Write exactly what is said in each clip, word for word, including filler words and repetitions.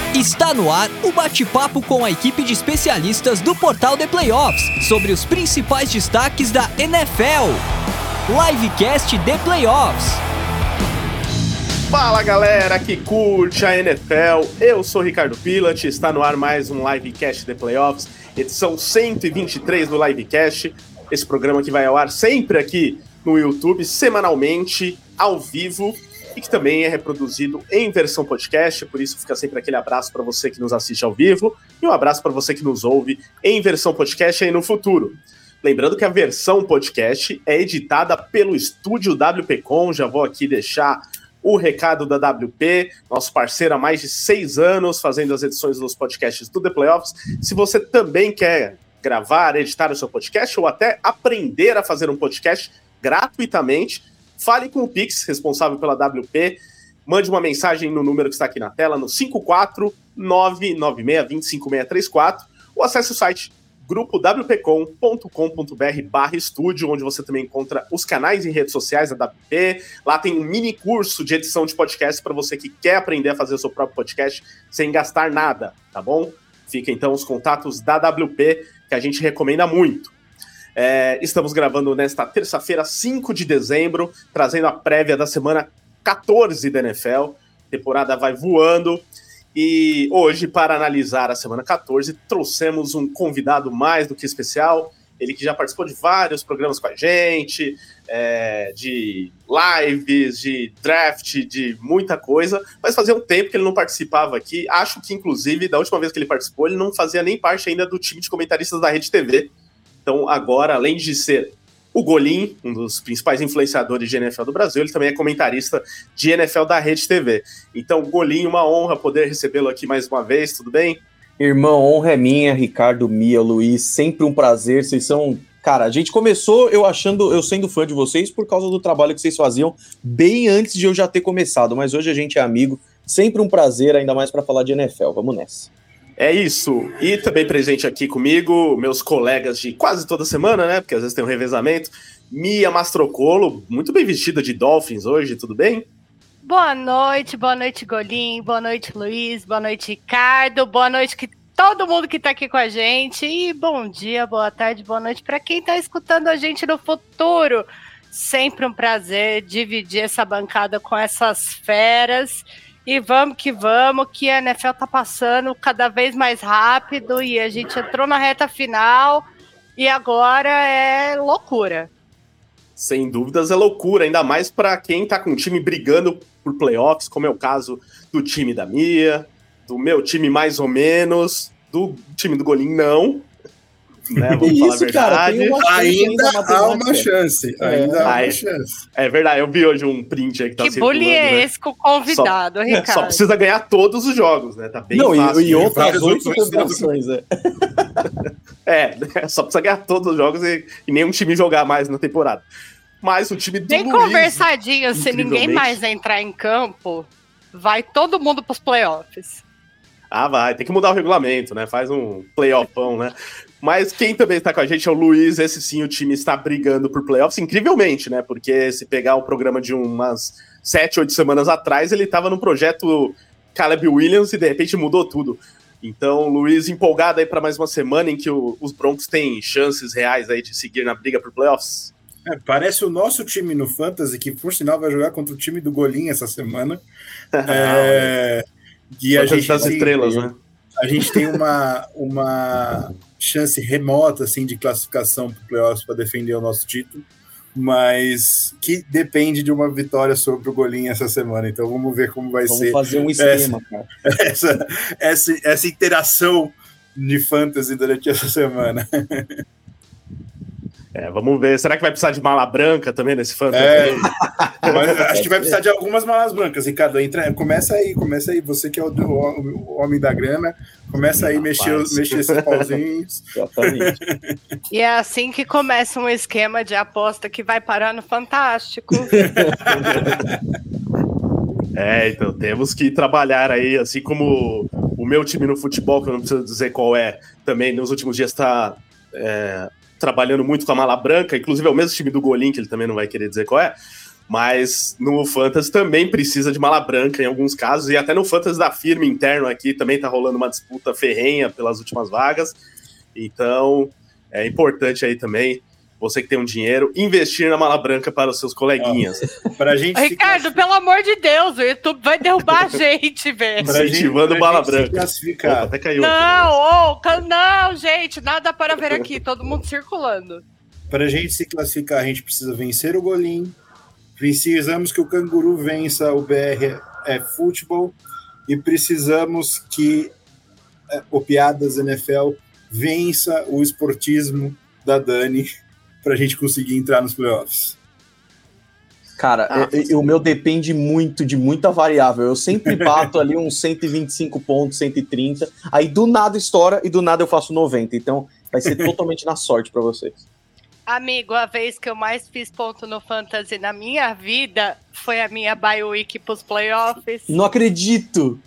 Está no ar o bate-papo com a equipe de especialistas do Portal The Playoffs sobre os principais destaques da N F L. Livecast The Playoffs. Fala galera que curte a N F L, eu sou Ricardo Pilat, está no ar mais um Livecast The Playoffs, edição cento e vinte e três do Livecast, esse programa que vai ao ar sempre aqui no YouTube, semanalmente, ao vivo, e que também é reproduzido em versão podcast, por isso fica sempre aquele abraço para você que nos assiste ao vivo, e um abraço para você que nos ouve em versão podcast aí no futuro. Lembrando que a versão podcast é editada pelo estúdio W P Com, já vou aqui deixar o recado da W P, nosso parceiro há mais de seis anos, fazendo as edições dos podcasts do The Playoffs. Se você também quer gravar, editar o seu podcast, ou até aprender a fazer um podcast gratuitamente, fale com o Pix, responsável pela W P, mande uma mensagem no número que está aqui na tela, no cinco quatro nove nove seis dois cinco seis três quatro, ou acesse o site grupo w p com ponto com ponto b r barra estúdio, onde você também encontra os canais e redes sociais da W P. Lá tem um mini curso de edição de podcast para você que quer aprender a fazer o seu próprio podcast sem gastar nada, tá bom? Fica então os contatos da W P, que a gente recomenda muito. É, estamos gravando nesta terça-feira, cinco de dezembro, trazendo a prévia da semana quatorze da N F L. A temporada vai voando. E hoje, para analisar a semana quatorze, trouxemos um convidado mais do que especial, ele que já participou de vários programas com a gente, é, de lives, de draft, de muita coisa, mas fazia um tempo que ele não participava aqui. Acho que, inclusive, da última vez que ele participou, ele não fazia nem parte ainda do time de comentaristas da Rede T V. Então, agora, além de ser o Golim, um dos principais influenciadores de N F L do Brasil, ele também é comentarista de N F L da Rede T V. Então, Golim, uma honra poder recebê-lo aqui mais uma vez, tudo bem? Irmão, honra é minha, Ricardo, Mia, Luiz, sempre um prazer, vocês são... Cara, a gente começou eu achando, eu sendo fã de vocês por causa do trabalho que vocês faziam bem antes de eu já ter começado, mas hoje a gente é amigo, sempre um prazer, ainda mais para falar de N F L, vamos nessa. É isso, e também presente aqui comigo, meus colegas de quase toda semana, né, porque às vezes tem um revezamento, Mia Mastrocolo, muito bem vestida de Dolphins hoje, tudo bem? Boa noite, boa noite Golim, boa noite Luiz, boa noite Ricardo, boa noite que todo mundo que tá aqui com a gente, e bom dia, boa tarde, boa noite para quem tá escutando a gente no futuro. Sempre um prazer dividir essa bancada com essas feras. E vamos que vamos, que a N F L tá passando cada vez mais rápido e a gente entrou na reta final e agora é loucura. Sem dúvidas é loucura, ainda mais para quem tá com o time brigando por playoffs, como é o caso do time da Mia, do meu time mais ou menos, do time do Golim não. Né, vamos isso, falar a verdade. Cara, ainda há uma chance. Ainda é, há é, uma chance. É verdade, eu vi hoje um print aí que tá que circulando. Que bullying é né? esse com o convidado, só, Ricardo? Só precisa ganhar todos os jogos, né? Tá bem Não, fácil. E, e outras oito outros competições, é. É, só precisa ganhar todos os jogos e, e nenhum time jogar mais na temporada. Mas o time do Bem Luiz, conversadinho, se ninguém mais entrar em campo, vai todo mundo pros playoffs. Ah, vai, tem que mudar o regulamento, né? Faz um playoffão, né? Mas quem também está com a gente é o Luiz, esse sim, o time está brigando por playoffs, incrivelmente, né? Porque se pegar o programa de umas sete, oito semanas atrás, ele estava no projeto Caleb Williams e de repente mudou tudo. Então, Luiz, empolgado aí para mais uma semana em que o, os Broncos têm chances reais aí de seguir na briga por playoffs? É, parece o nosso time no Fantasy, que por sinal vai jogar contra o time do Golim essa semana. é... E a gente das tem, estrelas, né? A gente tem uma, uma chance remota assim, de classificação para o playoffs para defender o nosso título, mas que depende de uma vitória sobre o Golim essa semana. Então vamos ver como vai vamos ser. Vamos fazer um esquema, essa, cara. Essa, essa, essa interação de fantasy durante essa semana. É, vamos ver. Será que vai precisar de mala branca também nesse fantasy? É, mas acho que vai precisar de algumas malas brancas, Ricardo. Entra, começa aí, começa aí. Você que é o, o, o homem da grana, começa aí a mexer, mexer esses pauzinhos. Exatamente. E é assim que começa um esquema de aposta que vai parar no Fantástico. É, então temos que trabalhar aí, assim como o meu time no futebol, que eu não preciso dizer qual é, também nos últimos dias está é, trabalhando muito com a mala branca, inclusive é o mesmo time do Golim, que ele também não vai querer dizer qual é. Mas no Fantasy também precisa de mala branca em alguns casos, e até no Fantasy da firma interno aqui também tá rolando uma disputa ferrenha pelas últimas vagas. Então é importante aí também, você que tem um dinheiro, investir na mala branca para os seus coleguinhas. Ah, pra gente Ricardo, classific... pelo amor de Deus, o YouTube vai derrubar a gente, velho. Incentivando pra bala gente branca. Classificar. Opa, até caiu. Não, oh, não, gente, nada para ver aqui, todo mundo circulando. Para a gente se classificar, a gente precisa vencer o Golim, precisamos que o Canguru vença o B R F Futebol e precisamos que é, o Piadas N F L vença o esportismo da Dani para a gente conseguir entrar nos playoffs. Cara, Ah, eu- eu- o meu depende muito de muita variável. Eu sempre bato ali uns cento e vinte e cinco pontos, cento e trinta, aí do nada estoura e do nada eu faço noventa. Então vai ser totalmente na sorte pra vocês. Amigo, a vez que eu mais fiz ponto no Fantasy na minha vida foi a minha bye week pros playoffs. Não acredito!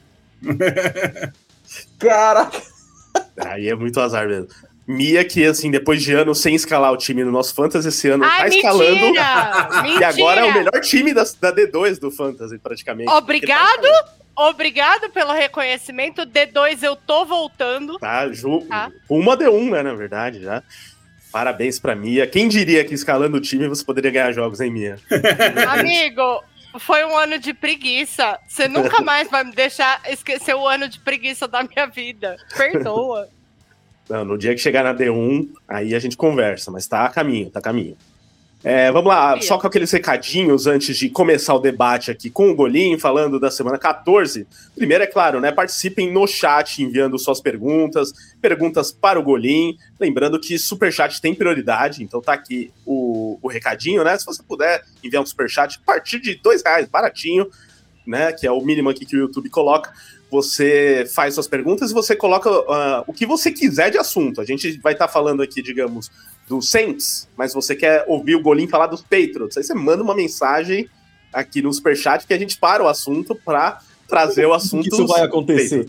Caraca! Aí é muito azar mesmo. Mia, que assim, depois de anos sem escalar o time no nosso Fantasy, esse ano Ai, tá escalando. mentira! E Mentira! agora é o melhor time da, da D dois do Fantasy, praticamente. Obrigado, obrigado pelo reconhecimento. D dois, eu tô voltando. Tá, Ju, Tá. uma D um, né, na verdade, já. Parabéns pra Mia. Quem diria que escalando o time você poderia ganhar jogos, hein, Mia? Amigo, foi um ano de preguiça. Você nunca mais vai me deixar esquecer o ano de preguiça da minha vida. Perdoa. Não, no dia que chegar na D um, aí a gente conversa, mas tá a caminho, tá a caminho. É, vamos lá, só com aqueles recadinhos antes de começar o debate aqui com o Golim, falando da semana quatorze. Primeiro, é claro, né, participem no chat, enviando suas perguntas, perguntas para o Golim. Lembrando que superchat tem prioridade, então tá aqui o, o recadinho, né? Se você puder enviar um superchat a partir de dois reais, baratinho, né, que é o mínimo aqui que o YouTube coloca. Você faz suas perguntas e você coloca uh, o que você quiser de assunto. A gente vai estar falando aqui, digamos, do Saints, mas você quer ouvir o Golim falar dos Patriots. Aí você manda uma mensagem aqui no Superchat que a gente para o assunto para trazer o assunto. Isso vai acontecer.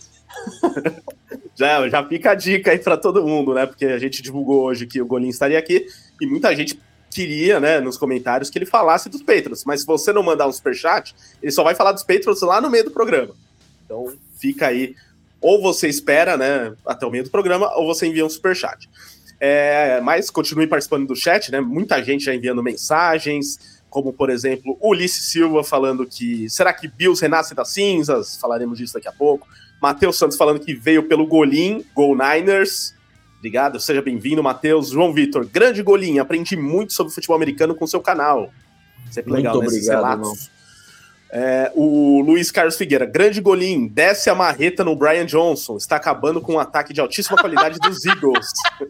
já, já fica a dica aí para todo mundo, né? Porque a gente divulgou hoje que o Golim estaria aqui e muita gente queria, né, nos comentários que ele falasse dos Patriots. Mas se você não mandar um Superchat, ele só vai falar dos Patriots lá no meio do programa. Então fica aí, ou você espera, né, até o meio do programa, ou você envia um superchat. É, mas continue participando do chat, né? Muita gente já enviando mensagens, como por exemplo, o Ulisses Silva falando que será que Bills renasce das cinzas? Falaremos disso daqui a pouco. Matheus Santos falando que veio pelo Golim, Go Niners. Obrigado, seja bem-vindo, Matheus. João Vitor, grande Golim, aprendi muito sobre futebol americano com seu canal. Sempre Muito legal, né, esses obrigado, relatos. É, o Luiz Carlos Figueira, grande Golim, desce a marreta no Brian Johnson, está acabando com um ataque de altíssima qualidade dos Eagles.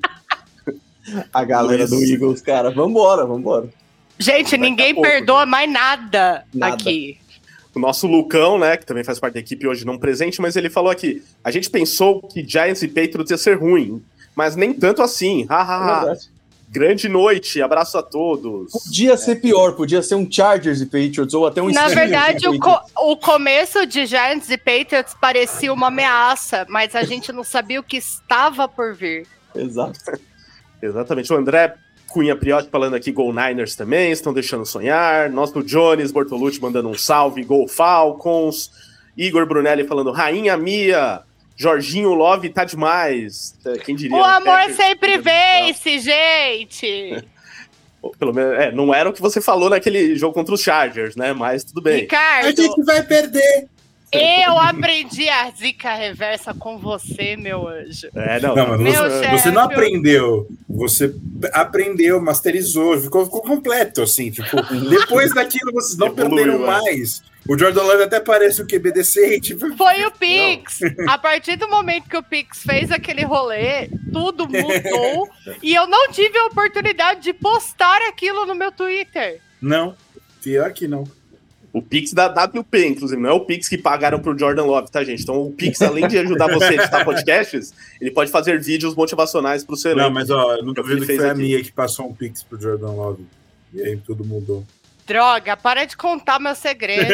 A galera do Eagles, cara, vambora, vambora. Gente, ninguém pouco, perdoa mais nada, Nada. aqui. O nosso Lucão, né, que também faz parte da equipe hoje não presente, mas ele falou aqui, a gente pensou que Giants e Patriots ia ser ruim, mas nem tanto assim, É hahaha. verdade. Grande noite, abraço a todos. Podia ser pior, podia ser um Chargers e Patriots, ou até um Na Steelers verdade, e o, Patriots. co- o começo de Giants e Patriots parecia uma ameaça, mas a gente não sabia o que estava por vir. Exato. Exatamente, o André Cunha Priotti falando aqui, Go Niners também, estão deixando sonhar. Nosso Jones Bortolucci mandando um salve, Go Falcons. Igor Brunelli falando, Rainha Mia, Jorginho Love tá demais. Quem diria? O né? amor Packers, sempre Packers, vence, gente! Ou pelo menos, é, não era o que você falou naquele jogo contra os Chargers, né? Mas tudo bem. A Ricardo, gente vai perder. eu aprendi a zica reversa com você, meu anjo. É, não. Não, mas Meu você, chefe. você não aprendeu. Você aprendeu, masterizou, ficou, ficou completo, assim. Tipo, depois daquilo vocês não Evoluiu, perderam é. mais. O Jordan Love até parece o Q B decente. Foi o Pix. A partir do momento que o Pix fez aquele rolê, tudo mudou. E eu não tive a oportunidade de postar aquilo no meu Twitter. Não, pior que não. O Pix da W P, inclusive, não é o Pix que pagaram pro Jordan Love, tá, gente? Então o Pix, além de ajudar você a editar podcasts, ele pode fazer vídeos motivacionais pro seu Não, elenco. mas ó, eu não É o que duvido ele que fez foi a aqui. Mia que passou um pix pro Jordan Love. E aí tudo mudou. Droga, para de contar meu segredo.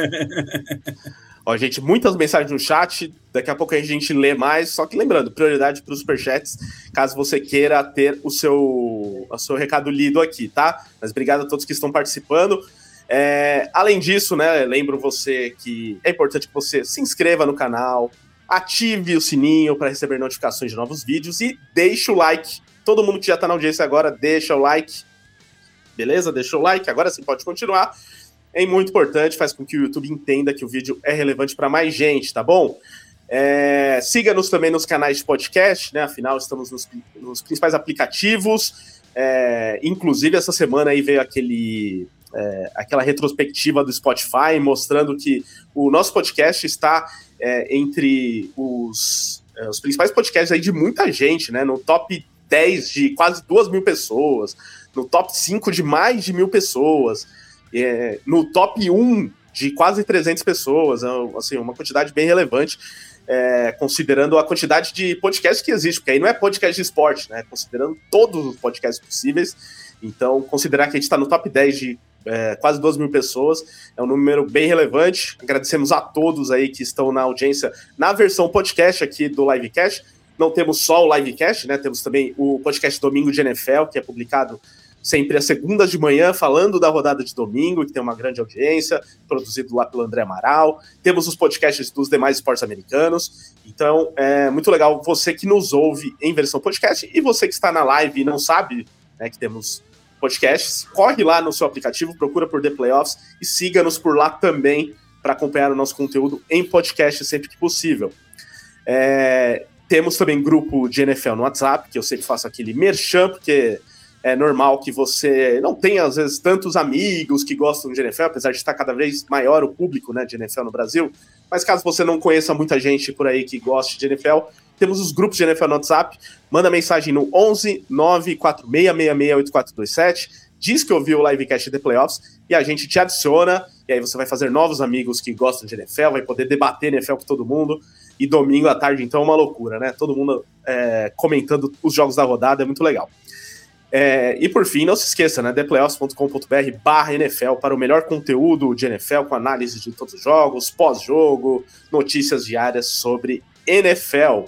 Ó, gente, muitas mensagens no chat, daqui a pouco a gente lê mais, só que lembrando, prioridade para os superchats, caso você queira ter o seu, o seu recado lido aqui, tá? Mas obrigado a todos que estão participando. É, além disso, né, lembro você que é importante que você se inscreva no canal, ative o sininho para receber notificações de novos vídeos e deixe o like. Todo mundo que já está na audiência agora, deixa o like. Beleza? Deixa o like, agora sim pode continuar. É muito importante, faz com que o YouTube entenda que o vídeo é relevante para mais gente, tá bom? É, siga-nos também nos canais de podcast, né? Afinal, estamos nos, nos principais aplicativos. É, inclusive, essa semana aí veio aquele... É, aquela retrospectiva do Spotify, mostrando que o nosso podcast está é, entre os, é, os principais podcasts aí de muita gente, né? No top dez de quase duas mil pessoas, no top cinco de mais de mil pessoas, é, no top um de quase trezentas pessoas, assim, uma quantidade bem relevante, é, considerando a quantidade de podcasts que existe, porque aí não é podcast de esporte, né? Considerando todos os podcasts possíveis. Então, considerar que a gente está no top dez de É, quase duas mil pessoas, é um número bem relevante. Agradecemos a todos aí que estão na audiência na versão podcast aqui do Livecast. Não temos só o Livecast, né? Temos também o podcast Domingo de N F L, que é publicado sempre às segundas de manhã, falando da rodada de domingo, que tem uma grande audiência, produzido lá pelo André Amaral. Temos os podcasts dos demais esportes americanos. Então, é muito legal você que nos ouve em versão podcast e você que está na live e não sabe, né, que temos podcasts, corre lá no seu aplicativo, procura por The Playoffs e siga-nos por lá também para acompanhar o nosso conteúdo em podcast sempre que possível. É, temos também grupo de N F L no WhatsApp, que eu sempre faço aquele merchan, porque é normal que você não tenha, às vezes, tantos amigos que gostam de N F L, apesar de estar cada vez maior o público, né, de N F L no Brasil, mas caso você não conheça muita gente por aí que goste de N F L, temos os grupos de N F L no WhatsApp, manda mensagem no onze nove quatro seis seis seis oito quatro dois sete, diz que ouviu o Livecast The Playoffs e a gente te adiciona, e aí você vai fazer novos amigos que gostam de N F L, vai poder debater N F L com todo mundo, e domingo à tarde, então, é uma loucura, né? Todo mundo é, comentando os jogos da rodada, é muito legal. É, e por fim, não se esqueça, né? theplayoffs.com.br barra NFL para o melhor conteúdo de N F L, com análise de todos os jogos, pós-jogo, notícias diárias sobre N F L.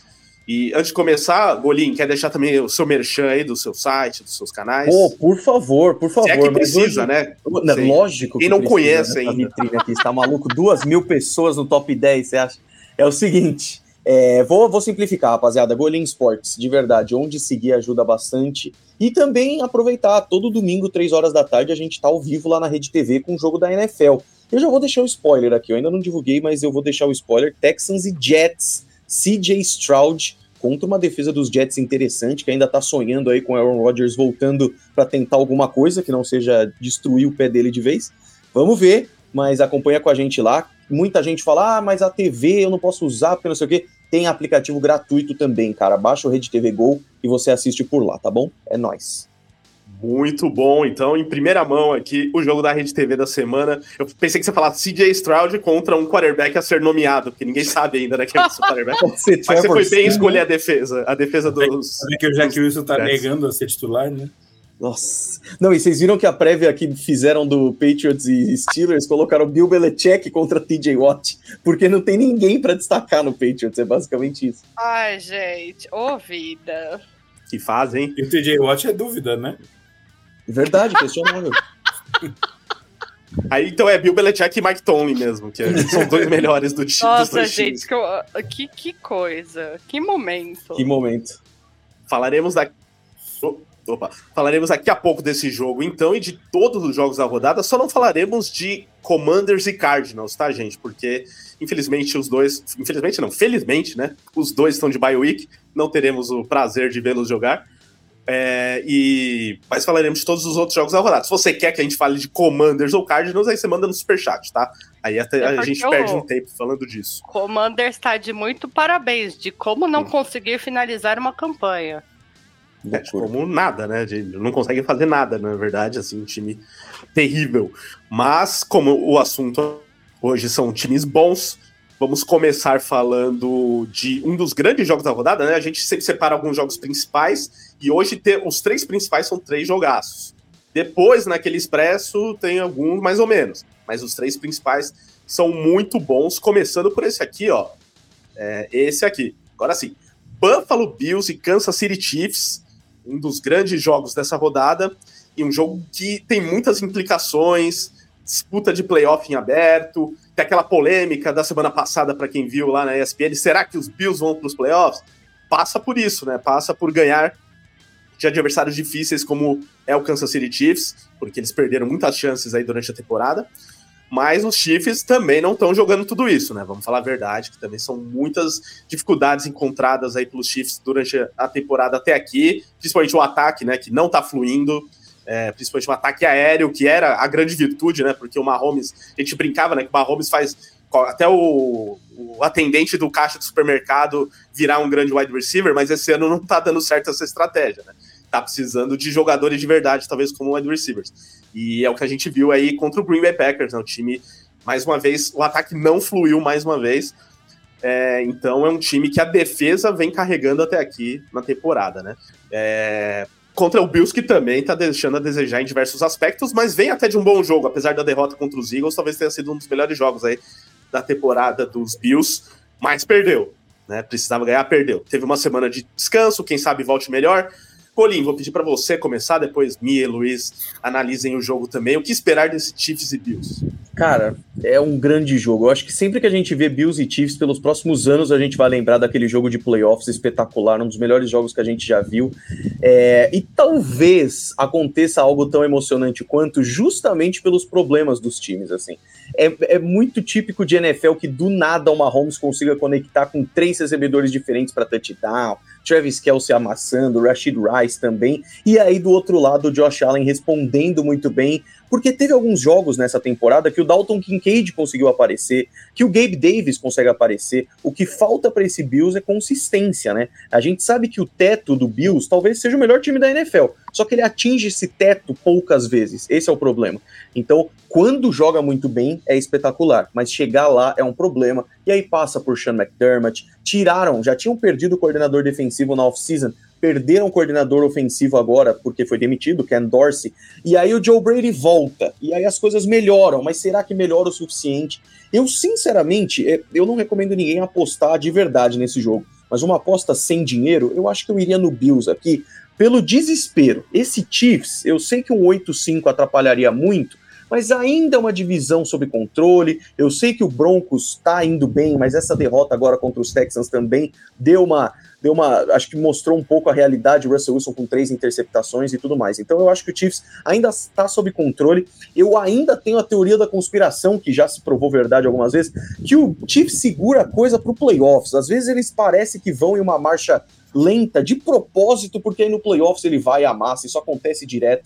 E antes de começar, Golim, quer deixar também o seu merchan aí do seu site, dos seus canais? Pô, por favor, por favor. Se é que precisa, hoje, né? Não, lógico que Quem não precisa, conhece né, ainda. Vitrine aqui, está maluco? Duas mil pessoas no top dez, você acha? É o seguinte, é, vou, vou simplificar, rapaziada. Golim Sports, de verdade, onde seguir ajuda bastante. E também aproveitar, todo domingo, três horas da tarde, a gente tá ao vivo lá na Rede T V com o jogo da N F L. Eu já vou deixar o spoiler aqui, eu ainda não divulguei, mas eu vou deixar o spoiler. Texans e Jets, C J Stroud contra uma defesa dos Jets interessante, que ainda tá sonhando aí com o Aaron Rodgers voltando para tentar alguma coisa, que não seja destruir o pé dele de vez. Vamos ver, mas acompanha com a gente lá. Muita gente fala, ah, mas a T V eu não posso usar, porque não sei o quê. Tem aplicativo gratuito também, cara. Baixa o Rede T V Go e você assiste por lá, tá bom? É nóis. Muito bom, então, em primeira mão aqui, o jogo da Rede T V da semana. Eu pensei que você falasse C J Stroud contra um quarterback a ser nomeado, porque ninguém sabe ainda, né, que é esse quarterback. Mas você foi bem escolher a defesa, a defesa dos... Sabe que o Jack Wilson tá negando a ser titular, né? Nossa. Não, e vocês viram que a prévia que fizeram do Patriots e Steelers colocaram Bill Belichick contra T J Watt, porque não tem ninguém pra destacar no Patriots, é basicamente isso. Ai, gente, ô vida. Que faz, hein? E o T J Watt é dúvida, né? Verdade, questionável. Aí, então, é Bill Belichick e Mike Tomlin mesmo, que são dois melhores do time. Nossa, gente, que, que, que coisa. Que momento. Que momento. Falaremos daqui... Opa, falaremos daqui a pouco desse jogo, então, e de todos os jogos da rodada. Só não falaremos de Commanders e Cardinals, tá, gente? Porque, infelizmente, os dois... Infelizmente não, felizmente, né? Os dois estão de bye week. Não teremos o prazer de vê-los jogar. É, e... Mas falaremos de todos os outros jogos da rodada. Se você quer que a gente fale de Commanders ou Cardinals, aí você manda no superchat, tá? Aí até é a gente perde um tempo falando disso. Commanders está de muito parabéns, de como não hum. conseguir finalizar uma campanha. É, como nada, né? De, não consegue fazer nada, na verdade, assim, um time terrível. Mas, como o assunto hoje são times bons, vamos começar falando de um dos grandes jogos da rodada, né? A gente sempre separa alguns jogos principais, e hoje te, os três principais são três jogaços. Depois, naquele expresso, tem alguns mais ou menos, mas os três principais são muito bons, começando por esse aqui, ó. É, esse aqui. Agora sim, Buffalo Bills e Kansas City Chiefs, um dos grandes jogos dessa rodada, e um jogo que tem muitas implicações, disputa de playoff em aberto, tem aquela polêmica da semana passada para quem viu lá na E S P N, será que os Bills vão para os playoffs? Passa por isso, né? Passa por ganhar de adversários difíceis como é o Kansas City Chiefs, porque eles perderam muitas chances aí durante a temporada, mas os Chiefs também não estão jogando tudo isso, né? Vamos falar a verdade, que também são muitas dificuldades encontradas aí pelos Chiefs durante a temporada até aqui, principalmente o ataque, né, que não tá fluindo, é, principalmente o ataque aéreo, que era a grande virtude, né, porque o Mahomes, a gente brincava, né, que o Mahomes faz até o, o atendente do caixa do supermercado virar um grande wide receiver, mas esse ano não tá dando certo essa estratégia, né? Tá precisando de jogadores de verdade, talvez como wide receivers. E é o que a gente viu aí contra o Green Bay Packers, né? O time, mais uma vez, o ataque não fluiu mais uma vez. É, então é um time que a defesa vem carregando até aqui na temporada, né? É, contra o Bills, que também tá deixando a desejar em diversos aspectos, mas vem até de um bom jogo, apesar da derrota contra os Eagles, talvez tenha sido um dos melhores jogos aí da temporada dos Bills, mas perdeu, né? Precisava ganhar, perdeu. Teve uma semana de descanso, quem sabe volte melhor. Colim, vou pedir para você começar, depois Mia e Luiz analisem o jogo também. O que esperar desse Chiefs e Bills? Cara, é um grande jogo. Eu acho que sempre que a gente vê Bills e Chiefs pelos próximos anos, a gente vai lembrar daquele jogo de playoffs espetacular, um dos melhores jogos que a gente já viu. É, e talvez aconteça algo tão emocionante quanto, justamente pelos problemas dos times, assim. É, é muito típico de N F L que do nada o Mahomes consiga conectar com três recebedores diferentes para touchdown, Travis Kelce amassando, Rashid Rice também, e aí do outro lado o Josh Allen respondendo muito bem, porque teve alguns jogos nessa temporada que o Dalton Kincaid conseguiu aparecer, que o Gabe Davis consegue aparecer. O que falta para esse Bills é consistência, né? A gente sabe que o teto do Bills talvez seja o melhor time da N F L, só que ele atinge esse teto poucas vezes, esse é o problema. Então, quando joga muito bem, é espetacular, mas chegar lá é um problema, e aí passa por Sean McDermott, tiraram, já tinham perdido o coordenador defensivo na off-season, perderam o coordenador ofensivo agora, porque foi demitido, Ken Dorsey, e aí o Joe Brady volta, e aí as coisas melhoram, mas será que melhora o suficiente? Eu, sinceramente, eu não recomendo ninguém apostar de verdade nesse jogo, mas uma aposta sem dinheiro, eu acho que eu iria no Bills aqui, pelo desespero. Esse Chiefs, eu sei que um oito cinco atrapalharia muito, mas ainda é uma divisão sob controle. Eu sei que o Broncos está indo bem, mas essa derrota agora contra os Texans também deu uma, deu uma, acho que mostrou um pouco a realidade, o Russell Wilson com três interceptações e tudo mais. Então eu acho que o Chiefs ainda está sob controle. Eu ainda tenho a teoria da conspiração, que já se provou verdade algumas vezes, que o Chiefs segura a coisa para o playoffs. Às vezes eles parecem que vão em uma marcha lenta, de propósito, porque aí no playoffs ele vai e amassa, isso acontece direto.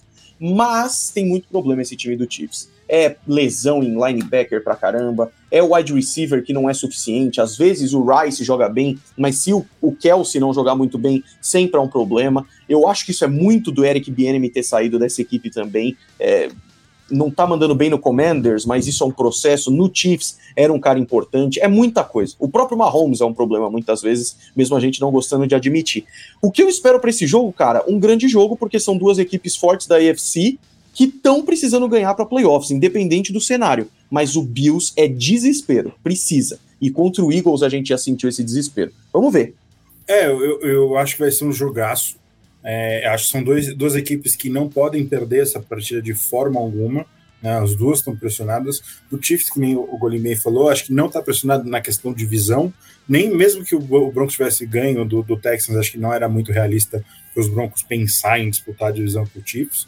Mas tem muito problema esse time do Chiefs. É lesão em linebacker pra caramba, é o wide receiver que não é suficiente, às vezes o Rice joga bem, mas se o, o Kelce não jogar muito bem, sempre é um problema. Eu acho que isso é muito do Eric Bieniemy ter saído dessa equipe também, é, não tá mandando bem no Commanders, mas isso é um processo, no Chiefs era um cara importante, é muita coisa. O próprio Mahomes é um problema muitas vezes, mesmo a gente não gostando de admitir. O que eu espero para esse jogo, cara, um grande jogo, porque são duas equipes fortes da A F C que estão precisando ganhar para playoffs, independente do cenário, mas o Bills é desespero, precisa, e contra o Eagles a gente já sentiu esse desespero. Vamos ver. É, eu, eu acho que vai ser um jogaço. É, acho que são dois, duas equipes que não podem perder essa partida de forma alguma, né? As duas estão pressionadas. O Chiefs, que nem o Golim bem falou, acho que não está pressionado na questão de visão, nem mesmo que o, o Broncos tivesse ganho do, do Texans, acho que não era muito realista para os Broncos pensar em disputar a divisão com o Chiefs,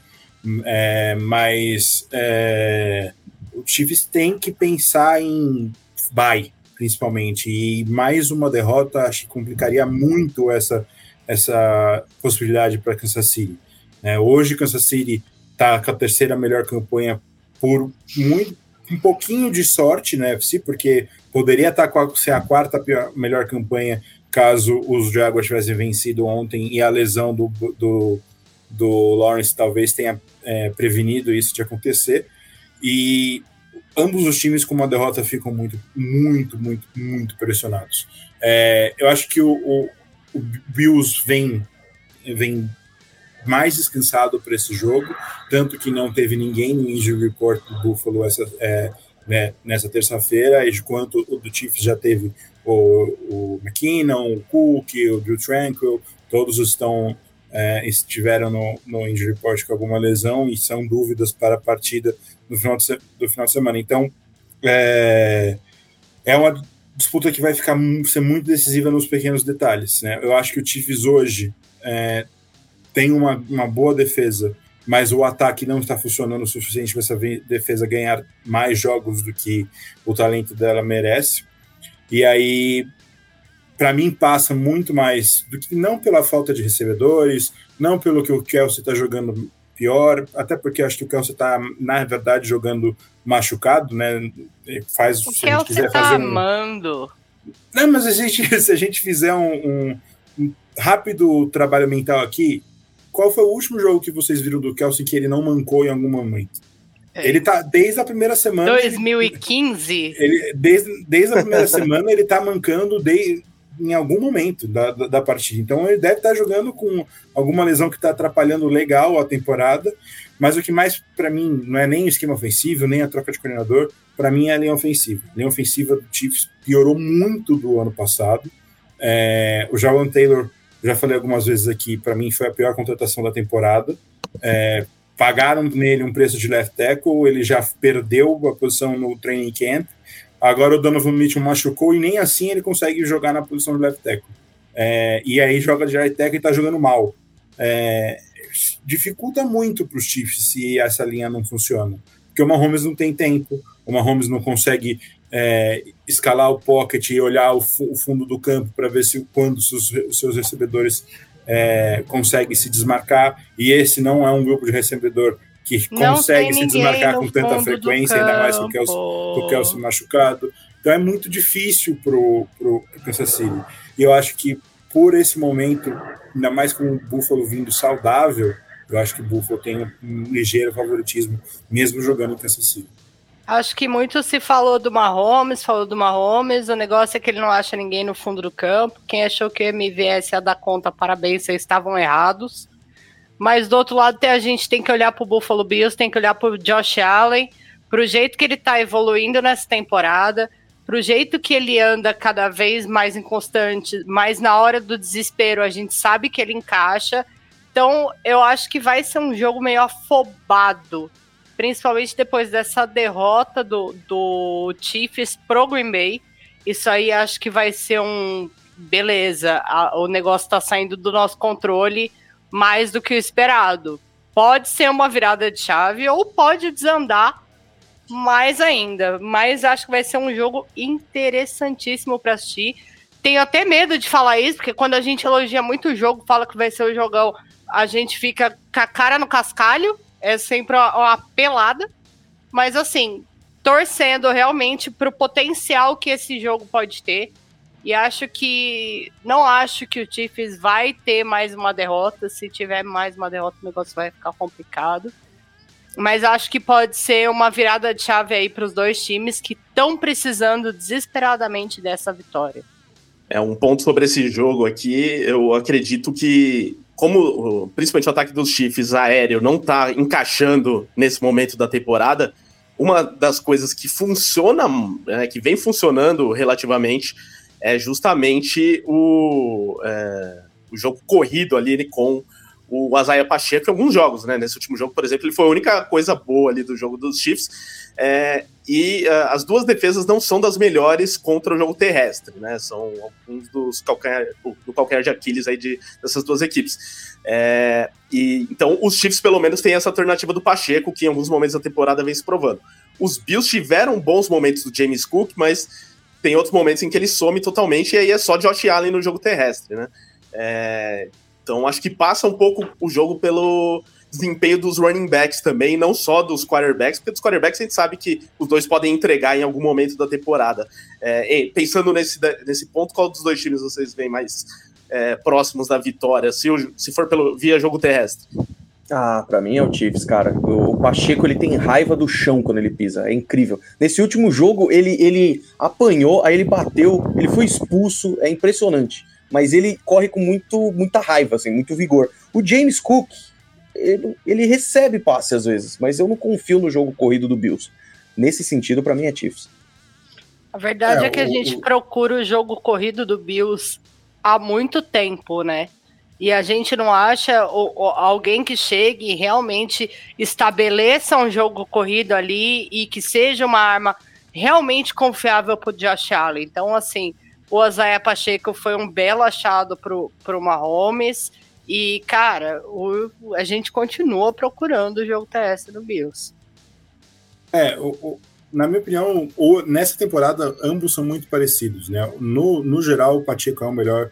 é, mas é, o Chiefs tem que pensar em bye, principalmente, e mais uma derrota acho que complicaria muito essa essa possibilidade para Kansas City. É, hoje, Kansas City está com a terceira melhor campanha por muito, um pouquinho de sorte na U F C, porque poderia estar com a, ser a quarta pior, melhor campanha caso os Jaguars tivessem vencido ontem e a lesão do, do, do Lawrence talvez tenha é, prevenido isso de acontecer. E ambos os times com uma derrota ficam muito, muito, muito, muito pressionados. É, eu acho que o, o O Bills vem, vem mais descansado para esse jogo, tanto que não teve ninguém no injury report do Buffalo essa, é, né, nessa terça-feira, e de quanto o do Chiefs já teve o, o McKinnon, o Cook, o Drew Tranquil, todos estão é, estiveram no, no injury report com alguma lesão e são dúvidas para a partida no final de, do final de semana. Então, é, é uma disputa que vai ficar ser muito decisiva nos pequenos detalhes, né? Eu acho que o Chiefs hoje é, tem uma, uma boa defesa, mas o ataque não está funcionando o suficiente para essa defesa ganhar mais jogos do que o talento dela merece. E aí, para mim, passa muito mais do que não pela falta de recebedores, não pelo que o Kelce está jogando pior, até porque acho que o Kelce está, na verdade, jogando machucado, né? Faz, o se a gente Kelce quiser tá fazer um... amando. Não, mas a gente, se a gente fizer um, um, um rápido trabalho mental aqui, qual foi o último jogo que vocês viram do Kelce que ele não mancou em algum momento? É. Ele tá, desde a primeira semana... dois mil e quinze? Ele, ele, desde, desde a primeira semana ele tá mancando de, em algum momento da, da, da partida. Então ele deve estar jogando com alguma lesão que está atrapalhando legal a temporada, mas o que mais, para mim, não é nem o esquema ofensivo, nem a troca de coordenador, para mim é a linha ofensiva. A linha ofensiva do Chiefs piorou muito do ano passado. É, o Jawan Taylor, já falei algumas vezes aqui, para mim foi a pior contratação da temporada. É, pagaram nele um preço de left tackle, ele já perdeu a posição no training camp. Agora o Donovan Mitchell machucou e nem assim ele consegue jogar na posição de left tackle. É, e aí joga de right tackle e tá jogando mal. É, dificulta muito para os Chiefs se essa linha não funciona. Porque o Mahomes não tem tempo, o Mahomes não consegue é, escalar o pocket e olhar o, fu- o fundo do campo para ver se quando os seus, os seus recebedores é, conseguem se desmarcar. E esse não é um grupo de recebedor que Não consegue se desmarcar com tanta fundo frequência, do ainda mais com o campo. Kelce, com o Kelce machucado. Então é muito difícil pro, pro, pro Kansas City. E eu acho que por esse momento, ainda mais com o Buffalo vindo saudável, eu acho que o Buffalo tem um ligeiro favoritismo, mesmo jogando em Kansas City. Acho que muito se falou do Mahomes, falou do Mahomes, o negócio é que ele não acha ninguém no fundo do campo. Quem achou que o M V S ia dar conta, parabéns, vocês estavam errados. Mas do outro lado, a gente tem que olhar para o Buffalo Bills, tem que olhar para o Josh Allen, para o jeito que ele está evoluindo nessa temporada, para o jeito que ele anda cada vez mais inconstante, mas na hora do desespero a gente sabe que ele encaixa. Então eu acho que vai ser um jogo meio afobado, principalmente depois dessa derrota do, do Chiefs pro Green Bay. Isso aí acho que vai ser um... Beleza, a, o negócio está saindo do nosso controle mais do que o esperado. Pode ser uma virada de chave ou pode desandar mais ainda, mas acho que vai ser um jogo interessantíssimo para assistir. Tenho até medo de falar isso, porque quando a gente elogia muito o jogo, fala que vai ser um jogão, a gente fica com a cara no cascalho, é sempre uma, uma pelada, mas assim, torcendo realmente para o potencial que esse jogo pode ter. E acho que... Não acho que o Chiefs vai ter mais uma derrota. Se tiver mais uma derrota, o negócio vai ficar complicado. Mas acho que pode ser uma virada de chave aí para os dois times que estão precisando desesperadamente dessa vitória. É um ponto sobre esse jogo aqui. Eu acredito que, como principalmente o ataque dos Chiefs aéreo não está encaixando nesse momento da temporada, uma das coisas que funciona, né, que vem funcionando relativamente, é justamente o, é, o jogo corrido ali com o Isaiah Pacheco em alguns jogos, né? Nesse último jogo, por exemplo, ele foi a única coisa boa ali do jogo dos Chiefs, é, e uh, as duas defesas não são das melhores contra o jogo terrestre, né? São alguns dos calcanhar, do calcanhar de Aquiles aí de, dessas duas equipes. É, e, então, os Chiefs pelo menos têm essa alternativa do Pacheco, que em alguns momentos da temporada vem se provando. Os Bills tiveram bons momentos do James Cook, mas tem outros momentos em que ele some totalmente, e aí é só Josh Allen no jogo terrestre, né? É, então acho que passa um pouco o jogo pelo desempenho dos running backs também, não só dos quarterbacks, porque dos quarterbacks a gente sabe que os dois podem entregar em algum momento da temporada. É, pensando nesse, nesse ponto, qual dos dois times vocês veem mais é, próximos da vitória, se, se for pelo, via jogo terrestre? Ah, pra mim é o Chiefs, cara. O Pacheco, ele tem raiva do chão quando ele pisa, é incrível. Nesse último jogo, ele, ele apanhou, aí ele bateu, ele foi expulso, é impressionante. Mas ele corre com muito, muita raiva, assim, muito vigor. O James Cook, ele, ele recebe passe às vezes, mas eu não confio no jogo corrido do Bills. Nesse sentido, pra mim é Chiefs. A verdade é, é que a o, gente o... procura o jogo corrido do Bills há muito tempo, né? e a gente não acha o, o, alguém que chegue e realmente estabeleça um jogo corrido ali e que seja uma arma realmente confiável para o Josh Allen. Então, assim, o Isaiah Pacheco foi um belo achado para o Mahomes e, cara, o, a gente continua procurando o jogo terrestre do Bills. É, o, o, na minha opinião, o, nessa temporada, ambos são muito parecidos, né? No, no geral, o Pacheco é o melhor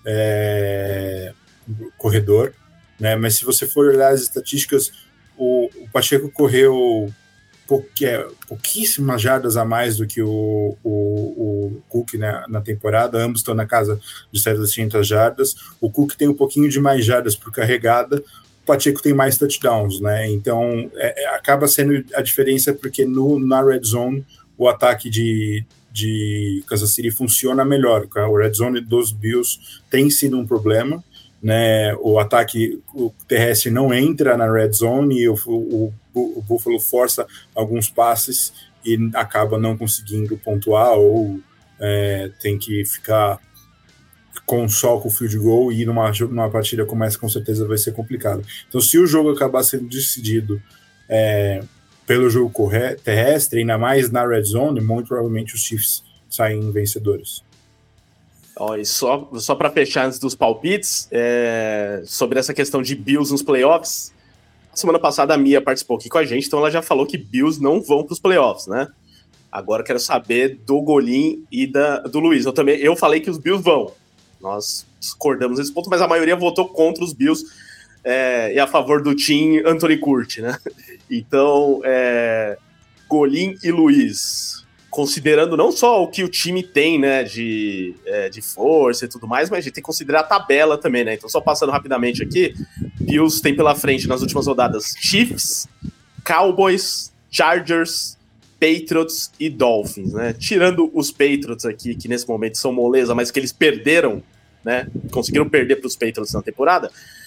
é, corredor, né? Mas se você for olhar as estatísticas, o, o Pacheco correu pouqu, é, pouquíssimas jardas a mais do que o, o, o Cook, né, na temporada. Ambos estão na casa de setecentas jardas. O Cook tem um pouquinho de mais jardas por carregada. O Pacheco tem mais touchdowns, né? Então é, acaba sendo a diferença porque no, na Red Zone o ataque de, de Kansas City funciona melhor. O Red Zone dos Bills tem sido um problema, né? O ataque o terrestre não entra na Red Zone e o, o, o Buffalo força alguns passes e acaba não conseguindo pontuar ou é, tem que ficar com só com o field goal e numa, numa partida como essa com certeza vai ser complicado. Então se o jogo acabar sendo decidido é, pelo jogo corre- terrestre, ainda mais na Red Zone, muito provavelmente os Chiefs saem vencedores. Ó, e só, só para fechar antes dos palpites, é, sobre essa questão de Bills nos playoffs, semana passada a Mia participou aqui com a gente, então ela já falou que Bills não vão para os playoffs, né? Agora eu quero saber do Golim e da, do Luiz. Eu também eu falei que os Bills vão. Nós discordamos nesse ponto, mas a maioria votou contra os Bills é, e a favor do time Anthony Curti, né? Então, é, Golim e Luiz, considerando não só o que o time tem, né, de, é, de força e tudo mais, mas a gente tem que considerar a tabela também, né? Então, só passando rapidamente aqui, Bills tem pela frente nas últimas rodadas Chiefs, Cowboys, Chargers, Patriots e Dolphins, né? Tirando os Patriots aqui, que nesse momento são moleza, mas que eles perderam, né? Conseguiram perder para os Patriots na temporada,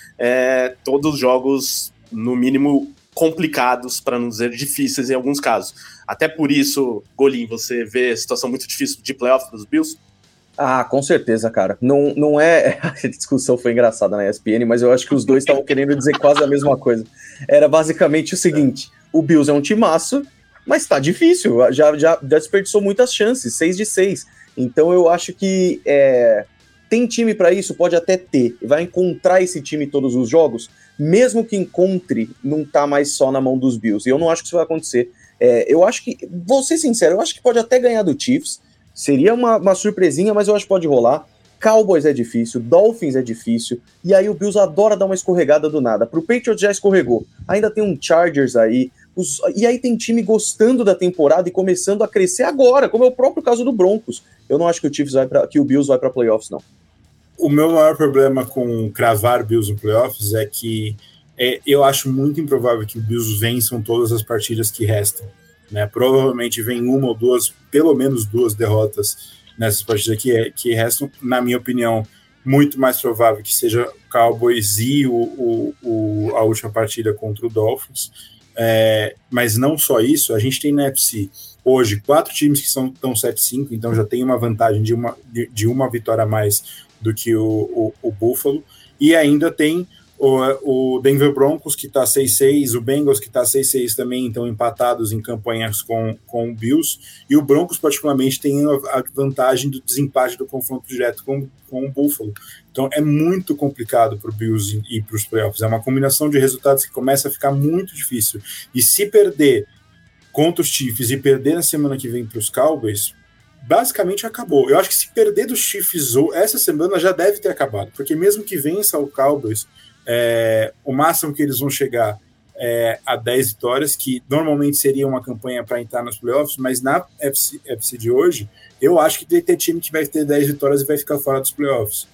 é, todos os jogos, no mínimo, complicados, para não dizer difíceis em alguns casos. Até por isso, Golim, você vê a situação muito difícil de playoff para os Bills? Ah, com certeza, cara. Não, não é... A discussão foi engraçada na E S P N, mas eu acho que os dois estavam querendo dizer quase a mesma coisa. Era basicamente o seguinte, o Bills é um timaço, mas tá difícil, já, já, já desperdiçou muitas chances, seis de seis. Então eu acho que é, tem time para isso, pode até ter. Vai encontrar esse time todos os jogos, mesmo que encontre, não tá mais só na mão dos Bills. E eu não acho que isso vai acontecer. É, eu acho que, vou ser sincero, eu acho que pode até ganhar do Chiefs. Seria uma, uma surpresinha, mas eu acho que pode rolar. Cowboys é difícil, Dolphins é difícil, e aí o Bills adora dar uma escorregada do nada. Pro Patriots já escorregou, ainda tem um Chargers aí, os, e aí tem time gostando da temporada e começando a crescer agora, como é o próprio caso do Broncos. Eu não acho que o, Chiefs vai pra, que o Bills vai para playoffs, não. O meu maior problema com cravar Bills no playoffs é que é, eu acho muito improvável que o Bills vençam todas as partidas que restam, né? Provavelmente vem uma ou duas, pelo menos duas derrotas nessas partidas que, que restam, na minha opinião, muito mais provável que seja Cowboys e o, o, o, a última partida contra o Dolphins. É, mas não só isso, a gente tem na N F C hoje quatro times que são tão sete a cinco, então já tem uma vantagem de uma, de, de uma vitória a mais do que o, o, o Buffalo, e ainda tem o, o Denver Broncos que está seis a seis, o Bengals que está seis a seis também, então empatados em campanhas com, com o Bills, e o Broncos particularmente tem a vantagem do desempate do confronto direto com, com o Buffalo. Então é muito complicado para o Bills ir para os playoffs, é uma combinação de resultados que começa a ficar muito difícil, e se perder contra os Chiefs e perder na semana que vem para os Cowboys, basicamente acabou. Eu acho que se perder dos Chiefs essa semana já deve ter acabado, porque mesmo que vença o Cowboys, É, o máximo que eles vão chegar é a dez vitórias, que normalmente seria uma campanha para entrar nos playoffs, mas na F C, F C de hoje, eu acho que vai ter time que vai ter dez vitórias e vai ficar fora dos playoffs.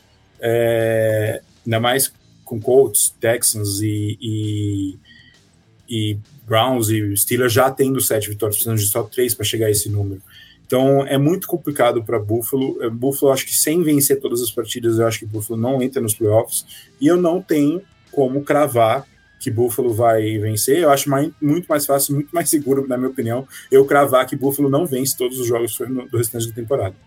É, ainda mais com Colts, Texans e, e, e Browns e Steelers já tendo sete vitórias, precisando de só três para chegar a esse número. Então é muito complicado para Buffalo. Buffalo, acho que sem vencer todas as partidas, eu acho que Buffalo não entra nos playoffs, e eu não tenho como cravar que Buffalo vai vencer. Eu acho mais, muito mais fácil, muito mais seguro, na minha opinião, eu cravar que Buffalo não vence todos os jogos do restante da temporada.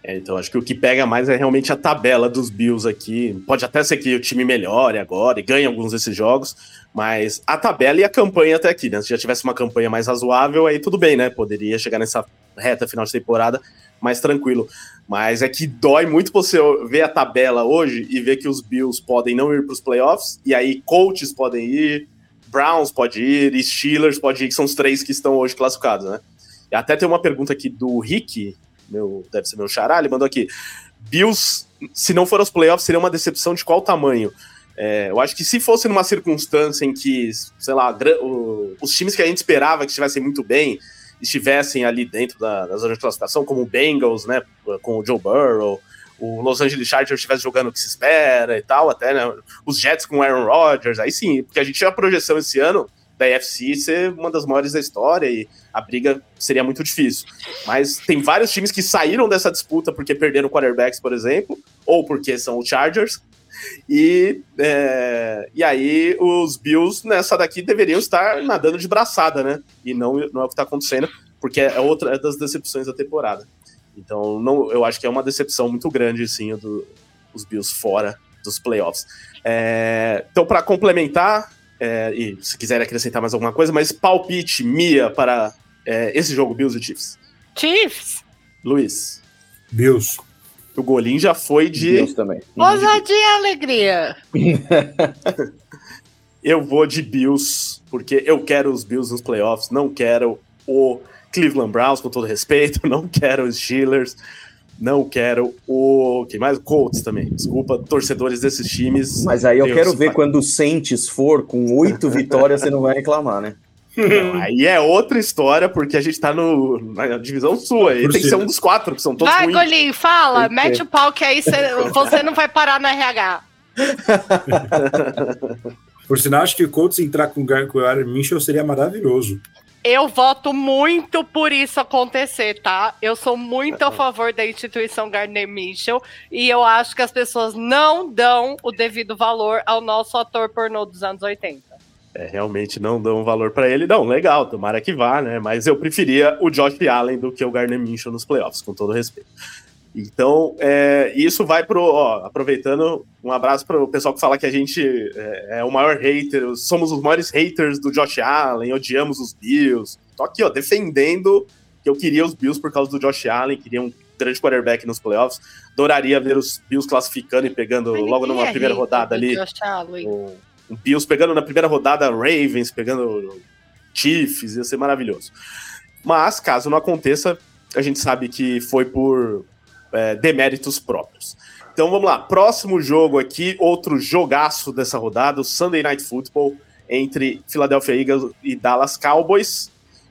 É, então acho que o que pega mais é realmente a tabela dos Bills aqui. Pode até ser que o time melhore agora e ganhe alguns desses jogos, mas a tabela e a campanha até aqui, né? Se já tivesse uma campanha mais razoável, aí tudo bem, né? Poderia chegar nessa reta final de temporada mais tranquilo. Mas é que dói muito você ver a tabela hoje e ver que os Bills podem não ir para os playoffs, e aí Colts podem ir, Browns pode ir, e Steelers pode ir, que são os três que estão hoje classificados, né? E até tem uma pergunta aqui do Rick, meu, deve ser meu xará, ele mandou aqui, Bills, se não for aos playoffs, seria uma decepção de qual tamanho? É, eu acho que se fosse numa circunstância em que, sei lá, o, os times que a gente esperava que estivessem muito bem, estivessem ali dentro da, da zona de classificação, como o Bengals, né, com o Joe Burrow, o Los Angeles Chargers estivesse jogando o que se espera e tal, até, né, os Jets com o Aaron Rodgers, aí sim, porque a gente tinha a projeção esse ano da A F C ser uma das maiores da história e a briga seria muito difícil. Mas tem vários times que saíram dessa disputa porque perderam quarterbacks, por exemplo, ou porque são os Chargers, e, é, e aí os Bills nessa daqui deveriam estar nadando de braçada, né? E não, não é o que está acontecendo, porque é outra das decepções da temporada. Então não, eu acho que é uma decepção muito grande, sim, do, os Bills fora dos playoffs. É, então, para complementar, é, e se quiser acrescentar mais alguma coisa, mas palpite, Mia, para é, esse jogo Bills e Chiefs. Chiefs! Luiz. Bills. O Golim já foi de... Bills também. Ousadia e alegria. Eu vou de Bills, porque eu quero os Bills nos playoffs, não quero o Cleveland Browns, com todo respeito, não quero os Steelers, não quero o... Quem mais? Colts também. Desculpa, torcedores desses times. Mas aí eu Deus, quero ver pai. quando o Saints for com oito vitórias, você não vai reclamar, né? Não, aí é outra história, porque a gente tá no, na divisão sul, aí tem que ser um dos quatro, que são todos Vai, ruins. Golinho, fala, Tem que mete ser. o pau que aí cê, você não vai parar no R H. Por sinal, acho que o Colts entrar com o Gardner Minshew seria maravilhoso. Eu voto muito por isso acontecer, tá? Eu sou muito a favor da instituição Gardner Minshew e eu acho que as pessoas não dão o devido valor ao nosso ator pornô dos anos oitenta. É, realmente não dão valor pra ele. Não, legal, tomara que vá, né? Mas eu preferia o Josh Allen do que o Gardner Minshew nos playoffs, com todo respeito. Então, é, isso vai pro... Ó, aproveitando, um abraço pro pessoal que fala que a gente é, é o maior hater, somos os maiores haters do Josh Allen, odiamos os Bills. Tô aqui, ó, defendendo que eu queria os Bills por causa do Josh Allen, queria um grande quarterback nos playoffs. Adoraria ver os Bills classificando e pegando Mas logo ninguém numa é primeira hater rodada do ali. Josh Allen. O, o Bills pegando na primeira rodada Ravens, pegando Chiefs, ia ser maravilhoso. Mas, caso não aconteça, a gente sabe que foi por é, deméritos próprios. Então vamos lá, próximo jogo aqui, outro jogaço dessa rodada, o Sunday Night Football entre Philadelphia Eagles e Dallas Cowboys.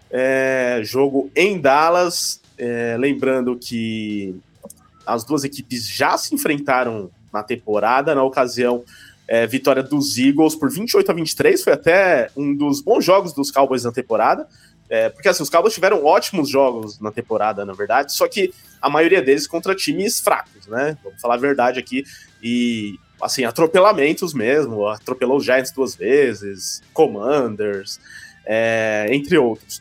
É, jogo em Dallas, é, lembrando que as duas equipes já se enfrentaram na temporada, na ocasião, é, vitória dos Eagles por vinte e oito a vinte e três, foi até um dos bons jogos dos Cowboys na temporada, é, porque assim, os Cowboys tiveram ótimos jogos na temporada, na verdade, só que a maioria deles contra times fracos, né, vamos falar a verdade aqui, e assim, atropelamentos mesmo, atropelou os Giants duas vezes, Commanders, é, entre outros,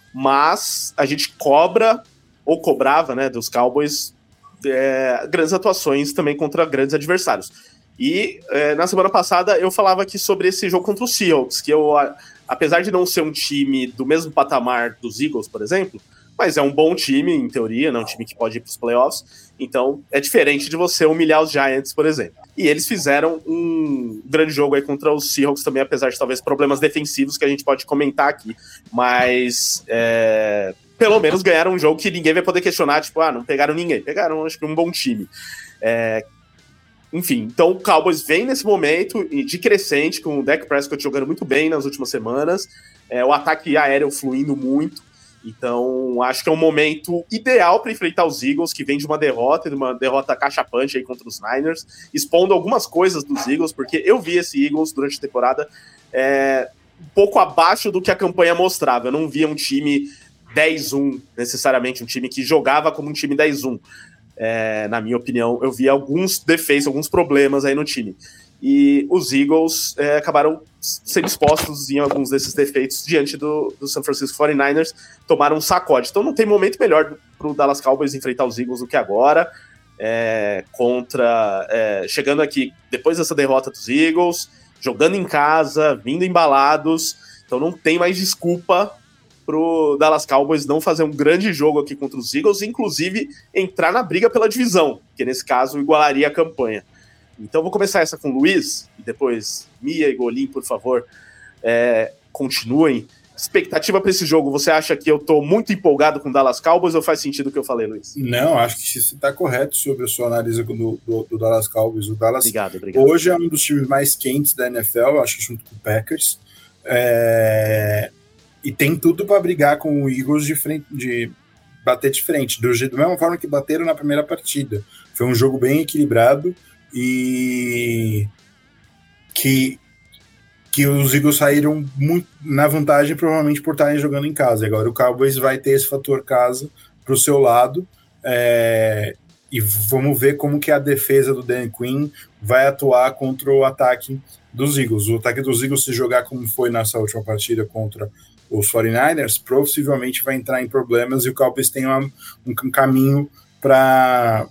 mas a gente cobra, ou cobrava, né, dos Cowboys, é, grandes atuações também contra grandes adversários. E é, na semana passada eu falava aqui sobre esse jogo contra o Seahawks, que eu, a, apesar de não ser um time do mesmo patamar dos Eagles, por exemplo, mas é um bom time, em teoria, né, um time que pode ir para os playoffs, então é diferente de você humilhar os Giants, por exemplo. E eles fizeram um grande jogo aí contra os Seahawks também, apesar de talvez problemas defensivos que a gente pode comentar aqui, mas é, pelo menos ganharam um jogo que ninguém vai poder questionar, tipo, ah, não pegaram ninguém, pegaram, acho que um bom time. É, Enfim, então o Cowboys vem nesse momento de crescente, com o Dak Prescott jogando muito bem nas últimas semanas, é, o ataque aéreo fluindo muito, então acho que é um momento ideal para enfrentar os Eagles, que vem de uma derrota, de uma derrota cachapante aí contra os Niners, expondo algumas coisas dos Eagles, porque eu vi esse Eagles durante a temporada é, um pouco abaixo do que a campanha mostrava, eu não via um time dez a um, necessariamente, um time que jogava como um time dez a um. É, na minha opinião, eu vi alguns defeitos, alguns problemas aí no time. E os Eagles é, acabaram sendo expostos em alguns desses defeitos diante do, do San Francisco forty-niners, tomaram um sacode. Então não tem momento melhor para o Dallas Cowboys enfrentar os Eagles do que agora, é, contra é, chegando aqui depois dessa derrota dos Eagles, jogando em casa, vindo embalados, então não tem mais desculpa pro Dallas Cowboys não fazer um grande jogo aqui contra os Eagles, inclusive entrar na briga pela divisão, que nesse caso igualaria a campanha. Então vou começar essa com o Luiz, e depois Mia e Golim, por favor, é, continuem. Expectativa para esse jogo, você acha que eu tô muito empolgado com o Dallas Cowboys ou faz sentido o que eu falei, Luiz? Não, acho que você está correto sobre a sua análise do, do, do Dallas Cowboys. O Dallas obrigado, obrigado. Hoje é um dos times mais quentes da N F L, acho que junto com o Packers. É... E tem tudo para brigar com o Eagles de, frente, de bater de frente, do jeito, da mesma forma que bateram na primeira partida. Foi um jogo bem equilibrado e que, que os Eagles saíram muito na vantagem, provavelmente por estarem jogando em casa. Agora o Cowboys vai ter esse fator casa para o seu lado, é, e vamos ver como que a defesa do Dan Quinn vai atuar contra o ataque dos Eagles. O ataque dos Eagles, se jogar como foi nessa última partida contra os forty-niners, possivelmente vai entrar em problemas e o Cowboys tem uma, um caminho para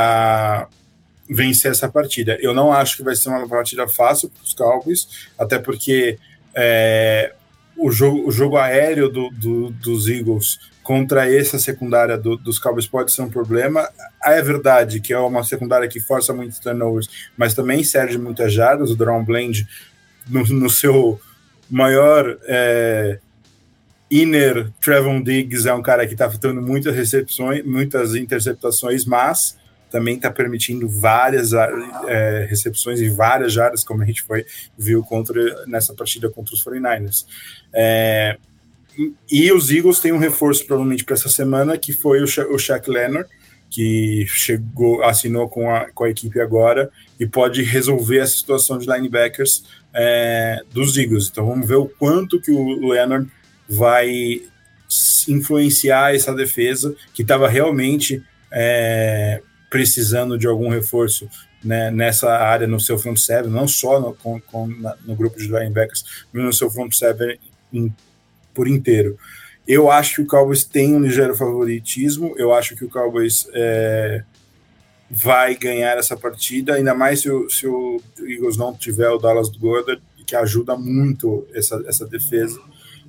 vencer essa partida. Eu não acho que vai ser uma partida fácil para os Cowboys, até porque é, o, jogo, o jogo aéreo do, do, dos Eagles contra essa secundária do, dos Cowboys pode ser um problema. É verdade que é uma secundária que força muitos turnovers, mas também serve muitas jardas. O Deron Bland, no, no seu maior é, inner, Trevon Diggs é um cara que está tendo muitas recepções, muitas interceptações, mas também está permitindo várias é, recepções e várias jardas, como a gente foi, viu contra, nessa partida contra os forty-niners. É, e os Eagles têm um reforço provavelmente para essa semana, que foi o, Sha- o Shaq Leonard, que chegou, assinou com a, com a equipe agora e pode resolver essa situação de linebackers é, dos Eagles. Então vamos ver o quanto que o Leonard vai influenciar essa defesa, que estava realmente é, precisando de algum reforço, né, nessa área no seu front seven, não só no, com, com, na, no grupo de linebackers, mas no seu front seven em, por inteiro. Eu acho que o Cowboys tem um ligeiro favoritismo, eu acho que o Cowboys é, vai ganhar essa partida, ainda mais se o, se o Eagles não tiver o Dallas Goedert, que ajuda muito essa, essa defesa,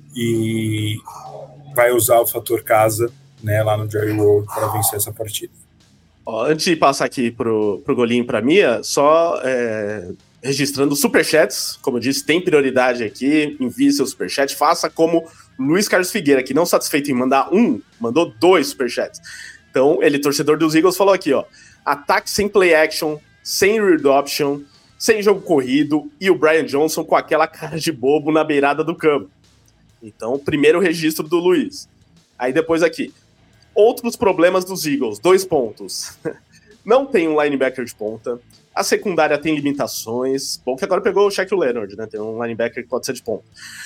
e vai usar o fator casa, né, lá no Jerry World para vencer essa partida. Ó, antes de passar aqui pro, pro Golinho e pra Mia, só é, registrando superchats, como eu disse, tem prioridade aqui, envie seu superchat, faça como Luiz Carlos Figueira, que não satisfeito em mandar um, mandou dois superchats. Então, ele, torcedor dos Eagles, falou aqui, ó, ataque sem play action, sem read option, sem jogo corrido, e o Brian Johnson com aquela cara de bobo na beirada do campo. Então, primeiro registro do Luiz. Aí depois aqui, outros problemas dos Eagles, dois pontos. Não tem um linebacker de ponta, a secundária tem limitações, bom que agora pegou o Shaq Leonard, né, tem um linebacker que pode ser de ponta.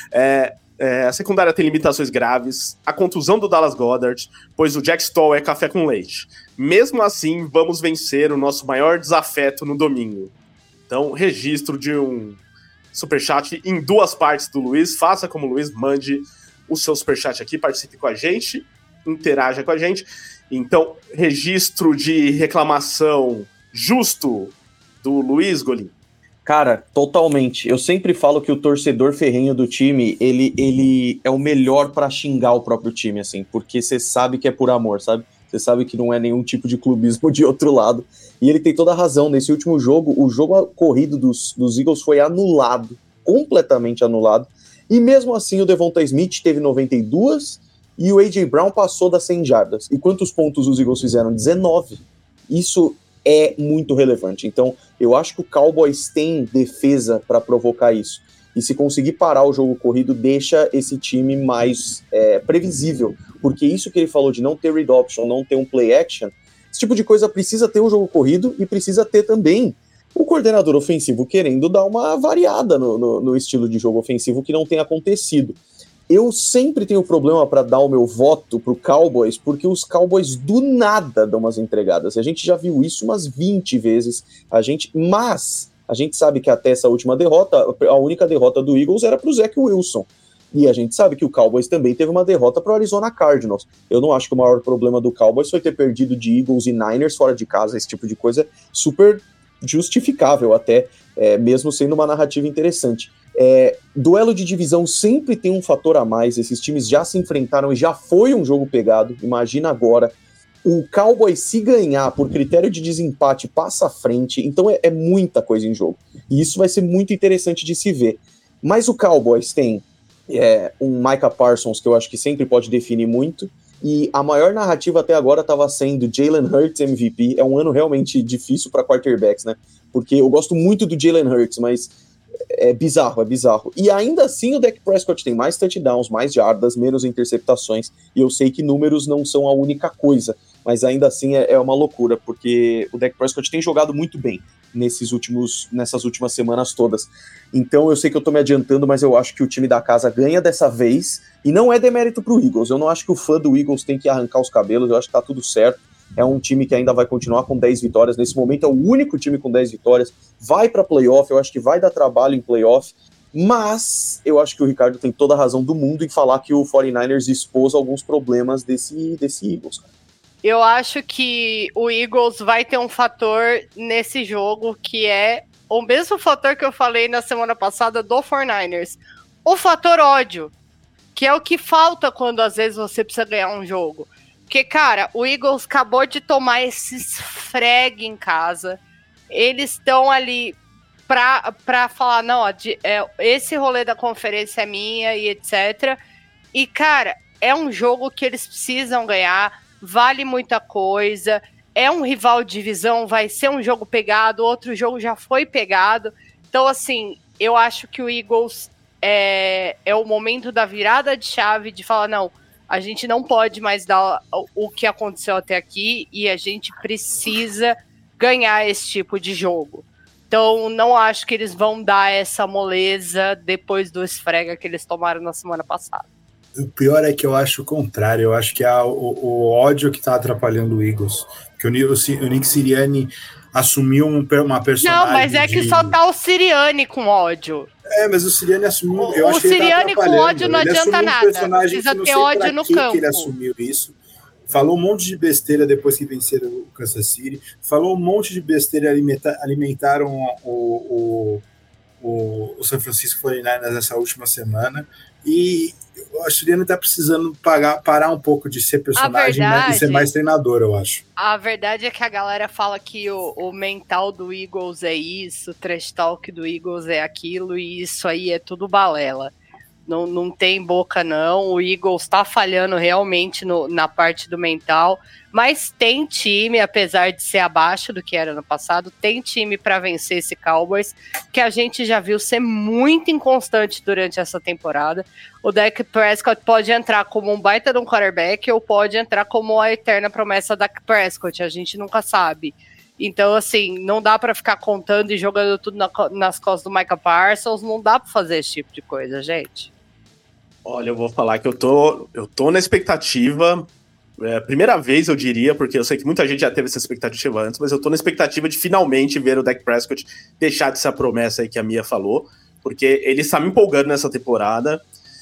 É, é, a secundária tem limitações graves, a contusão do Dallas Goedert, pois o Jack Stoll é café com leite. Mesmo assim, vamos vencer o nosso maior desafeto no domingo. Então, registro de um superchat em duas partes do Luiz, faça como o Luiz, mande o seu superchat aqui, participe com a gente, interaja com a gente. Então, registro de reclamação justo do Luiz, Golim? Cara, totalmente. Eu sempre falo que o torcedor ferrenho do time, ele, ele é o melhor pra xingar o próprio time, assim, porque você sabe que é por amor, sabe? Você sabe que não é nenhum tipo de clubismo de outro lado. E ele tem toda a razão. Nesse último jogo, o jogo corrido dos, dos Eagles foi anulado, completamente anulado. E mesmo assim, o Devonta Smith teve noventa e duas e o A J Brown passou das cem jardas. E quantos pontos os Eagles fizeram? dezenove. Isso é muito relevante. Então, eu acho que o Cowboys tem defesa para provocar isso. E se conseguir parar o jogo corrido, deixa esse time mais é, previsível. Porque isso que ele falou de não ter read option, não ter um play action, esse tipo de coisa precisa ter o jogo corrido e precisa ter também o coordenador ofensivo querendo dar uma variada no, no, no estilo de jogo ofensivo que não tem acontecido. Eu sempre tenho problema para dar o meu voto pro Cowboys, porque os Cowboys do nada dão umas entregadas. A gente já viu isso umas vinte vezes, a gente, mas a gente sabe que até essa última derrota, a única derrota do Eagles era pro Zach Wilson. E a gente sabe que o Cowboys também teve uma derrota para o Arizona Cardinals. Eu não acho que o maior problema do Cowboys foi ter perdido de Eagles e Niners fora de casa, esse tipo de coisa super justificável até, é, mesmo sendo uma narrativa interessante. É, duelo de divisão sempre tem um fator a mais, esses times já se enfrentaram e já foi um jogo pegado, imagina agora. O Cowboys, se ganhar por critério de desempate, passa à frente, então é, é muita coisa em jogo. E isso vai ser muito interessante de se ver. Mas o Cowboys tem é, um Micah Parsons, que eu acho que sempre pode definir muito, e a maior narrativa até agora estava sendo Jalen Hurts M V P. É um ano realmente difícil para quarterbacks, né? Porque eu gosto muito do Jalen Hurts, mas é bizarro, é bizarro. E ainda assim o Dak Prescott tem mais touchdowns, mais jardas, menos interceptações, e eu sei que números não são a única coisa, mas ainda assim é, é uma loucura, porque o Dak Prescott tem jogado muito bem nesses últimos, nessas últimas semanas todas. Então eu sei que eu tô me adiantando, mas eu acho que o time da casa ganha dessa vez, e não é demérito pro Eagles. Eu não acho que o fã do Eagles tem que arrancar os cabelos, eu acho que tá tudo certo. É um time que ainda vai continuar com dez vitórias, nesse momento é o único time com dez vitórias, vai para playoff, eu acho que vai dar trabalho em playoff, mas eu acho que o Ricardo tem toda a razão do mundo em falar que o forty-niners expôs alguns problemas desse, desse Eagles. Eu acho que o Eagles vai ter um fator nesse jogo que é o mesmo fator que eu falei na semana passada do forty-niners, o fator ódio, que é o que falta quando às vezes você precisa ganhar um jogo. Porque, cara, o Eagles acabou de tomar esse esfregue em casa. Eles estão ali pra, pra falar, não, ó, de, é, esse rolê da conferência é minha e etcétera. E, cara, é um jogo que eles precisam ganhar, vale muita coisa. É um rival de divisão, vai ser um jogo pegado, outro jogo já foi pegado. Então, assim, eu acho que o Eagles é, é o momento da virada de chave de falar, não, a gente não pode mais dar o que aconteceu até aqui e a gente precisa ganhar esse tipo de jogo. Então, não acho que eles vão dar essa moleza depois do esfrega que eles tomaram na semana passada. O pior é que eu acho o contrário. Eu acho que é o, o ódio que está atrapalhando o Eagles. Porque o, o, o Nick Sirianni assumiu um, uma personagem. Não, mas é de... que só tá o Sirianni com ódio. É, mas o Sirianni assumiu. O, eu o acho que Sirianni ele tá com ódio não ele adianta um nada. Precisa ter ódio no que campo. Que ele assumiu isso. Falou um monte de besteira depois que venceram o Kansas City. Falou um monte de besteira e alimenta, alimentaram o, o, o, o San Francisco forty-niners nessa última semana. E o Sirianni está precisando pagar, parar um pouco de ser personagem verdade, e ser mais treinador, eu acho. A verdade é que a galera fala que o, o mental do Eagles é isso, o trash talk do Eagles é aquilo, e isso aí é tudo balela. Não, não tem boca, não. O Eagles tá falhando realmente no, na parte do mental, mas tem time, apesar de ser abaixo do que era no passado, tem time para vencer esse Cowboys, que a gente já viu ser muito inconstante durante essa temporada. O Dak Prescott pode entrar como um baita de um quarterback ou pode entrar como a eterna promessa da Dak Prescott, a gente nunca sabe. Então, assim, não dá para ficar contando e jogando tudo na, nas costas do Micah Parsons, não dá para fazer esse tipo de coisa, gente. Olha, eu vou falar que eu tô, eu tô na expectativa, é, primeira vez eu diria, porque eu sei que muita gente já teve essa expectativa antes, mas eu tô na expectativa de finalmente ver o Dak Prescott deixar de ser a promessa aí que a Mia falou, porque ele está me empolgando nessa temporada,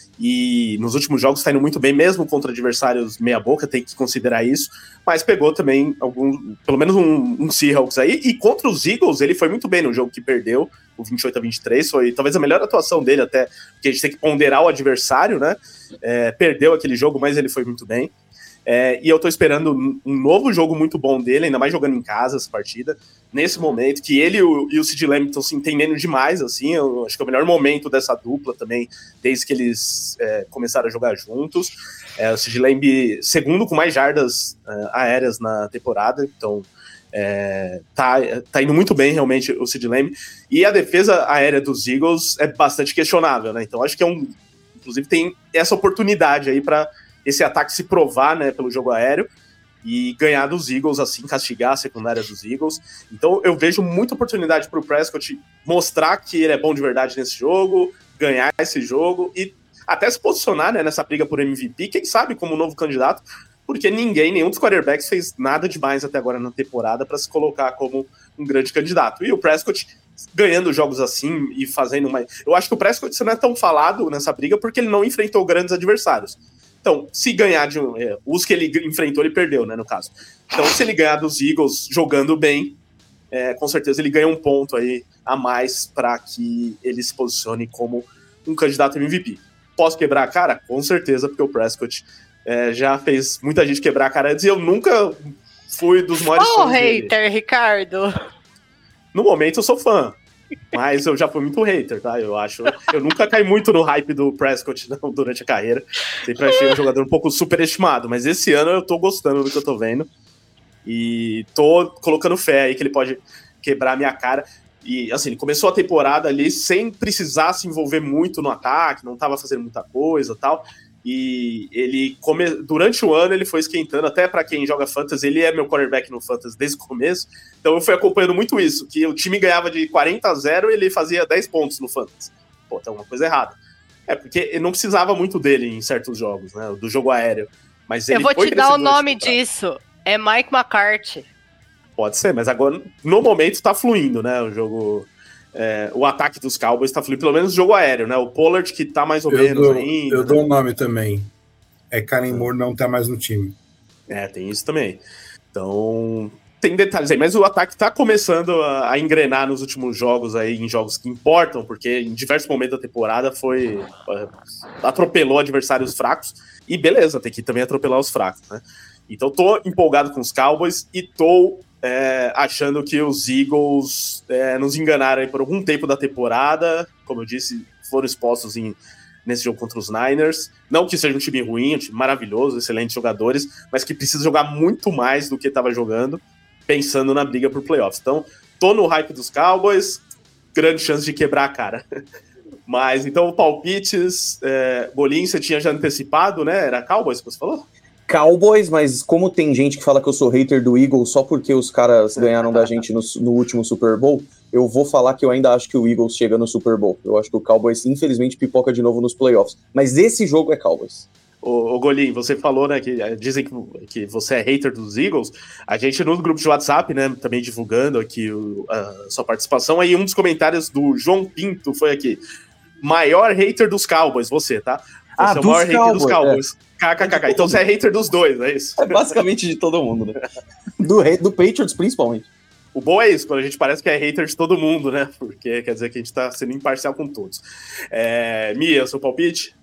e nos últimos jogos está indo muito bem, mesmo contra adversários meia boca, tem que considerar isso, mas pegou também algum, pelo menos um, um Seahawks aí, e contra os Eagles ele foi muito bem no jogo que perdeu, o vinte e oito a vinte e três, foi talvez a melhor atuação dele até, porque a gente tem que ponderar o adversário, né, é, perdeu aquele jogo, mas ele foi muito bem, é, e eu tô esperando um novo jogo muito bom dele, ainda mais jogando em casa essa partida, nesse momento, que ele e o, e o Sid Lamb estão se entendendo demais, assim, eu acho que é o melhor momento dessa dupla também, desde que eles é, começaram a jogar juntos, é, o Sid Lamb segundo com mais jardas é, aéreas na temporada, então é, tá, tá indo muito bem realmente o Sid Lamb, e a defesa aérea dos Eagles é bastante questionável, né, então acho que é um, inclusive tem essa oportunidade aí para esse ataque se provar, né, pelo jogo aéreo, e ganhar dos Eagles, assim, castigar a secundária dos Eagles. Então eu vejo muita oportunidade para o Prescott mostrar que ele é bom de verdade nesse jogo, ganhar esse jogo e até se posicionar, né, nessa briga por M V P, quem sabe como novo candidato, porque ninguém, nenhum dos quarterbacks fez nada demais até agora na temporada para se colocar como um grande candidato. E o Prescott ganhando jogos assim e fazendo mais... Eu acho que o Prescott não é tão falado nessa briga porque ele não enfrentou grandes adversários. Então, se ganhar de um... É, os que ele enfrentou, ele perdeu, né, no caso. Então, se ele ganhar dos Eagles jogando bem, é, com certeza ele ganha um ponto aí a mais para que ele se posicione como um candidato a M V P. Posso quebrar a cara? Com certeza, porque o Prescott é, já fez muita gente quebrar a cara antes e eu nunca fui dos maiores fãs fãs hater, dele. Ricardo. No momento eu sou fã, mas eu já fui muito hater, tá? Eu acho, eu nunca caí muito no hype do Prescott não, durante a carreira. Sempre achei um jogador um pouco superestimado, mas esse ano eu tô gostando do que eu tô vendo e tô colocando fé aí que ele pode quebrar a minha cara. E, assim, ele começou a temporada ali sem precisar se envolver muito no ataque, não tava fazendo muita coisa e tal. E ele, come... durante o ano, ele foi esquentando, até pra quem joga Fantasy, ele é meu quarterback no Fantasy desde o começo. Então eu fui acompanhando muito isso, que o time ganhava de quarenta a zero e ele fazia dez pontos no Fantasy. Pô, tem alguma coisa errada. É, porque ele não precisava muito dele em certos jogos, né, do jogo aéreo. Mas ele Eu vou foi te dar o nome temporada. disso, é Mike McCarthy. Pode ser, mas agora, no momento, tá fluindo, né? O jogo. É, o ataque dos Cowboys tá fluindo, pelo menos o jogo aéreo, né? O Pollard, que tá mais ou Eu menos dou, ainda. eu né? dou um nome também. É Karen Moore não tá mais no time. É, tem isso também. Então, tem detalhes aí. Mas o ataque tá começando a, a engrenar nos últimos jogos aí, em jogos que importam, porque em diversos momentos da temporada foi. Uh, atropelou adversários fracos. E beleza, tem que também atropelar os fracos, né? Então, tô empolgado com os Cowboys e tô. É, achando que os Eagles é, nos enganaram aí por algum tempo da temporada, como eu disse, foram expostos em, nesse jogo contra os Niners. Não que seja um time ruim, um time maravilhoso, excelentes jogadores, mas que precisa jogar muito mais do que estava jogando, pensando na briga por playoffs. Então, tô no hype dos Cowboys, grande chance de quebrar a cara. Mas, então, palpites, é, Golim, você tinha já antecipado, né? Era Cowboys que você falou? Cowboys, mas como tem gente que fala que eu sou hater do Eagles só porque os caras ganharam da gente no, no último Super Bowl, eu vou falar que eu ainda acho que o Eagles chega no Super Bowl. Eu acho que o Cowboys, infelizmente, pipoca de novo nos playoffs. Mas esse jogo é Cowboys. Ô, ô Golim, você falou, né, que dizem que, que você é hater dos Eagles. A gente, no grupo de WhatsApp, né, também divulgando aqui o, a sua participação, aí um dos comentários do João Pinto foi aqui, maior hater dos Cowboys, você, tá? Você ah, é o maior dos hater dos Cowboys. Cowboys. É. KKK. Então você é hater dos dois, é isso? É basicamente de todo mundo, né? Do, do Patriots, principalmente. O bom é isso, quando a gente parece que é hater de todo mundo, né? Porque quer dizer que a gente tá sendo imparcial com todos. É, Mia, seu palpite?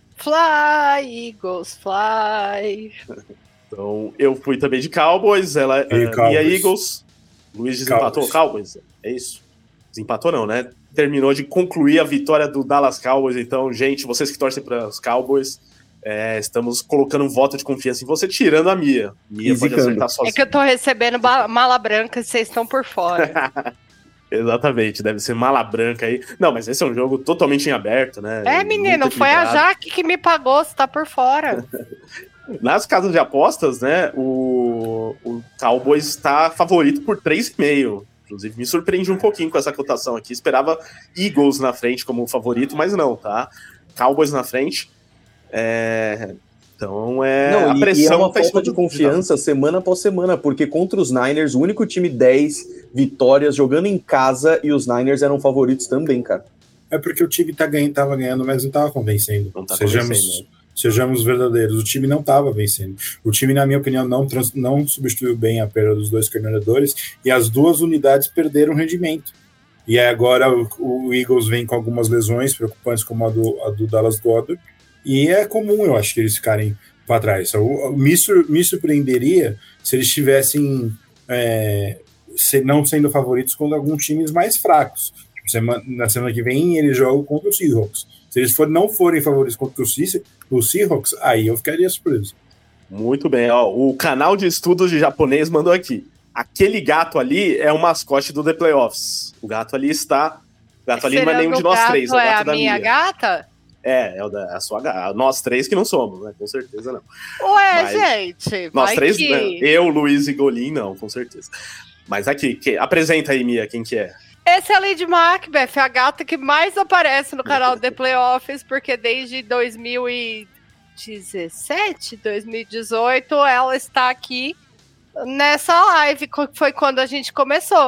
Fly, Eagles, fly. Então, eu fui também de Cowboys, ela uh, Cowboys. Mia Eagles. Luiz desempatou o Cowboys? É isso? Desempatou não, né? Terminou de concluir a vitória do Dallas Cowboys. Então, gente, vocês que torcem para os Cowboys, é, estamos colocando um voto de confiança em você, tirando a Mia. Mia E pode zicando. acertar sozinha. É que eu tô recebendo ba- mala branca e vocês estão por fora. Exatamente, deve ser mala branca aí. Não, mas esse é um jogo totalmente em aberto, né? É, menino, Muito foi a equilibrado. Jaque que me pagou, você tá por fora. Nas casas de apostas, né, o, o Cowboys está favorito por três e meio. Inclusive, me surpreendi um pouquinho com essa cotação aqui. Esperava Eagles na frente como favorito, mas não, tá? Cowboys na frente. É... Então, é Não, a e, pressão e é uma tá em falta cima de do- confiança semana após semana, porque contra os Niners, o único time dez vitórias jogando em casa e os Niners eram favoritos também, cara. É porque o time tá ganhando, tava ganhando, mas não tava convencendo. Não tá sejamos, convencendo, né? sejamos verdadeiros. O time não tava vencendo. O time, na minha opinião, não, trans, não substituiu bem a perda dos dois coordenadores e as duas unidades perderam rendimento. E aí agora o, o Eagles vem com algumas lesões preocupantes, como a do, a do Dallas Goedert, e é comum, eu acho, que eles ficarem para trás. O, me, sur, me surpreenderia se eles estivessem é, se, não sendo favoritos contra alguns times mais fracos. Semana, na semana que vem eles jogam contra os Seahawks. Se eles for, não forem favoritos contra os Seahawks, aí eu ficaria surpreso. Muito bem, ó, o canal de estudos de japonês mandou aqui. Aquele gato ali é o mascote do The Playoffs. O gato ali está... O gato ali não é nenhum de nós três, é o é gato a da minha Mia. gata? É, é o da a sua gata. Nós três que não somos, né? Com certeza não. Ué, Mas gente, Nós vai três, que... né? Eu, Luiz e Golim, não, com certeza. Mas aqui, que, apresenta aí, Mia, quem que é? Essa é a Lady Macbeth, a gata que mais aparece no canal The Playoffs, porque desde dois mil e dezessete, dois mil e dezoito, ela está aqui nessa live, que foi quando a gente começou.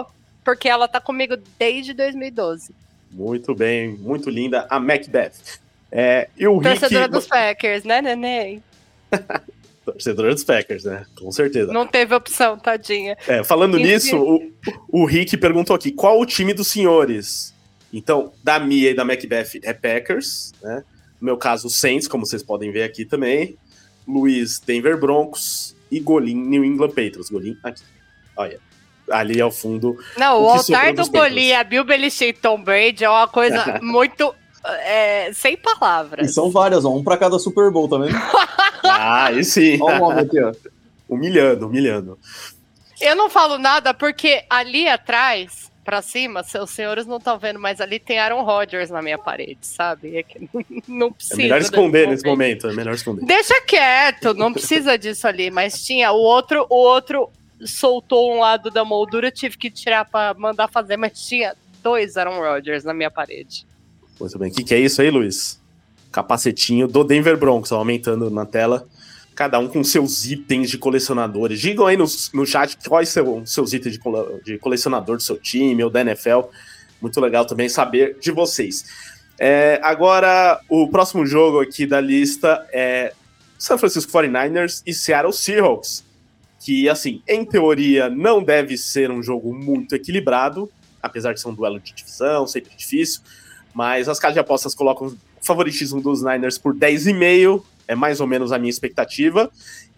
porque ela tá comigo desde dois mil e doze. Muito bem, muito linda. A Macbeth. É, e o Torcedora Rick... dos Packers, né, neném? Torcedora dos Packers, né? Com certeza. Não teve opção, tadinha. É, falando Enfim. nisso, o, o Rick perguntou aqui, qual o time dos senhores? Então, da Mia e da Macbeth é Packers, né? No meu caso, Saints, como vocês podem ver aqui também. Luiz, Denver Broncos. E Golim, New England Patriots. Golim aqui. Olha, ali ao fundo. Não, o, o altar do Golim, a Bill Belichick e Tom Brady é uma coisa muito... É, sem palavras. E são várias, ó, um pra cada Super Bowl também. Ah, e sim. Olha o nome aqui, ó. Humilhando, humilhando. Eu não falo nada porque ali atrás, pra cima, seus senhores não estão vendo, mas ali tem Aaron Rodgers na minha parede, sabe? É que não precisa. É melhor esconder nesse momento, é melhor esconder. Deixa quieto, não precisa disso ali, mas tinha o outro, o outro soltou um lado da moldura, tive que tirar pra mandar fazer, mas tinha dois Aaron Rodgers na minha parede. Muito bem. O que, que é isso aí, Luiz? Capacetinho do Denver Broncos, ó, aumentando na tela. Cada um com seus itens de colecionadores. Digam aí no, no chat quais são seus itens de, cole, de colecionador do seu time ou da N F L. Muito legal também saber de vocês. É, agora, o próximo jogo aqui da lista é San Francisco forty-niners e Seattle Seahawks. Que, assim, em teoria, não deve ser um jogo muito equilibrado, apesar de ser um duelo de divisão, sempre difícil. Mas as casas de apostas colocam o favoritismo dos Niners por dez e meio, é mais ou menos a minha expectativa.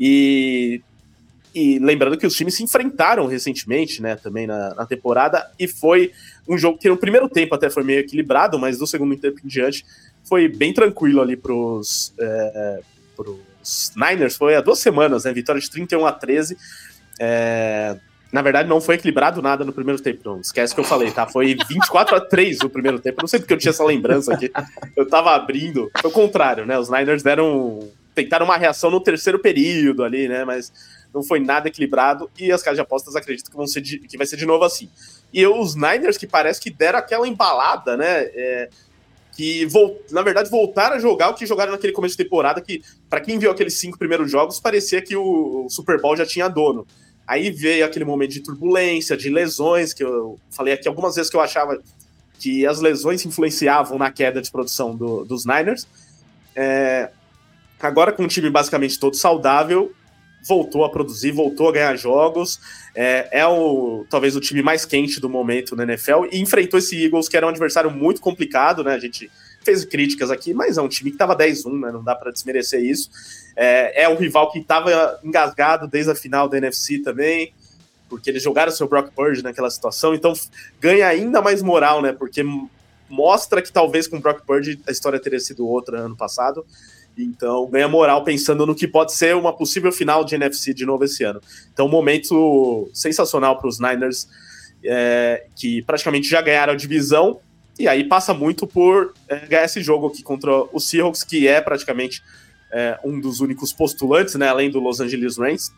E, e lembrando que os times se enfrentaram recentemente, né, também na, na temporada, e foi um jogo que no primeiro tempo até foi meio equilibrado, mas do segundo tempo em diante foi bem tranquilo ali pros, é, pros Niners. Foi há duas semanas, né, vitória de trinta e um a treze. É... Na verdade, não foi equilibrado nada no primeiro tempo, não. Esquece que eu falei, tá? Foi vinte e quatro a três no primeiro tempo. Eu não sei porque eu tinha essa lembrança aqui. Eu tava abrindo. Foi o contrário, né? Os Niners deram... Tentaram uma reação no terceiro período ali, né? Mas não foi nada equilibrado. E as casas de apostas acreditam que, vão ser de... que vai ser de novo assim. E os Niners, que parece que deram aquela embalada, né? É... Que, vol... na verdade, voltaram a jogar o que jogaram naquele começo de temporada, que, pra quem viu aqueles cinco primeiros jogos, parecia que o Super Bowl já tinha dono. Aí veio aquele momento de turbulência, de lesões, que eu falei aqui algumas vezes que eu achava que as lesões influenciavam na queda de produção do, dos Niners. É, agora, com o time basicamente todo saudável, voltou a produzir, voltou a ganhar jogos. É, é o, talvez o time mais quente do momento na N F L e enfrentou esse Eagles, que era um adversário muito complicado, né? A gente fez críticas aqui, mas é um time que estava dez a um, né? Não dá para desmerecer isso. É, é um rival que estava engasgado desde a final da N F C também, porque eles jogaram o seu Brock Purdy naquela situação, então ganha ainda mais moral, né? Porque mostra que talvez com o Brock Purdy a história teria sido outra ano passado. Então ganha moral pensando no que pode ser uma possível final de N F C de novo esse ano. Então um momento sensacional para os Niners, é, que praticamente já ganharam a divisão, e aí passa muito por é, ganhar esse jogo aqui contra o Seahawks, que é praticamente é, um dos únicos postulantes, né, além do Los Angeles Rams.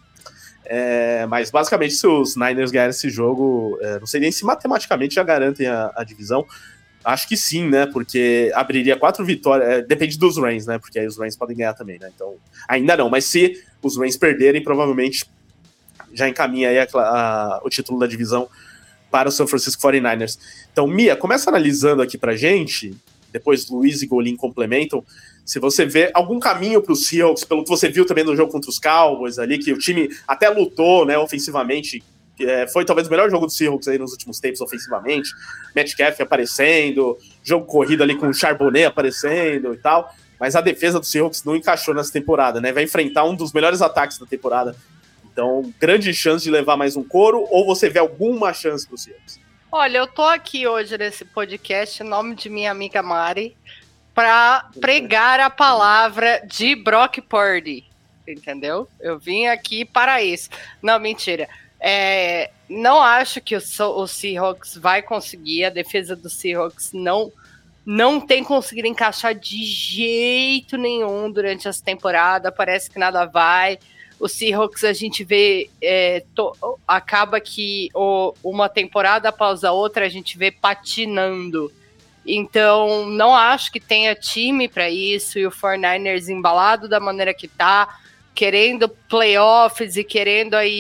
É, mas basicamente se os Niners ganharem esse jogo, é, não sei nem se matematicamente já garantem a, a divisão. Acho que sim, né? Porque abriria quatro vitórias. É, depende dos Rams, né? Porque aí os Rams podem ganhar também, né? Então, ainda não. Mas se os Rams perderem, provavelmente já encaminha aí a, a, o título da divisão para o San Francisco forty-niners. Então, Mia, começa analisando aqui pra gente. Depois Luiz e Golim complementam. Se você vê algum caminho para os Seahawks, pelo que você viu também no jogo contra os Cowboys ali, que o time até lutou, né, ofensivamente. É, foi talvez o melhor jogo do Seahawks aí nos últimos tempos ofensivamente. Metcalf aparecendo, jogo corrido ali com o Charbonnet aparecendo e tal. Mas a defesa do Seahawks não encaixou nessa temporada, né? Vai enfrentar um dos melhores ataques da temporada. Então, grande chance de levar mais um couro, ou você vê alguma chance pro Seahawks? Olha, eu tô aqui hoje nesse podcast em nome de minha amiga Mari para pregar a palavra de Brock Purdy, entendeu? Eu vim aqui para isso. Não, mentira. É, não acho que o, o Seahawks vai conseguir, a defesa do Seahawks não, não tem conseguido encaixar de jeito nenhum durante essa temporada, parece que nada vai. O Seahawks a gente vê, é, to, acaba que o, uma temporada após a outra a gente vê patinando. Então, não acho que tenha time para isso, e o forty-niners embalado da maneira que tá, querendo playoffs e querendo aí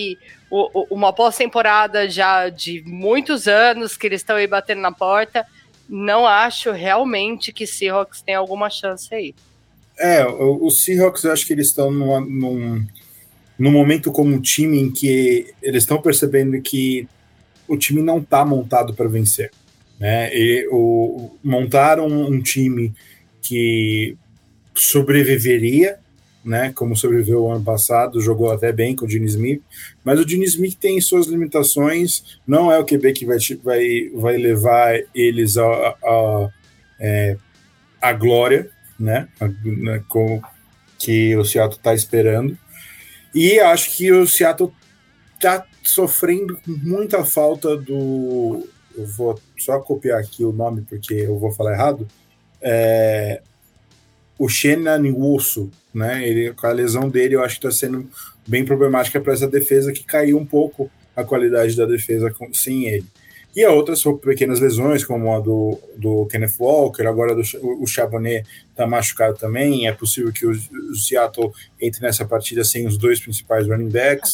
o, o, uma pós-temporada já de muitos anos que eles estão aí batendo na porta. Não acho realmente que Seahawks tem alguma chance aí. É, os Seahawks, eu acho que eles estão numa, num, num momento como time em que eles estão percebendo que o time não está montado para vencer, né? E o, montaram um time que sobreviveria, né? Como sobreviveu o ano passado, jogou até bem com o Gene Smith, mas o Gene Smith tem suas limitações, não é o Q B que vai, vai, vai levar eles a, a, a, é, a glória, né, com, que o Seattle está esperando, e acho que o Seattle está sofrendo muita falta do, eu vou só copiar aqui o nome porque eu vou falar errado, é, o Uchenna Nwosu, né, ele, com a lesão dele eu acho que está sendo bem problemática para essa defesa, que caiu um pouco a qualidade da defesa com, sem ele. E a outras foram pequenas lesões, como a do, do Kenneth Walker, agora do, o Charbonnet está machucado também, é possível que o, o Seattle entre nessa partida sem os dois principais running backs,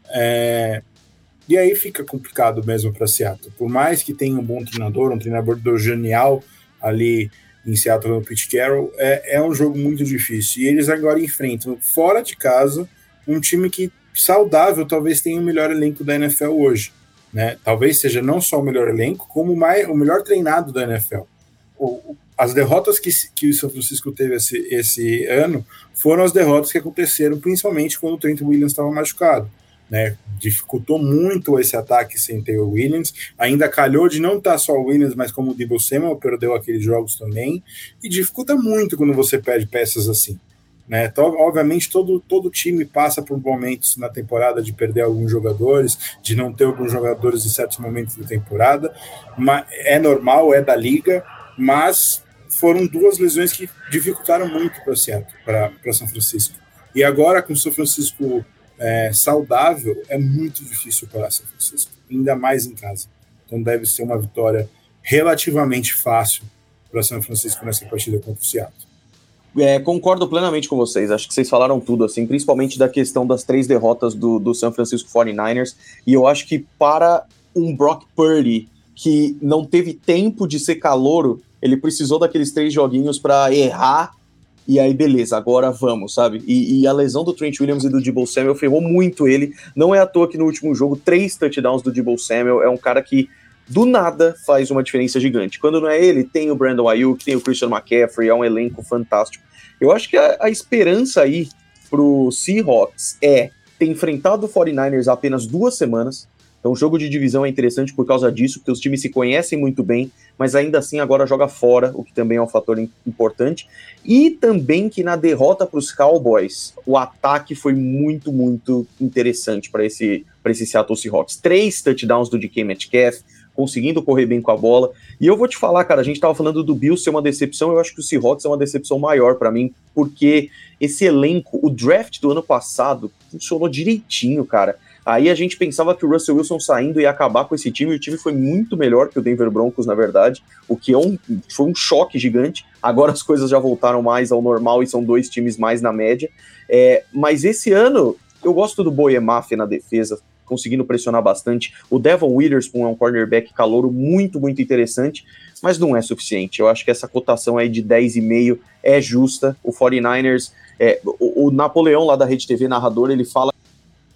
é, e aí fica complicado mesmo para Seattle. Por mais que tenha um bom treinador, um treinador genial ali em Seattle, no Pete Carroll, é, é um jogo muito difícil, e eles agora enfrentam, fora de casa, um time que, saudável, talvez tenha o melhor elenco da N F L hoje. Né? Talvez seja não só o melhor elenco, como o, mais, o melhor treinado da N F L. O, as derrotas que, que o São Francisco teve esse, esse ano foram as derrotas que aconteceram principalmente quando o Trent Williams estava machucado. Né? Dificultou muito esse ataque sem ter o Williams, ainda calhou de não estar só o Williams, mas como o Deebo Samuel perdeu aqueles jogos também, e dificulta muito quando você perde peças assim. Né? Então, obviamente todo, todo time passa por momentos na temporada de perder alguns jogadores, de não ter alguns jogadores em certos momentos da temporada, mas é normal, é da liga, mas foram duas lesões que dificultaram muito para Seattle, para São Francisco. E agora com o São Francisco é, saudável, é muito difícil para São Francisco, ainda mais em casa. Então deve ser uma vitória relativamente fácil para São Francisco nessa partida contra o Seattle. É, concordo plenamente com vocês, acho que vocês falaram tudo, assim, principalmente da questão das três derrotas do, do San Francisco forty-niners, e eu acho que para um Brock Purdy, que não teve tempo de ser calouro, ele precisou daqueles três joguinhos para errar, e aí beleza, agora vamos, sabe? E, e a lesão do Trent Williams e do Deebo Samuel ferrou muito ele, não é à toa que no último jogo, três touchdowns do Deebo Samuel, é um cara que do nada faz uma diferença gigante. Quando não é ele, tem o Brandon Ayuk, tem o Christian McCaffrey, é um elenco fantástico. Eu acho que a, a esperança aí pro Seahawks é ter enfrentado o forty-niners há apenas duas semanas. Então o jogo de divisão é interessante por causa disso, porque os times se conhecem muito bem, mas ainda assim agora joga fora, o que também é um fator importante. E também que na derrota para os Cowboys, o ataque foi muito, muito interessante para esse, para esse Seattle Seahawks. Três touchdowns do D K Metcalf, conseguindo correr bem com a bola. E eu vou te falar, cara, a gente tava falando do Bills ser uma decepção, eu acho que o Seahawks é uma decepção maior para mim, porque esse elenco, o draft do ano passado, funcionou direitinho, cara. Aí a gente pensava que o Russell Wilson saindo ia acabar com esse time, e o time foi muito melhor que o Denver Broncos, na verdade, o que é um, foi um choque gigante. Agora as coisas já voltaram mais ao normal e são dois times mais na média. É, mas esse ano, eu gosto do Boyemaf na defesa, conseguindo pressionar bastante. O Devon Witherspoon é um cornerback calouro muito, muito interessante, mas não é suficiente. Eu acho que essa cotação aí de dez vírgula cinco é justa. O forty-niners, é, o, o Napoleão lá da Rede T V, narrador, ele fala que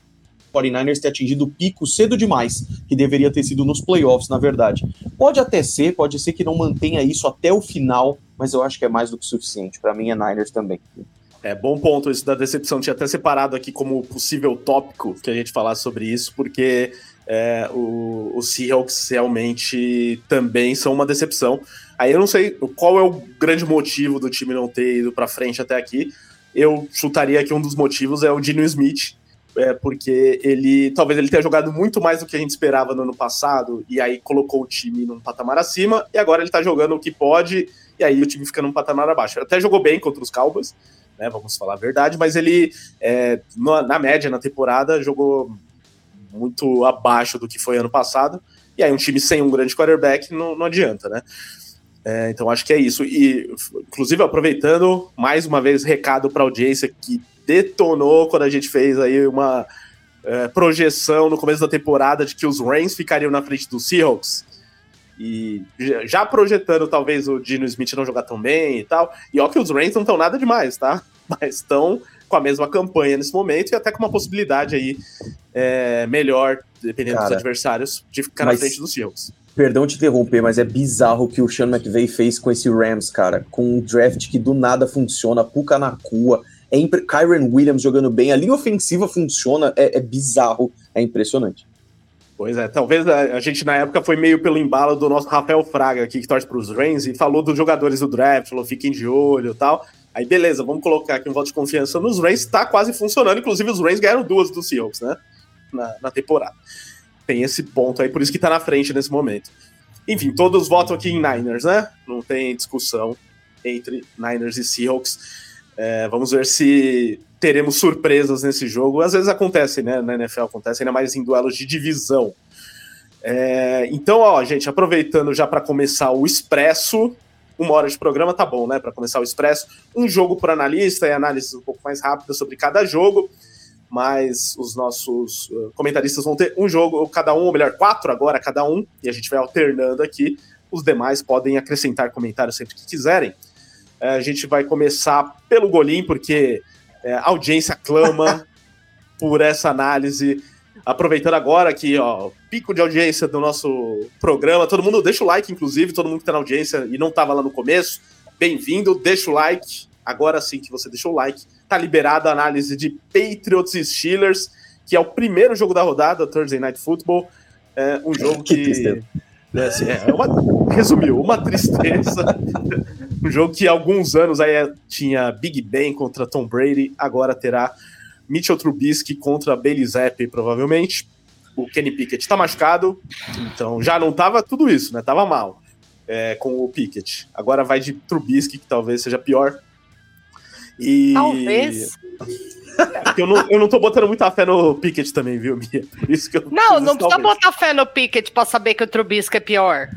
o forty-niners ter atingido o pico cedo demais, que deveria ter sido nos playoffs, na verdade. Pode até ser, pode ser que não mantenha isso até o final, mas eu acho que é mais do que suficiente. Para mim é Niners também. É, bom ponto isso da decepção. Tinha até separado aqui como possível tópico que a gente falasse sobre isso, porque é, o, os Seahawks realmente também são uma decepção. Aí eu não sei qual é o grande motivo do time não ter ido pra frente até aqui. Eu chutaria que um dos motivos é o Geno Smith, é, porque ele talvez ele tenha jogado muito mais do que a gente esperava no ano passado, e aí colocou o time num patamar acima, e agora ele tá jogando o que pode, e aí o time fica num patamar abaixo. Até jogou bem contra os Cowboys, né, vamos falar a verdade, mas ele, é, na, na média, na temporada, jogou muito abaixo do que foi ano passado, e aí um time sem um grande quarterback não, não adianta, né? É, então acho que é isso. E, inclusive, aproveitando, mais uma vez, recado para a audiência que detonou quando a gente fez aí uma, é, projeção no começo da temporada de que os Rams ficariam na frente dos Seahawks. E já projetando talvez o Geno Smith não jogar tão bem e tal. E ó que os Rams não estão nada demais, tá? Mas estão com a mesma campanha nesse momento e até com uma possibilidade aí é, melhor, dependendo Cara, dos adversários, de ficar mas... na frente dos Seahawks. Perdão te interromper, mas é bizarro o que o Sean McVay fez com esse Rams, cara. Com um draft que do nada funciona, Puka Nacua, é impre... Kyren Williams jogando bem, a linha ofensiva funciona, é, é bizarro, é impressionante. Pois é, talvez a, a gente na época foi meio pelo embalo do nosso Rafael Fraga aqui, que torce para os Rams, e falou dos jogadores do draft, falou fiquem de olho e tal. Aí beleza, vamos colocar aqui um voto de confiança nos Rams, tá quase funcionando, inclusive os Rams ganharam duas dos Seahawks, né, na, na temporada. Tem esse ponto aí, por isso que tá na frente nesse momento. Enfim, todos votam aqui em Niners, né? Não tem discussão entre Niners e Seahawks. É, vamos ver se teremos surpresas nesse jogo. Às vezes acontece, né? Na N F L acontece, ainda mais em duelos de divisão. É, então, ó, gente, aproveitando já para começar o Expresso, uma hora de programa tá bom, né? Para começar o Expresso, um jogo por analista e análise um pouco mais rápida sobre cada jogo. Mas os nossos uh, comentaristas vão ter um jogo, cada um, ou melhor, quatro agora, cada um, e a gente vai alternando aqui. Os demais podem acrescentar comentários sempre que quiserem. Uh, a gente vai começar pelo Golim, porque uh, a audiência clama por essa análise. Aproveitando agora aqui, ó, pico de audiência do nosso programa. Todo mundo deixa o like, inclusive, todo mundo que tá na audiência e não estava lá no começo, bem-vindo, deixa o like. Agora sim que você deixou o like, tá liberada a análise de Patriots e Steelers, que é o primeiro jogo da rodada, Thursday Night Football. É um jogo que... que é, assim, é uma, resumiu, uma tristeza. Um jogo que há alguns anos aí tinha Big Ben contra Tom Brady, agora terá Mitchell Trubisky contra Bailey Zappi, provavelmente. O Kenny Pickett tá machucado, então já não tava tudo isso, né? Tava mal é, com o Pickett. Agora vai de Trubisky, que talvez seja pior. E... Talvez. Eu não, eu não tô botando muita fé no Pickett também, viu, Mia? Por isso que eu não, não precisa talvez. botar fé no Pickett pra saber que o Trubisky é pior.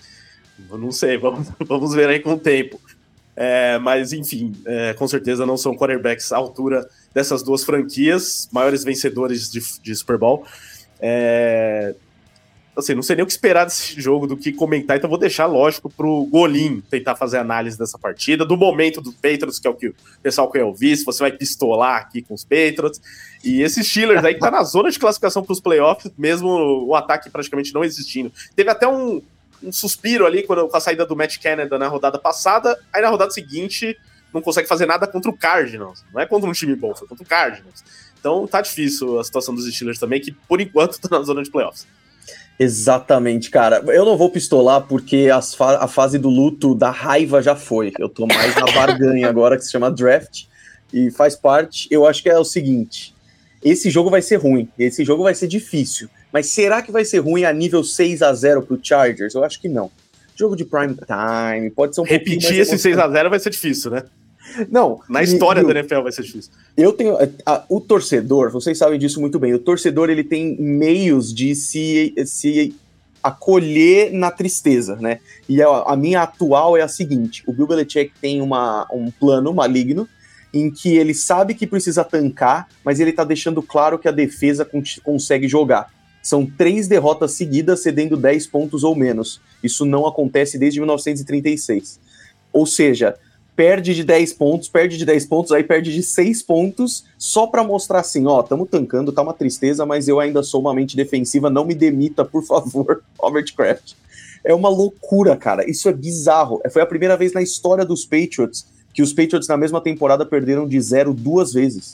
Eu não sei, vamos, vamos ver aí com o tempo. É, mas, enfim, é, com certeza não são quarterbacks à altura dessas duas franquias, maiores vencedores de, de Super Bowl. É... Assim, não sei nem o que esperar desse jogo, do que comentar, então vou deixar, lógico, pro Golim tentar fazer análise dessa partida, do momento dos Patriots, que é o que o pessoal quer ouvir, se você vai pistolar aqui com os Patriots, e esses Steelers aí que tá na zona de classificação pros playoffs, mesmo o ataque praticamente não existindo. Teve até um, um suspiro ali quando, com a saída do Matt Canada na rodada passada, aí na rodada seguinte não consegue fazer nada contra o Cardinals, não é contra um time bom, foi contra o Cardinals. Então tá difícil a situação dos Steelers também, que por enquanto tá na zona de playoffs. Exatamente, cara. Eu não vou pistolar porque as fa- a fase do luto da raiva já foi. Eu tô mais na barganha agora, que se chama draft, e faz parte. Eu acho que é o seguinte, esse jogo vai ser ruim, esse jogo vai ser difícil, mas será que vai ser ruim a nível seis a zero pro Chargers? Eu acho que não. Jogo de prime time, pode ser um pouquinho mais... Repetir esse seis a zero vai ser difícil, né? Não, na história e, da N F L vai ser difícil. Eu tenho a, a, o torcedor, vocês sabem disso muito bem. O torcedor, ele tem meios de se, se acolher na tristeza, né? E a, a minha atual é a seguinte: o Bill Belichick tem uma, um plano maligno em que ele sabe que precisa tancar, mas ele tá deixando claro que a defesa con- consegue jogar. São três derrotas seguidas cedendo dez pontos ou menos. Isso não acontece desde mil novecentos e trinta e seis. Ou seja, perde de dez pontos, perde de dez pontos, aí perde de seis pontos, só pra mostrar assim, ó, tamo tancando, tá uma tristeza, mas eu ainda sou uma mente defensiva, não me demita, por favor, Robert Kraft. É uma loucura, cara, isso é bizarro. Foi a primeira vez na história dos Patriots que os Patriots na mesma temporada perderam de zero duas vezes.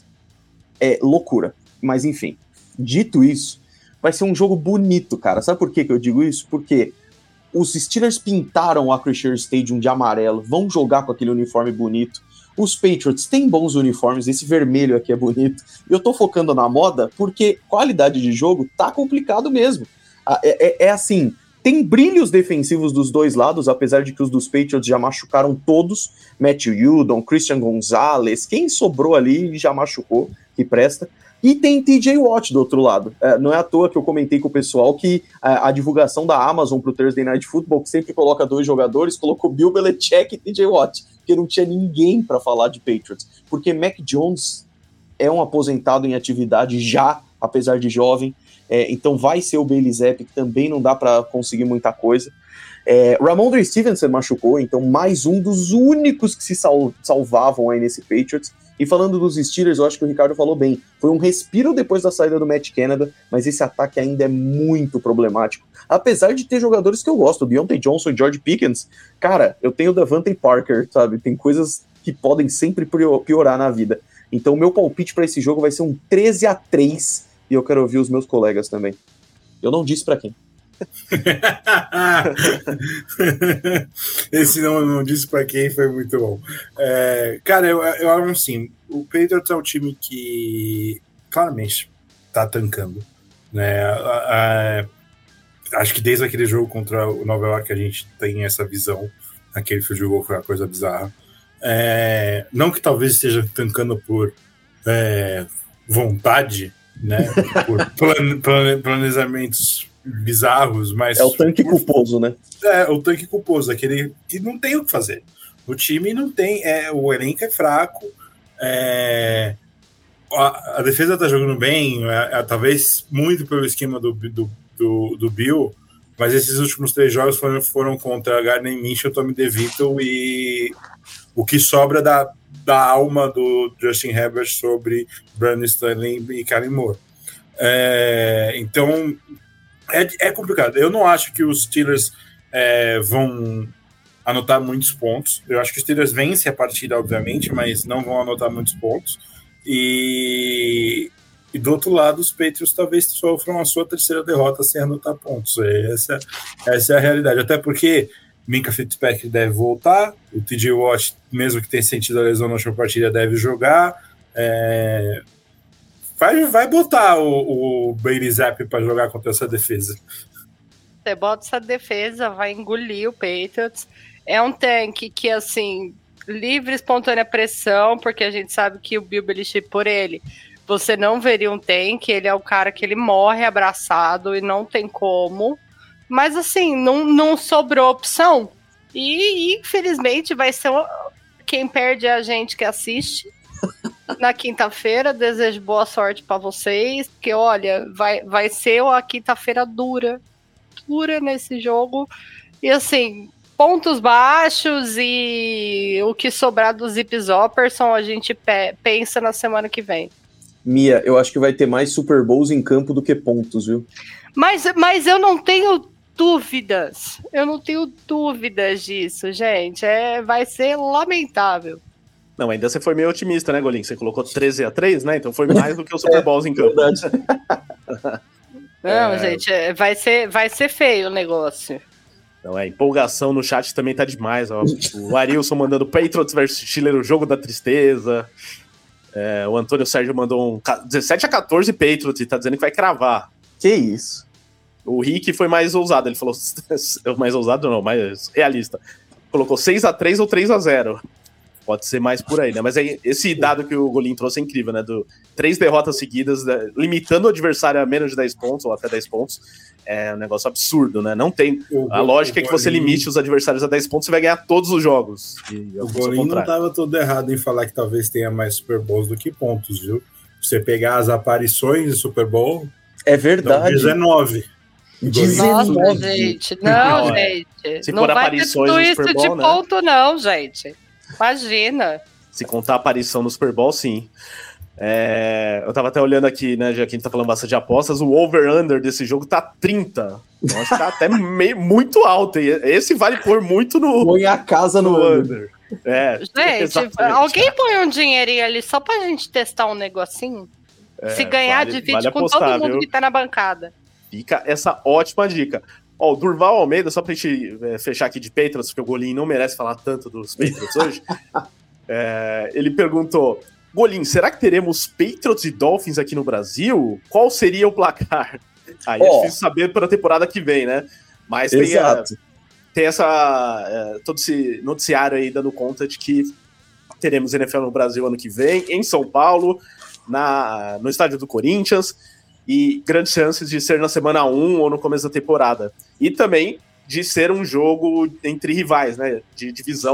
É loucura, mas enfim. Dito isso, vai ser um jogo bonito, cara. Sabe por que que eu digo isso? Porque os Steelers pintaram o Acrisure Stadium de amarelo, vão jogar com aquele uniforme bonito. Os Patriots têm bons uniformes, esse vermelho aqui é bonito. Eu tô focando na moda porque qualidade de jogo tá complicado mesmo. É, é, é assim, tem brilhos defensivos dos dois lados, apesar de que os dos Patriots já machucaram todos. Matthew Judon, Christian Gonzalez, quem sobrou ali já machucou, que presta. E tem T J Watt do outro lado. É, não é à toa que eu comentei com o pessoal que a, a divulgação da Amazon pro Thursday Night Football, que sempre coloca dois jogadores, colocou Bill Belichick e T J Watt, porque não tinha ninguém para falar de Patriots. Porque Mac Jones é um aposentado em atividade já apesar de jovem. É, então vai ser o Bailey Zappe, que também não dá para conseguir muita coisa. É, Ramondre Stevenson machucou, então mais um dos únicos que se sal- salvavam aí nesse Patriots. E falando dos Steelers, eu acho que o Ricardo falou bem. Foi um respiro depois da saída do Matt Canada, mas esse ataque ainda é muito problemático. Apesar de ter jogadores que eu gosto, Deontay Johnson e George Pickens, cara, eu tenho o Devante Parker, sabe? Tem coisas que podem sempre piorar na vida. Então o meu palpite para esse jogo vai ser um treze a três, e eu quero ouvir os meus colegas também. Eu não disse para quem. Esse não, não disse para quem, foi muito bom. É, cara, eu, eu acho assim, o Patriots é um time que claramente tá tancando, né? A, a, acho que desde aquele jogo contra o Nova York a gente tem essa visão. Aquele field goal foi uma coisa bizarra. É, não que talvez esteja tancando por é, vontade, né? Por plan, plan, planejamentos bizarros, mas... É o tanque culposo, né? É, o tanque culposo, aquele que não tem o que fazer. O time não tem... É, o elenco é fraco, é, a, a defesa tá jogando bem, é, é, talvez muito pelo esquema do, do, do, do Bill, mas esses últimos três jogos foram, foram contra Gardner Minshew, Tommy DeVito e o que sobra da, da alma do Justin Herbert sobre Brandon Stanley e Kellen Moore. É, então... É, é complicado. Eu não acho que os Steelers é, vão anotar muitos pontos. Eu acho que os Steelers vencem a partida, obviamente, mas não vão anotar muitos pontos. E, e do outro lado, os Patriots talvez sofram a sua terceira derrota sem anotar pontos. Essa, essa é a realidade. Até porque Minkah Fitzpatrick deve voltar, o T J Watt, mesmo que tenha sentido a lesão na última partida, deve jogar. É... Vai, vai botar o, o Bailey Zappe para jogar contra essa defesa. Você bota essa defesa, vai engolir o Patriots. É um tanque que, assim, livre, espontânea pressão, porque a gente sabe que o Bill Belichick, por ele, você não veria um tanque, ele é o cara que ele morre abraçado e não tem como. Mas, assim, não, não sobrou opção. E, infelizmente, vai ser quem perde é a gente que assiste. Na quinta-feira, desejo boa sorte para vocês, porque olha, vai, vai ser a quinta-feira dura, dura nesse jogo, e assim, pontos baixos e o que sobrar dos Zip Zopperson a gente pe- pensa na semana que vem. Mia, eu acho que vai ter mais Super Bowls em campo do que pontos, viu? Mas, mas eu não tenho dúvidas, eu não tenho dúvidas disso, gente, é, vai ser lamentável. Não, ainda você foi meio otimista, né, Golim? Você colocou treze a três, né? Então foi mais do que o Super Bowls em campo. Não, é... gente, vai ser, vai ser feio o negócio. Não, é, empolgação no chat também tá demais. Ó. O Arilson mandando Patriots versus Steelers, o jogo da tristeza. É, o Antônio Sérgio mandou um dezessete a quatorze Patriots e tá dizendo que vai cravar. Que isso? O Rick foi mais ousado, ele falou... mais ousado não, mais realista. Colocou seis a três ou três a zero. Pode ser mais por aí, né? Mas aí, esse dado que o Golim trouxe é incrível, né? Do três derrotas seguidas, né? Limitando o adversário a menos de dez pontos, ou até dez pontos, é um negócio absurdo, né? Não tem... O a lógica o é que você limite os adversários a dez pontos, você vai ganhar todos os jogos. E o Golim não estava todo errado em falar que talvez tenha mais Super Bowls do que pontos, viu? Se você pegar as aparições de Super Bowl... É verdade. dezenove. Nossa, gente. Não, não gente. Se não for vai aparições ter no twist Super Bowl, de né? ponto, não, gente. Imagina. Se contar a aparição no Super Bowl, sim. É, eu tava até olhando aqui, né, já que a gente tá falando bastante de apostas, o over-under desse jogo tá trinta. Eu acho que tá até meio, muito alto. E esse vale pôr muito no... Põe a casa no, no under. É, gente, exatamente. Alguém põe um dinheirinho ali só pra gente testar um negocinho? É, Se ganhar, vale, divide vale com apostar, todo mundo viu? Que tá na bancada. Fica essa ótima dica. Ó, o Durval Almeida, só pra gente é, fechar aqui de Patriots, porque o Golim não merece falar tanto dos Patriots hoje, é, ele perguntou, Golim, será que teremos Patriots e Dolphins aqui no Brasil? Qual seria o placar? Aí oh. é difícil saber para a temporada que vem, né? Mas tem, é, tem essa, é, todo esse noticiário aí dando conta de que teremos N F L no Brasil ano que vem, em São Paulo, na, no estádio do Corinthians, e grandes chances de ser na semana um ou no começo da temporada. E também de ser um jogo entre rivais, né? De divisão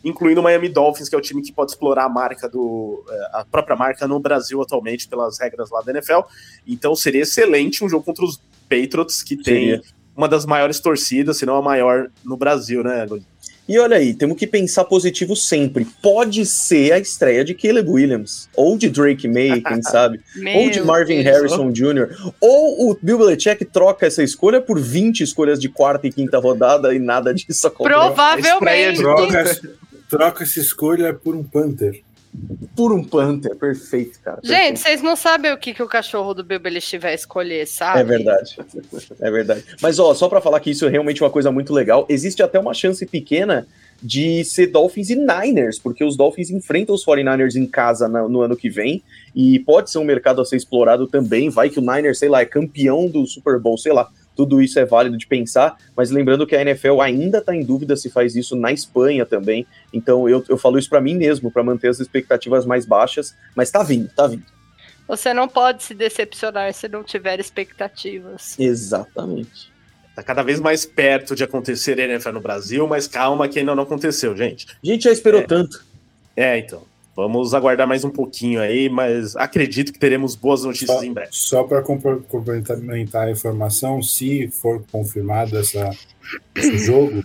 incluindo o Miami Dolphins, que é o time que pode explorar a marca do a própria marca no Brasil atualmente pelas regras lá da N F L. Então seria excelente um jogo contra os Patriots, que tem seria uma das maiores torcidas, se não a maior no Brasil, né, Golinho? E olha aí, temos que pensar positivo sempre. Pode ser a estreia de Caleb Williams, ou de Drake May, quem sabe, ou de Marvin Deus. Harrison Júnior, ou o Bill Belichick troca essa escolha por vinte escolhas de quarta e quinta rodada e nada disso acontece. Provavelmente. Troca, troca essa escolha por um Panther. Por um Panther, perfeito, cara. Gente, perfeito. Vocês não sabem o que, que o cachorro do Bill Belichick vai escolher, sabe? É verdade, é verdade. Mas ó, só pra falar que isso é realmente uma coisa muito legal, existe até uma chance pequena de ser Dolphins e Niners, porque os Dolphins enfrentam os forty-niners em casa no, no ano que vem, e pode ser um mercado a ser explorado também, vai que o Niners, sei lá, é campeão do Super Bowl, sei lá. Tudo isso é válido de pensar, mas lembrando que a N F L ainda está em dúvida se faz isso na Espanha também, então eu, eu falo isso para mim mesmo, para manter as expectativas mais baixas, mas tá vindo, tá vindo. Você não pode se decepcionar se não tiver expectativas. Exatamente. Tá cada vez mais perto de acontecer a N F L no Brasil, mas calma que ainda não aconteceu, gente. A gente já esperou é. tanto. É, então. Vamos aguardar mais um pouquinho aí, mas acredito que teremos boas notícias só, em breve. Só para complementar a informação, se for confirmado essa, esse jogo,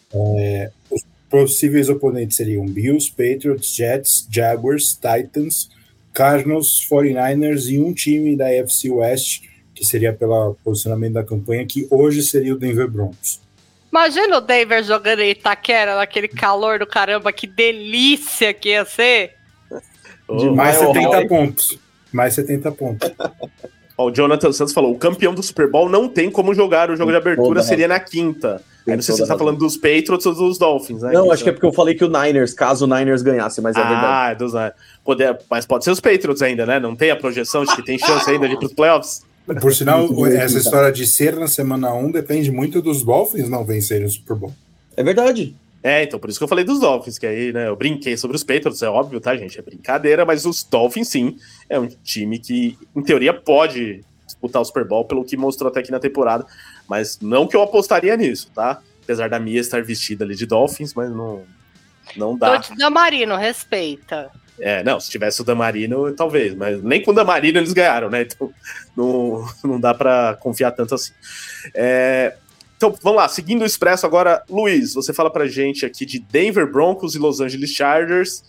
é, os possíveis oponentes seriam Bills, Patriots, Jets, Jaguars, Titans, Cardinals, forty-niners e um time da A F C West, que seria pelo posicionamento da campanha, que hoje seria o Denver Broncos. Imagina o Denver jogando em Itaquera, naquele calor do caramba, que delícia que ia ser. De mais setenta pontos. Mais setenta pontos. Ó, o Jonathan Santos falou, o campeão do Super Bowl não tem como jogar, o jogo de abertura seria na quinta. Aí não sei se você tá falando dos Patriots ou dos Dolphins, né? Não, acho que é porque eu falei que o Niners, caso o Niners ganhasse, mas é ah, verdade. Ah, dos Niners. Mas pode ser os Patriots ainda, né? Não tem a projeção de que tem chance ainda de ir pros playoffs? Por sinal, essa história de ser na semana um depende muito dos Dolphins não vencerem o Super Bowl. É verdade. É, então por isso que eu falei dos Dolphins, que aí, né, eu brinquei sobre os Patriots, é óbvio, tá, gente? É brincadeira, mas os Dolphins, sim, é um time que, em teoria, pode disputar o Super Bowl, pelo que mostrou até aqui na temporada, mas não que eu apostaria nisso, tá? Apesar da Mia estar vestida ali de Dolphins, mas não, não dá. Tô de Damarino, respeita. É, não, se tivesse o Damarino, talvez, mas nem com o Damarino eles ganharam, né? Então não, não dá pra confiar tanto assim. É... Então, vamos lá, seguindo o Expresso agora, Luiz, você fala pra gente aqui de Denver Broncos e Los Angeles Chargers,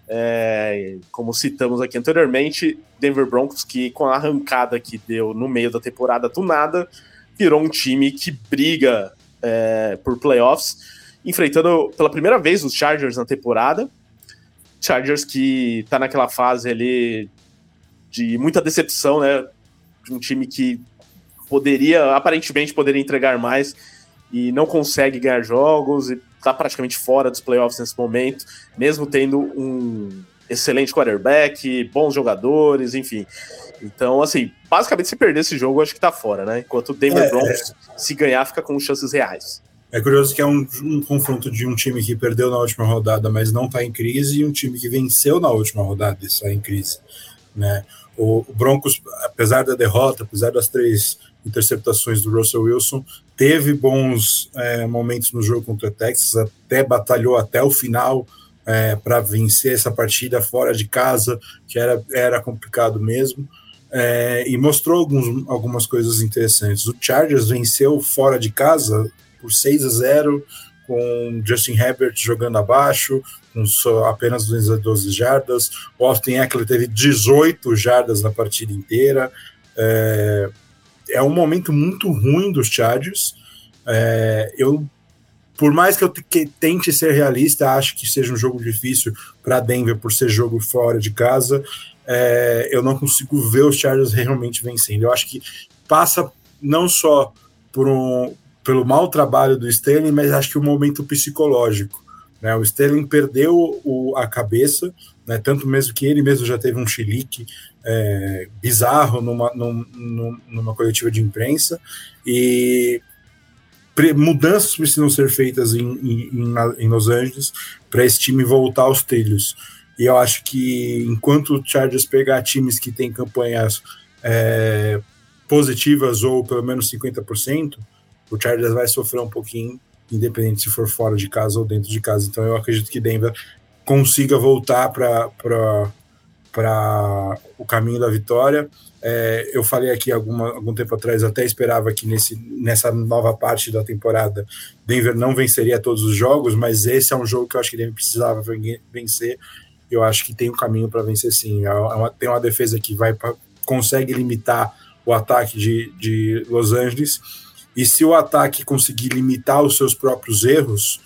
é, como citamos aqui anteriormente, Denver Broncos que com a arrancada que deu no meio da temporada do nada, virou um time que briga é, por playoffs, enfrentando pela primeira vez os Chargers na temporada, Chargers que tá naquela fase ali de muita decepção, né, de um time que poderia, aparentemente poderia entregar mais e não consegue ganhar jogos e tá praticamente fora dos playoffs nesse momento, mesmo tendo um excelente quarterback, bons jogadores, enfim. Então, assim, basicamente se perder esse jogo, eu acho que tá fora, né? Enquanto o Denver é, Broncos, é. se ganhar, fica com chances reais. É curioso que é um, um confronto de um time que perdeu na última rodada, mas não tá em crise, e um time que venceu na última rodada e está em crise, né? O, o Broncos, apesar da derrota, apesar das três interceptações do Russell Wilson, teve bons é, momentos no jogo contra o Texas, até batalhou até o final é, para vencer essa partida fora de casa, que era, era complicado mesmo, é, e mostrou alguns, algumas coisas interessantes. O Chargers venceu fora de casa por seis a zero, com Justin Herbert jogando abaixo, com só apenas doze jardas. O Austin Eckler teve dezoito jardas na partida inteira. É, é um momento muito ruim dos Chargers. É, eu, por mais que eu que tente ser realista, acho que seja um jogo difícil para Denver por ser jogo fora de casa. É, eu não consigo ver os Chargers realmente vencendo. Eu acho que passa não só por um, pelo mau trabalho do Sterling, mas acho que o momento psicológico. Né? O Sterling perdeu o, a cabeça, né? Tanto mesmo que ele mesmo já teve um chilique é, bizarro numa, numa, numa coletiva de imprensa, e pre, mudanças precisam ser feitas em, em, em Los Angeles para esse time voltar aos trilhos. E eu acho que enquanto o Chargers pegar times que têm campanhas é, positivas ou pelo menos cinquenta por cento, o Chargers vai sofrer um pouquinho independente se for fora de casa ou dentro de casa. Então eu acredito que Denver consiga voltar para o caminho da vitória. É, eu falei aqui alguma, algum tempo atrás, até esperava que nesse, nessa nova parte da temporada Denver não venceria todos os jogos, mas esse é um jogo que eu acho que Denver precisava vencer. Eu acho que tem um caminho para vencer sim. É uma, tem uma defesa que vai pra, consegue limitar o ataque de, de Los Angeles, e se o ataque conseguir limitar os seus próprios erros,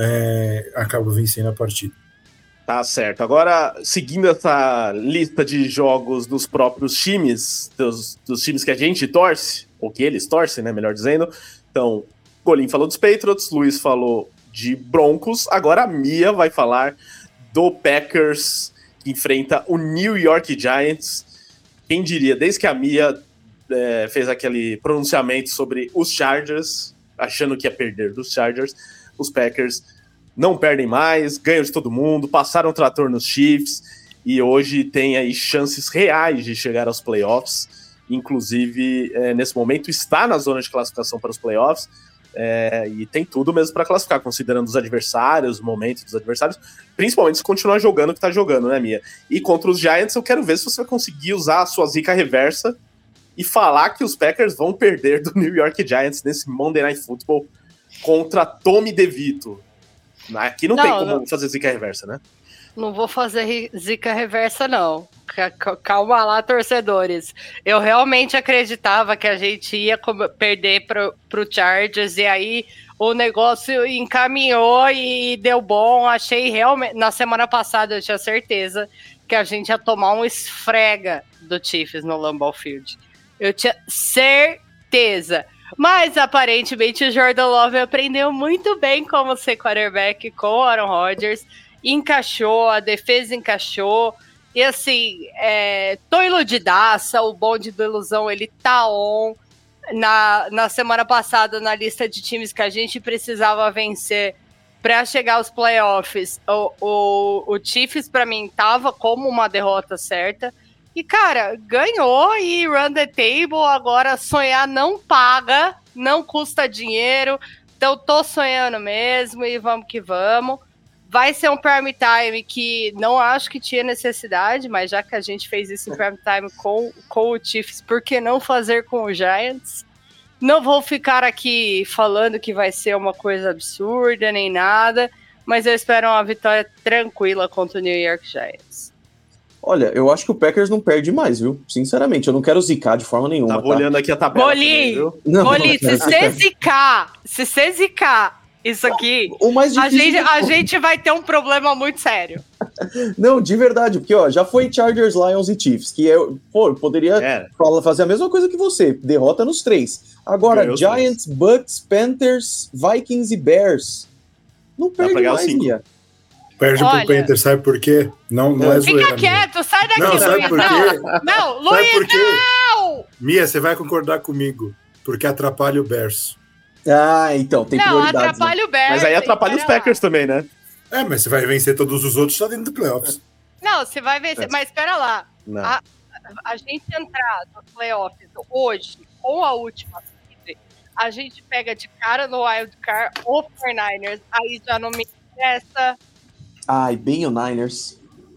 é, acaba vencendo a partida. Tá certo. Agora, seguindo essa lista de jogos dos próprios times, dos, dos times que a gente torce, ou que eles torcem, né, melhor dizendo. Então, Golim falou dos Patriots, Luiz falou de Broncos, agora a Mia vai falar do Packers, que enfrenta o New York Giants. Quem diria, desde que a Mia é, fez aquele pronunciamento sobre os Chargers, achando que ia perder dos Chargers, os Packers não perdem mais, ganham de todo mundo, passaram o trator nos Chiefs e hoje tem aí chances reais de chegar aos playoffs. Inclusive, é, nesse momento está na zona de classificação para os playoffs, é, e tem tudo mesmo para classificar, considerando os adversários, o momento dos adversários, principalmente se continuar jogando o que está jogando, né, Mia? E contra os Giants eu quero ver se você vai conseguir usar a sua zica reversa e falar que os Packers vão perder do New York Giants nesse Monday Night Football contra Tommy DeVito. Aqui não, não tem como não. fazer zica reversa, né? Não vou fazer zica reversa, não. Calma lá, torcedores. Eu realmente acreditava que a gente ia perder pro, pro Chargers, e aí o negócio encaminhou e deu bom. Achei realmente... Na semana passada eu tinha certeza que a gente ia tomar um esfrega do Chiefs no Lambeau Field. Eu tinha certeza. Mas, aparentemente, o Jordan Love aprendeu muito bem como ser quarterback com o Aaron Rodgers. Encaixou, a defesa encaixou. E, assim, é, tô iludidaça. O bonde da ilusão, ele tá on. Na, na semana passada, na lista de times que a gente precisava vencer para chegar aos playoffs, o, o, o Chiefs, para mim, tava como uma derrota certa. E, cara, ganhou e run the table. Agora sonhar não paga, não custa dinheiro. Então, tô sonhando mesmo e vamos que vamos. Vai ser um prime time que não acho que tinha necessidade, mas já que a gente fez isso em prime time com, com o Chiefs, por que não fazer com o Giants? Não vou ficar aqui falando que vai ser uma coisa absurda nem nada, mas eu espero uma vitória tranquila contra o New York Giants. Olha, eu acho que o Packers não perde mais, viu? Sinceramente, eu não quero zicar de forma nenhuma. Tava tá? olhando aqui a tabela. Bolinho, Bolinho, se você zicar, se você zicar isso aqui, o mais a, gente, a gente vai ter um problema muito sério. Não, de verdade, porque ó, já foi Chargers, Lions e Chiefs, que é, pô, poderia é. fazer a mesma coisa que você, derrota nos três. Agora, Ganhou Giants, três. Bucks, Panthers, Vikings e Bears. Não perde mais, Mia. Perde Olha, pro Panthers, sabe por quê? Não, não é zoeira. Fica quieto, Mia. sai daqui, não, Luiz. Sabe por quê? Não, não, Luiz, sabe por quê? não! Mia, você vai concordar comigo, porque atrapalha o Bears. Ah, então, tem não, prioridades. Não, atrapalha né? o Bears. Mas aí atrapalha os Packers lá. também, né? É, mas você vai vencer todos os outros só dentro do playoffs. Não, você vai vencer, é. mas espera lá. A, a gente entrar nos playoffs hoje, com a última seed, a gente pega de cara no Wild Card ou forty-niners, aí já não me interessa. Ai, bem o Niners.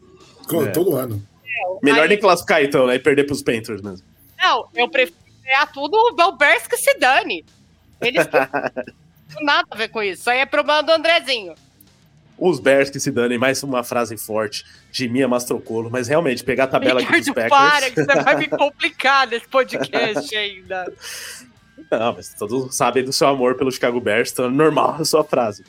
É. Todo ano. É, Melhor aí... nem classificar então, né? E perder pros Panthers mesmo. Não, eu prefiro ganhar tudo o Bears que se dane. Eles não tem nada a ver com isso. Isso aí é problema do Andrezinho. Os Bears que se danem, mais uma frase forte de Mia Mastrocolo, mas realmente, pegar a tabela Ricardo, aqui dos Packers... para, que você vai me complicar nesse podcast ainda. Não, mas todos sabem do seu amor pelo Chicago Bears, então é normal a sua frase.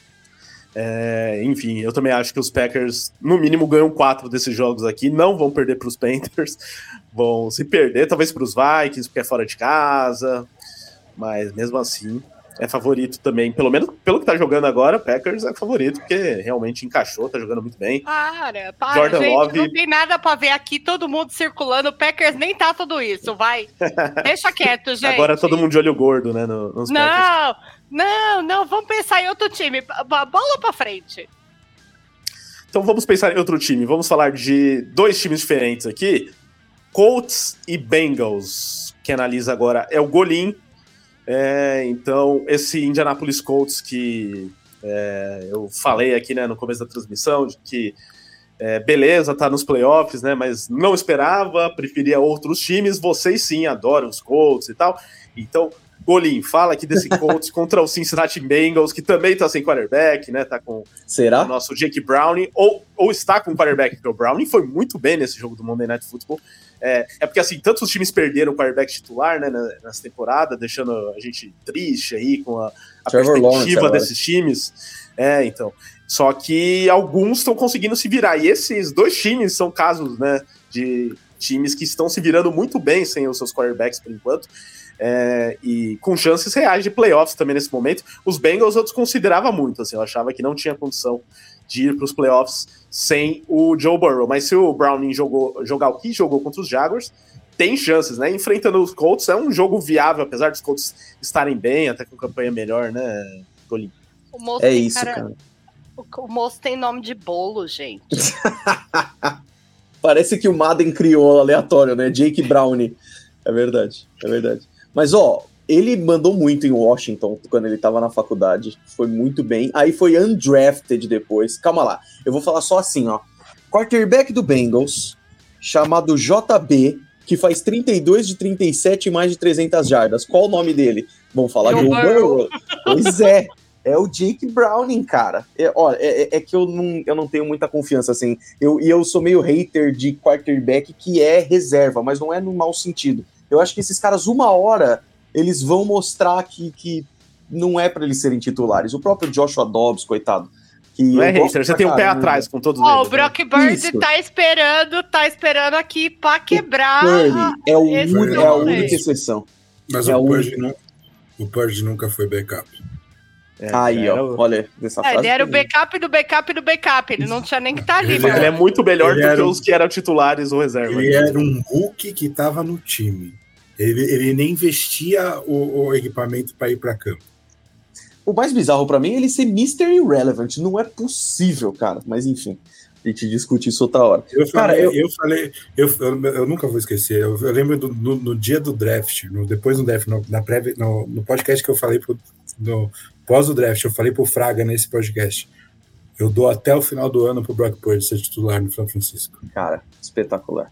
É, enfim, eu também acho que os Packers, no mínimo, ganham quatro desses jogos aqui, não vão perder para os Panthers, vão se perder, talvez para os Vikings, porque é fora de casa, mas mesmo assim... é favorito também, pelo menos pelo que tá jogando agora, Packers é favorito, porque realmente encaixou, tá jogando muito bem. Para, para, Jordan gente, Love... não tem nada pra ver aqui, todo mundo circulando, o Packers nem tá tudo isso, vai. Deixa quieto, gente. Agora todo mundo de olho gordo, né, no, nos não, Packers. Não, não, vamos pensar em outro time, bola pra frente. Então vamos pensar em outro time, vamos falar de dois times diferentes aqui, Colts e Bengals. Quem analisa agora é o Golim. É, então, esse Indianapolis Colts que é, eu falei aqui, né, no começo da transmissão, de que é, beleza, tá nos playoffs, né, mas não esperava, preferia outros times, vocês sim adoram os Colts e tal. Então, Golim, fala aqui desse Colts contra o Cincinnati Bengals, que também tá sem quarterback, né, tá com Será? o nosso Jake Browning, ou, ou está com quarterback, porque o Browning foi muito bem nesse jogo do Monday Night Football. É, é porque, assim, tantos times perderam o quarterback titular, né, nessa temporada, deixando a gente triste aí com a, a perspectiva desses times. É, então. Só que alguns estão conseguindo se virar. E esses dois times são casos, né, de times que estão se virando muito bem sem os seus quarterbacks por enquanto. É, e com chances reais de playoffs também nesse momento. Os Bengals eu desconsiderava muito, assim, eu achava que não tinha condição de ir para os playoffs sem o Joe Burrow, mas se o Browning jogou, jogar o que jogou contra os Jaguars, tem chances, né? Enfrentando os Colts é um jogo viável, apesar dos Colts estarem bem, até com campanha melhor, né, Golim? É isso, cara. cara. O, o moço tem nome de bolo, gente. Parece que o Madden criou aleatório, né? Jake Browning. É verdade, é verdade. Mas, ó, ele mandou muito em Washington quando ele tava na faculdade. Foi muito bem. Aí foi undrafted depois. Calma lá. Eu vou falar só assim, ó. Quarterback do Bengals, chamado J B, que faz trinta e dois de trinta e sete e mais de trezentas jardas. Qual o nome dele? Vamos falar de Joe Burrow. Pois é. É o Jake Browning, cara. É, olha, é, é que eu não, eu não tenho muita confiança, assim. Eu, e eu sou meio hater de quarterback que é reserva, mas não é no mau sentido. Eu acho que esses caras, uma hora, eles vão mostrar que, que não é pra eles serem titulares. O próprio Joshua Dobbs, coitado. Que não é hater, você tem um pé atrás com todos oh, eles. O Brock né? Bird Isso. tá esperando, tá esperando aqui pra quebrar. O é, o un... é a única exceção. Mas é o, Purge não, o Purge nunca foi backup. É, Aí, ó, o... olha, dessa é, frase. Ele era o backup do backup do backup, ele não tinha nem que estar tá ali. Ele, ele é muito melhor ele do que um... os que eram titulares ou reserva. Ele era um Hulk que tava no time. Ele, ele nem vestia o, o equipamento para ir para campo. O mais bizarro para mim é ele ser mister Irrelevant. Não é possível, cara. Mas enfim, a gente discute isso outra hora. Eu falei, cara, eu... eu, falei eu, eu, eu nunca vou esquecer. Eu, eu lembro do, no, no dia do draft, no, depois do draft, no, na prévia, no, no podcast que eu falei pro, no pós do draft, eu falei pro Fraga nesse podcast. Eu dou até o final do ano pro Brock Purdy ser titular no São Francisco. Cara, espetacular.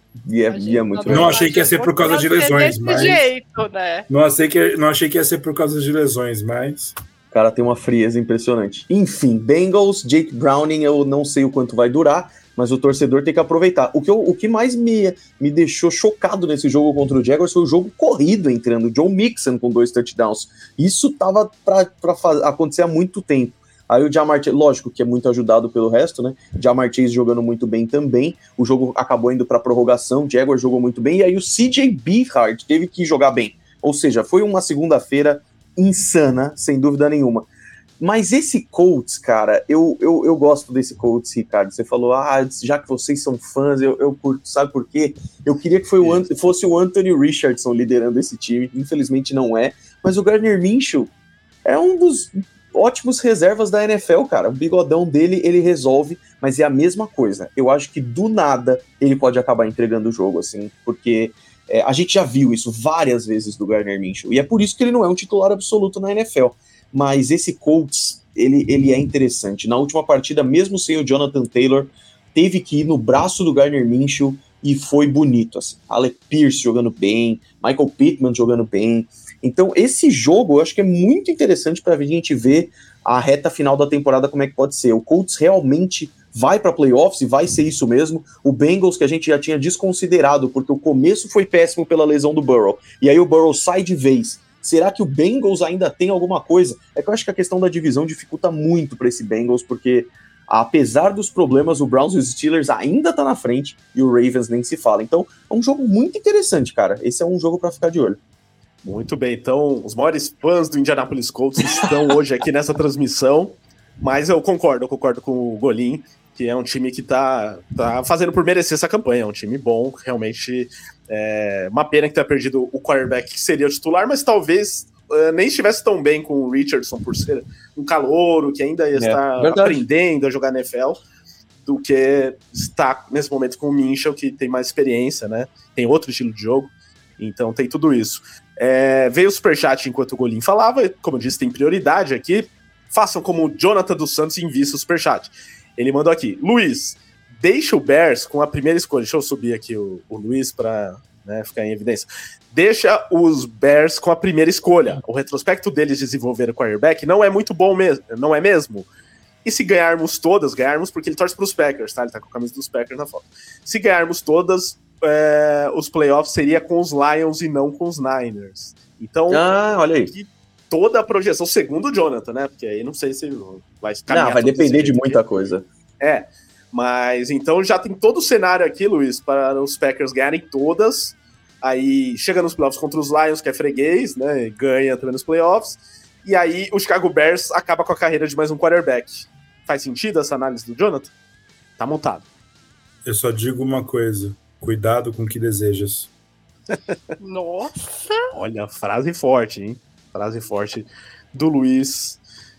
E é, e é muito não achei que ia ser por causa de lesões, mas jeito, né? não achei que não achei que ia ser por causa de lesões, mas o cara tem uma frieza impressionante. Enfim, Bengals, Jake Browning, eu não sei o quanto vai durar, mas o torcedor tem que aproveitar. O que, eu, o que mais me, me deixou chocado nesse jogo contra o Jaguars foi o jogo corrido entrando, o Joe Mixon com dois touchdowns. Isso tava para acontecer há muito tempo. Aí o Ja'Marr Chase, lógico que é muito ajudado pelo resto, né? Ja'Marr Chase jogando muito bem também. O jogo acabou indo para prorrogação, Jaguars jogou muito bem, e aí o C J Beathard teve que jogar bem. Ou seja, foi uma segunda-feira insana, sem dúvida nenhuma. Mas esse Colts, cara, eu, eu, eu gosto desse Colts, Ricardo. Você falou, ah, já que vocês são fãs, eu, eu curto, sabe por quê? Eu queria que foi o Ant- fosse o Anthony Richardson liderando esse time, infelizmente não é, mas o Gardner Minshew é um dos ótimos reservas da N F L, cara. O bigodão dele, ele resolve, mas é a mesma coisa. Eu acho que do nada ele pode acabar entregando o jogo, assim, porque é, a gente já viu isso várias vezes do Gardner Minshew, e é por isso que ele não é um titular absoluto na N F L. Mas esse Colts, ele, ele é interessante. Na última partida, mesmo sem o Jonathan Taylor, teve que ir no braço do Gardner Minshew e foi bonito, assim. Alec Pierce jogando bem, Michael Pittman jogando bem. Então, esse jogo eu acho que é muito interessante para a gente ver a reta final da temporada, como é que pode ser. O Colts realmente vai para playoffs e vai ser isso mesmo. O Bengals, que a gente já tinha desconsiderado, porque o começo foi péssimo pela lesão do Burrow, e aí o Burrow sai de vez. Será que o Bengals ainda tem alguma coisa? É que eu acho que a questão da divisão dificulta muito para esse Bengals, porque apesar dos problemas, o Browns e os Steelers ainda tá na frente e o Ravens nem se fala. Então, é um jogo muito interessante, cara. Esse é um jogo para ficar de olho. Muito bem, então os maiores fãs do Indianapolis Colts estão hoje aqui nessa transmissão, mas eu concordo, eu concordo com o Golim, que é um time que tá, tá fazendo por merecer essa campanha, é um time bom, realmente é uma pena que tenha perdido o quarterback que seria o titular, mas talvez uh, nem estivesse tão bem com o Richardson por ser um calouro, que ainda é, está verdade. aprendendo a jogar N F L, do que está nesse momento com o Minshew, que tem mais experiência, né, tem outro estilo de jogo. Então tem tudo isso. É, veio o superchat enquanto o Golim falava, como eu disse, tem prioridade aqui. Façam como o Jonathan dos Santos e invista o superchat. Ele mandou aqui, Luiz, deixa o Bears com a primeira escolha. Deixa eu subir aqui o, o Luiz para, né, ficar em evidência. Deixa os Bears com a primeira escolha. O retrospecto deles de desenvolver o quarterback não é muito bom mesmo, não é mesmo? E se ganharmos todas, ganharmos porque ele torce para os Packers, tá? Ele tá com a camisa dos Packers na foto. Se ganharmos todas, é, os playoffs seria com os Lions e não com os Niners. Então, ah, olha aí. Toda a projeção, segundo o Jonathan, né? Porque aí não sei se vai ficar. Não, vai depender de muita aqui. coisa. É, mas então já tem todo o cenário aqui, Luiz, para os Packers ganharem todas. Aí chega nos playoffs contra os Lions, que é freguês, né? Ganha também nos playoffs. E aí o Chicago Bears acaba com a carreira de mais um quarterback. Faz sentido essa análise do Jonathan? Tá montado. Eu só digo uma coisa: cuidado com o que desejas. Nossa! Olha, frase forte, hein? Frase forte do Luiz.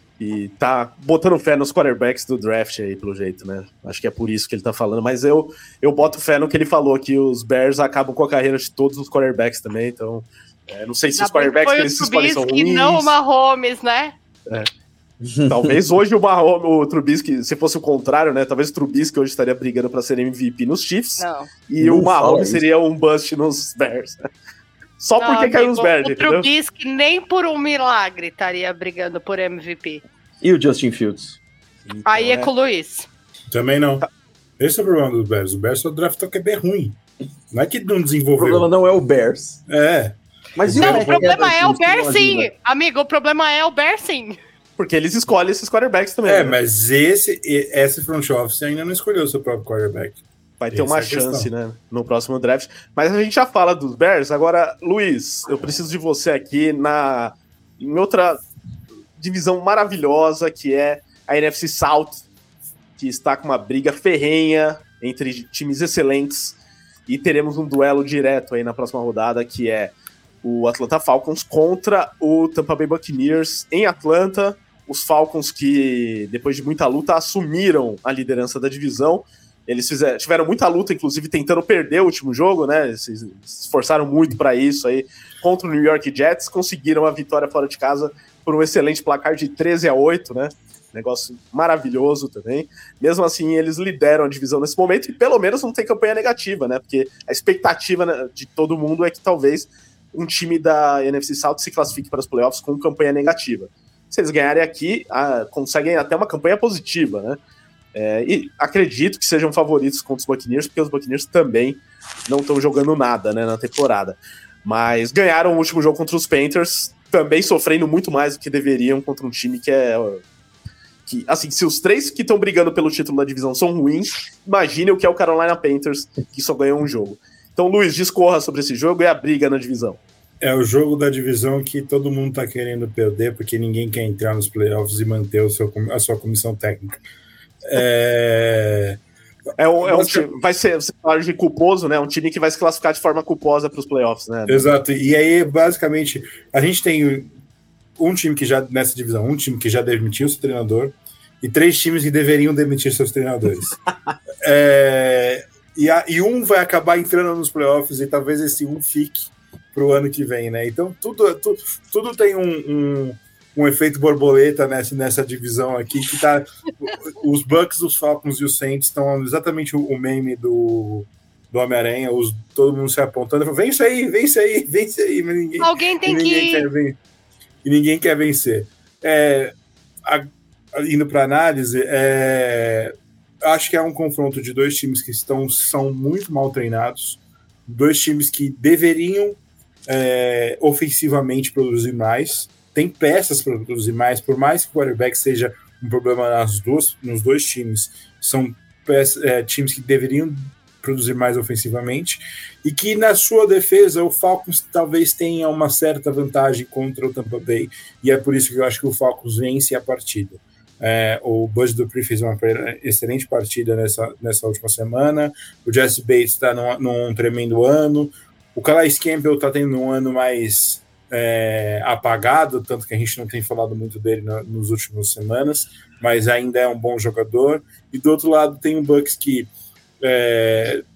E tá botando fé nos quarterbacks do draft aí, pelo jeito, né? Acho que é por isso que ele tá falando. Mas eu, eu boto fé no que ele falou, que os Bears acabam com a carreira de todos os quarterbacks também. Então, é, não sei se os quarterbacks que eles escolhem são ruins. E não o Mahomes, né? É. Talvez hoje o Mahomes, o Trubisky, se fosse o contrário, né? Talvez o Trubisky hoje estaria brigando para ser M V P nos Chiefs. Não. E não o Mahomes seria um bust nos Bears. Só não, porque amigo, caiu os Bears, o entendeu? O Trubisky nem por um milagre estaria brigando por M V P. E o Justin Fields? Então, aí é, é com o Luiz. Também não. Esse é o problema dos Bears. O Bears só draftou que é bem ruim. Não é que não desenvolveu. O problema não é o Bears. É. Mas não, o problema é o Bears sim. Amigo, o problema é o Bears sim. Porque eles escolhem esses quarterbacks também. É, né? Mas esse, esse front office ainda não escolheu o seu próprio quarterback. Vai ter uma chance, né, no próximo draft. Mas a gente já fala dos Bears. Agora, Luiz, eu preciso de você aqui na em outra divisão maravilhosa, que é a N F C South, que está com uma briga ferrenha entre times excelentes. E teremos um duelo direto aí na próxima rodada, que é o Atlanta Falcons contra o Tampa Bay Buccaneers em Atlanta. Os Falcons que, depois de muita luta, assumiram a liderança da divisão. Eles fizeram, tiveram muita luta, inclusive, tentando perder o último jogo, né? Se esforçaram muito para isso aí contra o New York Jets. Conseguiram a vitória fora de casa por um excelente placar de treze a oito, né? Negócio maravilhoso também. Mesmo assim, eles lideram a divisão nesse momento e pelo menos não tem campanha negativa, né? Porque a expectativa de todo mundo é que talvez um time da N F C South se classifique para os playoffs com campanha negativa. Se eles ganharem aqui, ah, conseguem até uma campanha positiva, né? É, e acredito que sejam favoritos contra os Buccaneers, porque os Buccaneers também não estão jogando nada, né, na temporada. Mas ganharam o último jogo contra os Panthers, também sofrendo muito mais do que deveriam contra um time que é... Que, assim, se os três que estão brigando pelo título da divisão são ruins, imagine o que é o Carolina Panthers, que só ganhou um jogo. Então, Luiz, discorra sobre esse jogo e a briga na divisão. É o jogo da divisão que todo mundo tá querendo perder, porque ninguém quer entrar nos playoffs e manter o seu, a sua comissão técnica. É, é um, é um time, vai ser, você fala de culposo, né? Um time que vai se classificar de forma culposa para os playoffs, né? Exato. E aí, basicamente, a gente tem um time que já, nessa divisão, um time que já demitiu seu treinador e três times que deveriam demitir seus treinadores. é, e, a, e um vai acabar entrando nos playoffs e talvez esse um fique para o ano que vem, né? Então, tudo, tudo, tudo tem um, um um efeito borboleta nessa, nessa divisão aqui, que tá... Os Bucks, os Falcons e os Saints estão exatamente o, o meme do, do Homem-Aranha, os, todo mundo se apontando, vem isso aí, vem isso aí, vem isso aí, mas ninguém... Alguém tem ninguém que... Quer ven- e ninguém quer vencer. É, a, indo para análise, é, acho que é um confronto de dois times que estão, são muito mal treinados, dois times que deveriam é, ofensivamente produzir mais, tem peças para produzir mais, por mais que o quarterback seja um problema nas duas, nos dois times, são peças, é, times que deveriam produzir mais ofensivamente, e que na sua defesa o Falcons talvez tenha uma certa vantagem contra o Tampa Bay, e é por isso que eu acho que o Falcons vence a partida. É, o Bud Dupree fez uma excelente partida nessa, nessa última semana, o Jesse Bates está num, num tremendo ano, o Calais Campbell está tendo um ano mais... É, apagado, tanto que a gente não tem falado muito dele no, nos últimas semanas, mas ainda é um bom jogador. E do outro lado tem o Bucks que é,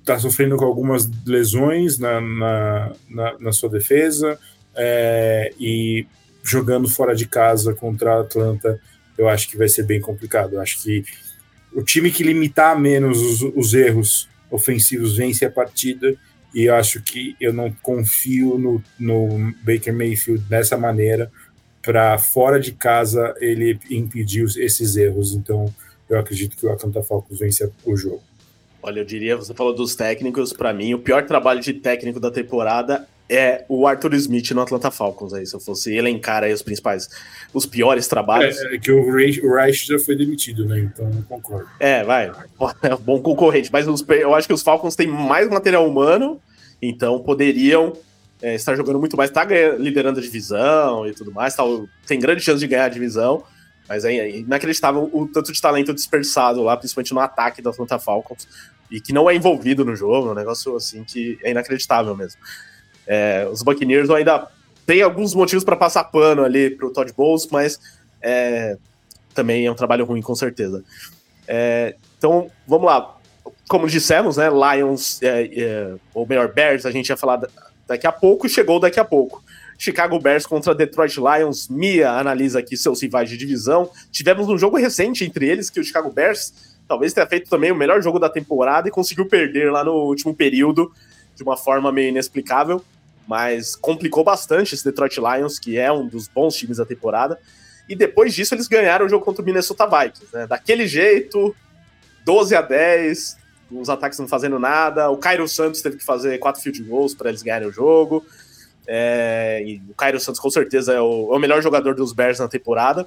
está sofrendo com algumas lesões na, na, na, na sua defesa, é, e jogando fora de casa contra a Atlanta, eu acho que vai ser bem complicado. Eu acho que o time que limitar menos os, os erros ofensivos vence a partida, e eu acho que eu não confio no, no Baker Mayfield dessa maneira para fora de casa ele impedir esses erros. Então eu acredito que o Atlanta Falcons vence o jogo. Olha, eu diria, você falou dos técnicos, para mim o pior trabalho de técnico da temporada é o Arthur Smith no Atlanta Falcons, aí, se eu fosse elencar aí os principais, os piores trabalhos. É, é que o Reich, o Reich já foi demitido, né? Então não concordo. É, vai, é um bom concorrente, mas os, eu acho que os Falcons têm mais material humano, então poderiam é, estar jogando muito mais, tá ganhando, liderando a divisão e tudo mais, tá, tem grande chance de ganhar a divisão, mas é inacreditável o tanto de talento dispersado lá, principalmente no ataque do Atlanta Falcons, e que não é envolvido no jogo, é um negócio assim que é inacreditável mesmo. É, os Buccaneers ainda tem alguns motivos para passar pano ali pro Todd Bowles, mas é, também é um trabalho ruim, com certeza. É, então, vamos lá. Como dissemos, né, Lions, é, é, ou melhor, Bears, a gente ia falar daqui a pouco, chegou daqui a pouco. Chicago Bears contra Detroit Lions. Mia analisa aqui seus rivais de divisão. Tivemos um jogo recente entre eles, que o Chicago Bears talvez tenha feito também o melhor jogo da temporada e conseguiu perder lá no último período de uma forma meio inexplicável, mas complicou bastante esse Detroit Lions, que é um dos bons times da temporada, e depois disso eles ganharam o jogo contra o Minnesota Vikings, né? Daquele jeito, doze a dez, os ataques não fazendo nada, o Cairo Santos teve que fazer quatro field goals para eles ganharem o jogo, é, e o Cairo Santos com certeza é o, é o melhor jogador dos Bears na temporada.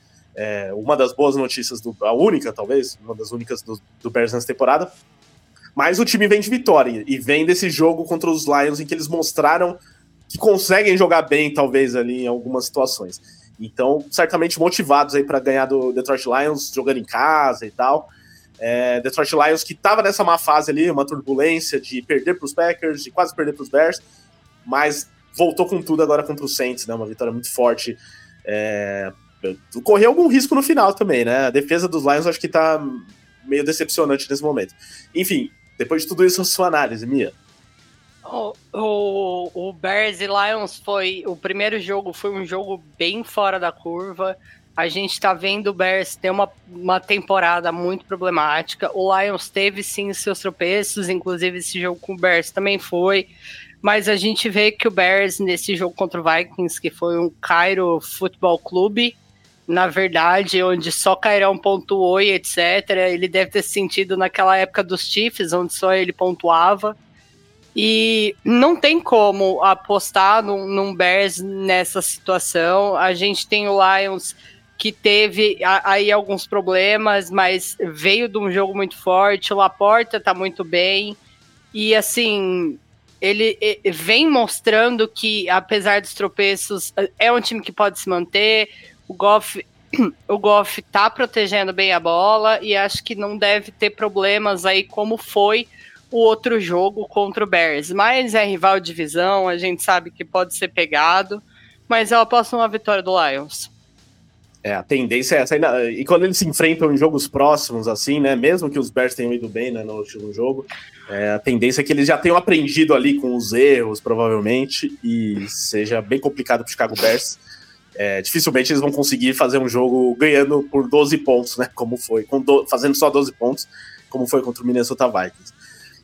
É, uma das boas notícias, do, a única talvez, uma das únicas do, do Bears nessa temporada. Mas o time vem de vitória, e vem desse jogo contra os Lions em que eles mostraram que conseguem jogar bem, talvez, ali em algumas situações. Então, certamente motivados aí para ganhar do Detroit Lions, jogando em casa e tal. É, Detroit Lions que estava nessa má fase ali, uma turbulência de perder para os Packers, de quase perder para os Bears, mas voltou com tudo agora contra os Saints, né? Uma vitória muito forte. É, correu algum risco no final também, né? A defesa dos Lions acho que está meio decepcionante nesse momento. Enfim, depois de tudo isso, a sua análise, Mia. O, o, o Bears e Lions foi... O primeiro jogo foi um jogo bem fora da curva. A gente tá vendo o Bears ter uma, uma temporada muito problemática. O Lions teve, sim, seus tropeços. Inclusive, esse jogo com o Bears também foi. Mas a gente vê que o Bears, nesse jogo contra o Vikings, que foi um Cairo Futebol Clube, na verdade, onde só Cairão pontuou e etcétera, ele deve ter se sentido naquela época dos Chiefs, onde só ele pontuava. E não tem como apostar num, num Bears nessa situação. A gente tem o Lions, que teve aí alguns problemas, mas veio de um jogo muito forte. O Laporta tá muito bem. E, assim, ele vem mostrando que, apesar dos tropeços, é um time que pode se manter. O Goff, o Goff tá protegendo bem a bola e acho que não deve ter problemas aí como foi o outro jogo contra o Bears. Mas é rival de divisão, a gente sabe que pode ser pegado, mas eu aposto numa vitória do Lions. É, a tendência é essa. Ainda, e quando eles se enfrentam em jogos próximos, assim, né, mesmo que os Bears tenham ido bem, né, no último jogo, é, a tendência é que eles já tenham aprendido ali com os erros, provavelmente, e seja bem complicado pro Chicago Bears. É, dificilmente eles vão conseguir fazer um jogo ganhando por doze pontos, né? Como foi, com do, fazendo só doze pontos, como foi contra o Minnesota Vikings.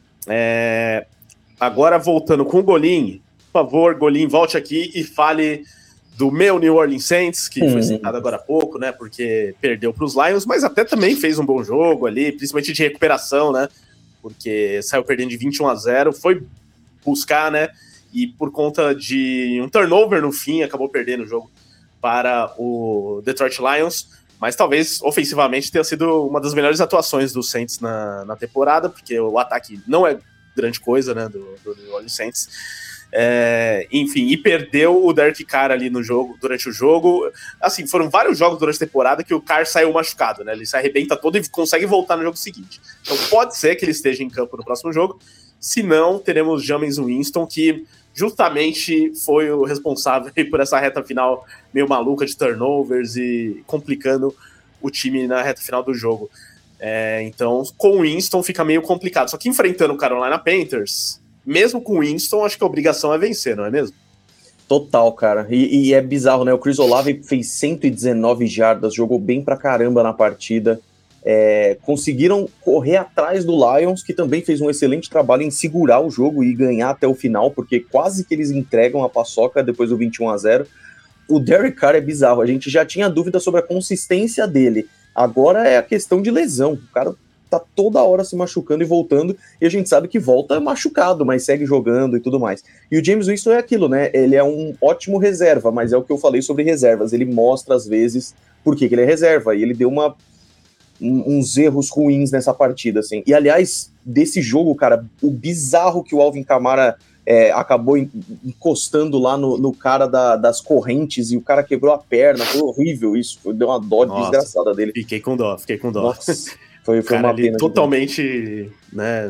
É, agora voltando com o Golim, por favor, Golim, volte aqui e fale do meu New Orleans Saints, que hum. foi citado agora há pouco, né? Porque perdeu para os Lions, mas até também fez um bom jogo ali, principalmente de recuperação, né? Porque saiu perdendo de vinte e um a zero, foi buscar, né? E por conta de um turnover no fim, acabou perdendo o jogo para o Detroit Lions, mas talvez ofensivamente tenha sido uma das melhores atuações do Saints na, na temporada, porque o ataque não é grande coisa, né, do, do New Orleans Saints. É, enfim, e perdeu o Derek Carr ali no jogo, durante o jogo. Assim, foram vários jogos durante a temporada que o Carr saiu machucado, né, ele se arrebenta todo e consegue voltar no jogo seguinte. Então pode ser que ele esteja em campo no próximo jogo, se não, teremos Jameis Winston, que justamente foi o responsável por essa reta final meio maluca de turnovers e complicando o time na reta final do jogo. É, então, com o Winston fica meio complicado. Só que enfrentando o Carolina Panthers, mesmo com o Winston, acho que a obrigação é vencer, não é mesmo? Total, cara. E, e é bizarro, né? O Chris Olave fez cento e dezenove jardas, jogou bem pra caramba na partida. É, conseguiram correr atrás do Lions, que também fez um excelente trabalho em segurar o jogo e ganhar até o final, porque quase que eles entregam a paçoca depois do vinte e um a zero. O Derek Carr é bizarro, a gente já tinha dúvida sobre a consistência dele. Agora é a questão de lesão. O cara tá toda hora se machucando e voltando, e a gente sabe que volta machucado, mas segue jogando e tudo mais. E o James Winston é aquilo, né? Ele é um ótimo reserva, mas é o que eu falei sobre reservas. Ele mostra, às vezes, por que que ele é reserva, e ele deu uma, um, uns erros ruins nessa partida, assim. E, aliás, desse jogo, cara, o bizarro que o Alvin Kamara é, acabou encostando lá no, no cara da, das correntes, e o cara quebrou a perna, foi horrível isso, deu uma dó Nossa, desgraçada dele. Fiquei com dó, fiquei com dó. Nossa. Foi, foi cara uma ali pena. totalmente, né,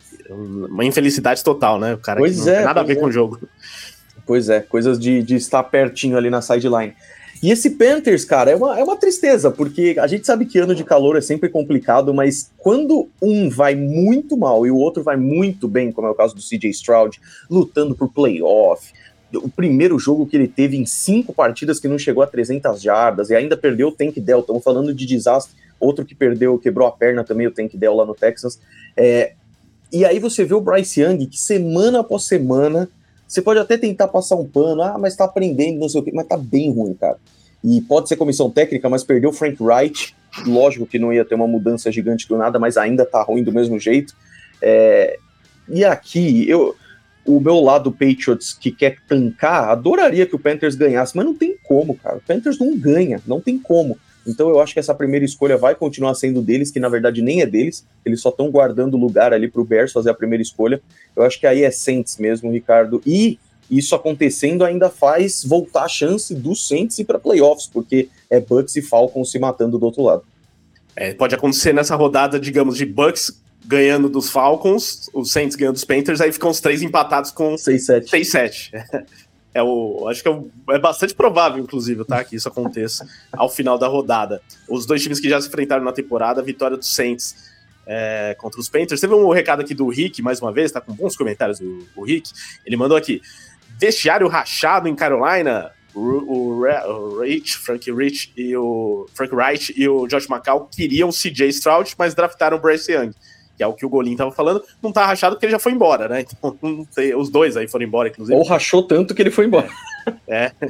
uma infelicidade total, né? O cara pois que não é, tem nada a ver é. com o jogo. Pois é, coisas de, de estar pertinho ali na sideline. E esse Panthers, cara, é uma, é uma tristeza, porque a gente sabe que ano de calor é sempre complicado, mas quando um vai muito mal e o outro vai muito bem, como é o caso do C J Stroud, lutando por playoff, o primeiro jogo que ele teve em cinco partidas que não chegou a trezentas jardas e ainda perdeu o Tank Dell, estamos falando de desastre. Outro que perdeu, quebrou a perna também, o Tank Dell lá no Texas. É, e aí você vê o Bryce Young, que semana após semana, você pode até tentar passar um pano, ah, mas tá aprendendo, não sei o quê, mas tá bem ruim, cara. E pode ser comissão técnica, mas perdeu o Frank Wright, lógico que não ia ter uma mudança gigante do nada, mas ainda tá ruim do mesmo jeito. É, e aqui, eu, o meu lado Patriots, que quer tancar, adoraria que o Panthers ganhasse, mas não tem como, cara. O Panthers não ganha, não tem como. Então eu acho que essa primeira escolha vai continuar sendo deles, que na verdade nem é deles, eles só estão guardando lugar ali pro Bears fazer a primeira escolha. Eu acho que aí é Saints mesmo, Ricardo, e isso acontecendo ainda faz voltar a chance dos Saints ir para playoffs, porque é Bucks e Falcons se matando do outro lado. É, pode acontecer nessa rodada, digamos, de Bucks ganhando dos Falcons, os Saints ganhando dos Panthers, aí ficam os três empatados com seis a sete. É o, acho que é, o, é bastante provável, inclusive, tá, que isso aconteça ao final da rodada. Os dois times que já se enfrentaram na temporada, a vitória dos Saints é, contra os Panthers. Teve um recado aqui do Rick, mais uma vez, tá com bons comentários o, o Rick. Ele mandou aqui: vestiário rachado em Carolina. O, o, o Rich, Frank Rich e o Frank Wright e o Josh McCown queriam C J Stroud, mas draftaram o Bryce Young, que é o que o Golim tava falando. Não tá rachado porque ele já foi embora, né? Então, não tem, os dois aí foram embora, inclusive. Ou rachou tanto que ele foi embora. É. é.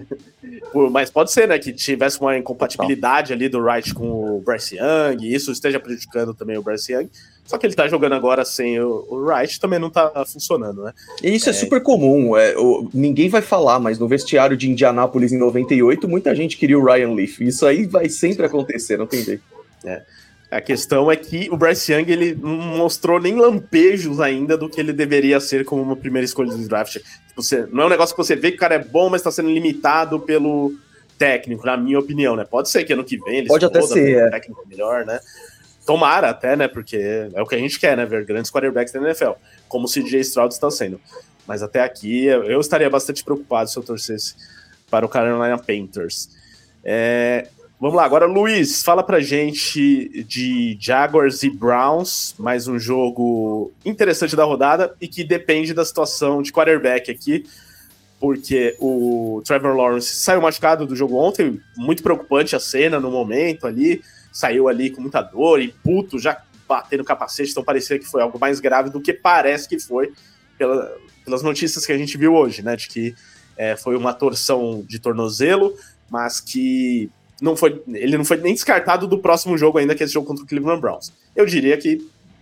Mas pode ser, né, que tivesse uma incompatibilidade ali do Wright com o Bryce Young, e isso esteja prejudicando também o Bryce Young. Só que ele tá jogando agora sem o, o Wright, também não tá funcionando, né? E isso é, é super então... comum. É, o, ninguém vai falar, mas no vestiário de Indianápolis em noventa e oito, muita gente queria o Ryan Leaf. Isso aí vai sempre acontecer, não tem jeito. É. A questão é que o Bryce Young, ele não mostrou nem lampejos ainda do que ele deveria ser como uma primeira escolha do draft. Você, não é um negócio que você vê que o cara é bom, mas está sendo limitado pelo técnico, na minha opinião, né? Pode ser que ano que vem ele pode até ser, um é. técnico melhor, né? Tomara até, né? Porque é o que a gente quer, né? Ver grandes quarterbacks da N F L, como o C J Stroud está sendo. Mas até aqui, eu estaria bastante preocupado se eu torcesse para o Carolina Panthers. É... Vamos lá, agora Luiz, fala pra gente de Jaguars e Browns, mais um jogo interessante da rodada e que depende da situação de quarterback aqui, porque o Trevor Lawrence saiu machucado do jogo ontem, muito preocupante a cena no momento ali, saiu ali com muita dor e puto, já batendo o capacete, então parecia que foi algo mais grave do que parece que foi, pela, pelas notícias que a gente viu hoje, né, de que é, foi uma torção de tornozelo, mas que Não foi, ele não foi nem descartado do próximo jogo ainda, que é esse jogo contra o Cleveland Browns. Eu diria que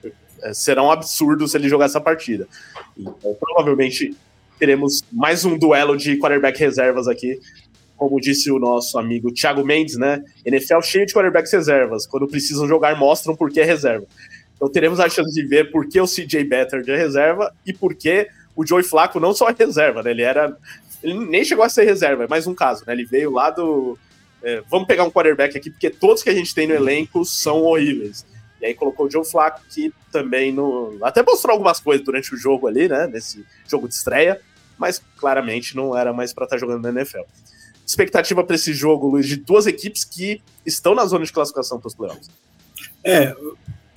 é, será um absurdo se ele jogar essa partida. Então, provavelmente teremos mais um duelo de quarterback reservas aqui, como disse o nosso amigo Thiago Mendes, né? N F L cheio de quarterbacks reservas. Quando precisam jogar, mostram por que é reserva. Então teremos a chance de ver por que o C J Beathard é reserva e por que o Joey Flacco não só é reserva, né? Ele era... Ele nem chegou a ser reserva, é mais um caso, né? Ele veio lá do... É, vamos pegar um quarterback aqui, porque todos que a gente tem no elenco são horríveis. E aí colocou o Joe Flacco, que também no, até mostrou algumas coisas durante o jogo ali, né, nesse jogo de estreia, mas claramente não era mais para estar jogando na N F L. Expectativa para esse jogo, Luiz, de duas equipes que estão na zona de classificação para os playoffs. É,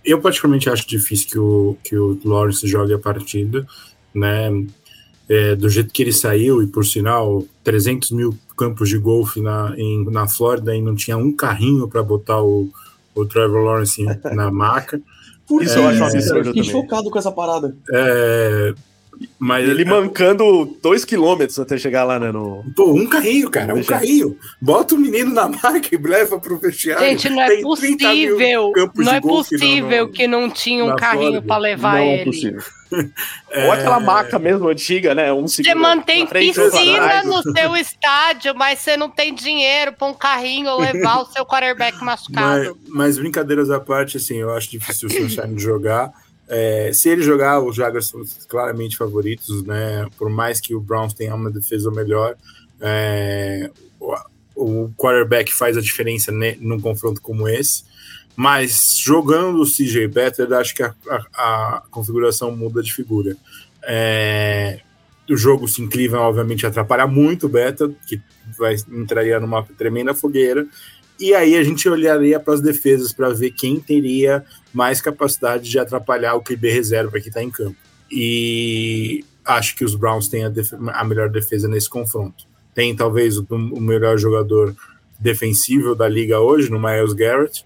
eu particularmente acho difícil que o, que o Lawrence jogue a partida, né? É, do jeito que ele saiu, e por sinal, trezentos mil campos de golfe na, em, na Flórida e não tinha um carrinho para botar o, o Trevor Lawrence na maca. Isso é, eu acho um absurdo eu fiquei também. chocado com essa parada. É, mas ele mancando dois quilômetros até chegar lá, né? No... Pô, um carrinho, cara, um carrinho. Bota o menino na maca e leva pro vestiário. Gente, não é possível. Não é possível que não tinha um carrinho para levar não ele. É possível. É... Ou aquela maca mesmo antiga, né? Um você mantém piscina no seu estádio, mas você não tem dinheiro para um carrinho levar o seu quarterback machucado. Mas, mas brincadeiras à parte, assim, eu acho difícil o Sunshine jogar. É, se ele jogar, os Jaguars são claramente favoritos, né? Por mais que o Browns tenha uma defesa melhor, é, o, o quarterback faz a diferença né, num confronto como esse. Mas jogando o C J Beathard, acho que a, a, a configuração muda de figura. É, o jogo se inclina, obviamente, atrapalha muito o Beathard, que vai, entraria numa tremenda fogueira. E aí a gente olharia para as defesas para ver quem teria mais capacidade de atrapalhar o Q B reserva que está em campo. E acho que os Browns têm a, def- a melhor defesa nesse confronto. Tem talvez o, o melhor jogador defensivo da liga hoje, no Myles Garrett,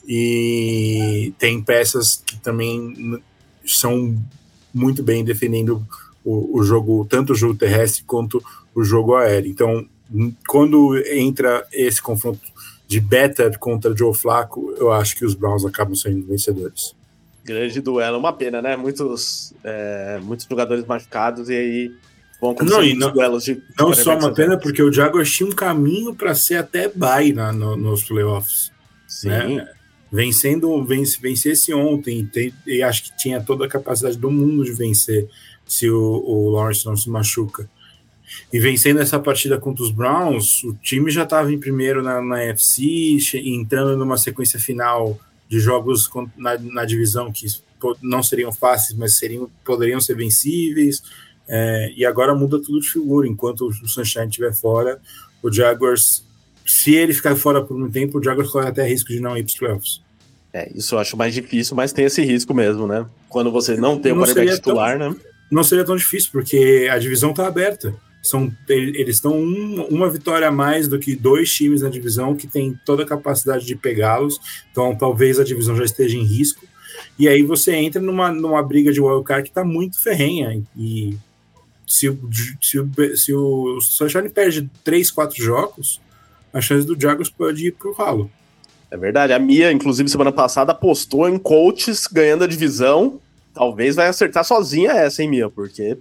e tem peças que também são muito bem defendendo o, o jogo, tanto o jogo terrestre quanto o jogo aéreo. Então, quando entra esse confronto de Beathard contra Joe Flacco, eu acho que os Browns acabam sendo vencedores. Grande duelo, uma pena, né? Muitos, é, muitos jogadores machucados e aí vão acontecer não, duelos de... Não só uma pena, porque o Jaguars tinha um caminho para ser até bye na, no, nos playoffs. Sim. Né? Vencendo, vence, vencesse ontem, tem, e acho que tinha toda a capacidade do mundo de vencer se o, o Lawrence não se machuca. E vencendo essa partida contra os Browns, o time já estava em primeiro na, na A F C, entrando numa sequência final de jogos na, na divisão que não seriam fáceis, mas seriam, poderiam ser vencíveis, é, e agora muda tudo de figura. Enquanto o Sunshine estiver fora, o Jaguars, se ele ficar fora por um tempo, o Jaguars corre até risco de não ir para os playoffs. É, isso eu acho mais difícil, mas tem esse risco mesmo, né? Quando você não tem o quarterback titular, tão, né? Não seria tão difícil, porque a divisão está aberta. São, eles estão um, uma vitória a mais do que dois times na divisão que tem toda a capacidade de pegá-los, então talvez a divisão já esteja em risco, e aí você entra numa, numa briga de wildcard que está muito ferrenha, e se, se, se o Sunshine perde três, quatro jogos, a chance do Jaguars pode ir pro ralo. É verdade, a Mia, inclusive, semana passada apostou em Colts ganhando a divisão, talvez vai acertar sozinha essa, hein, Mia, porque...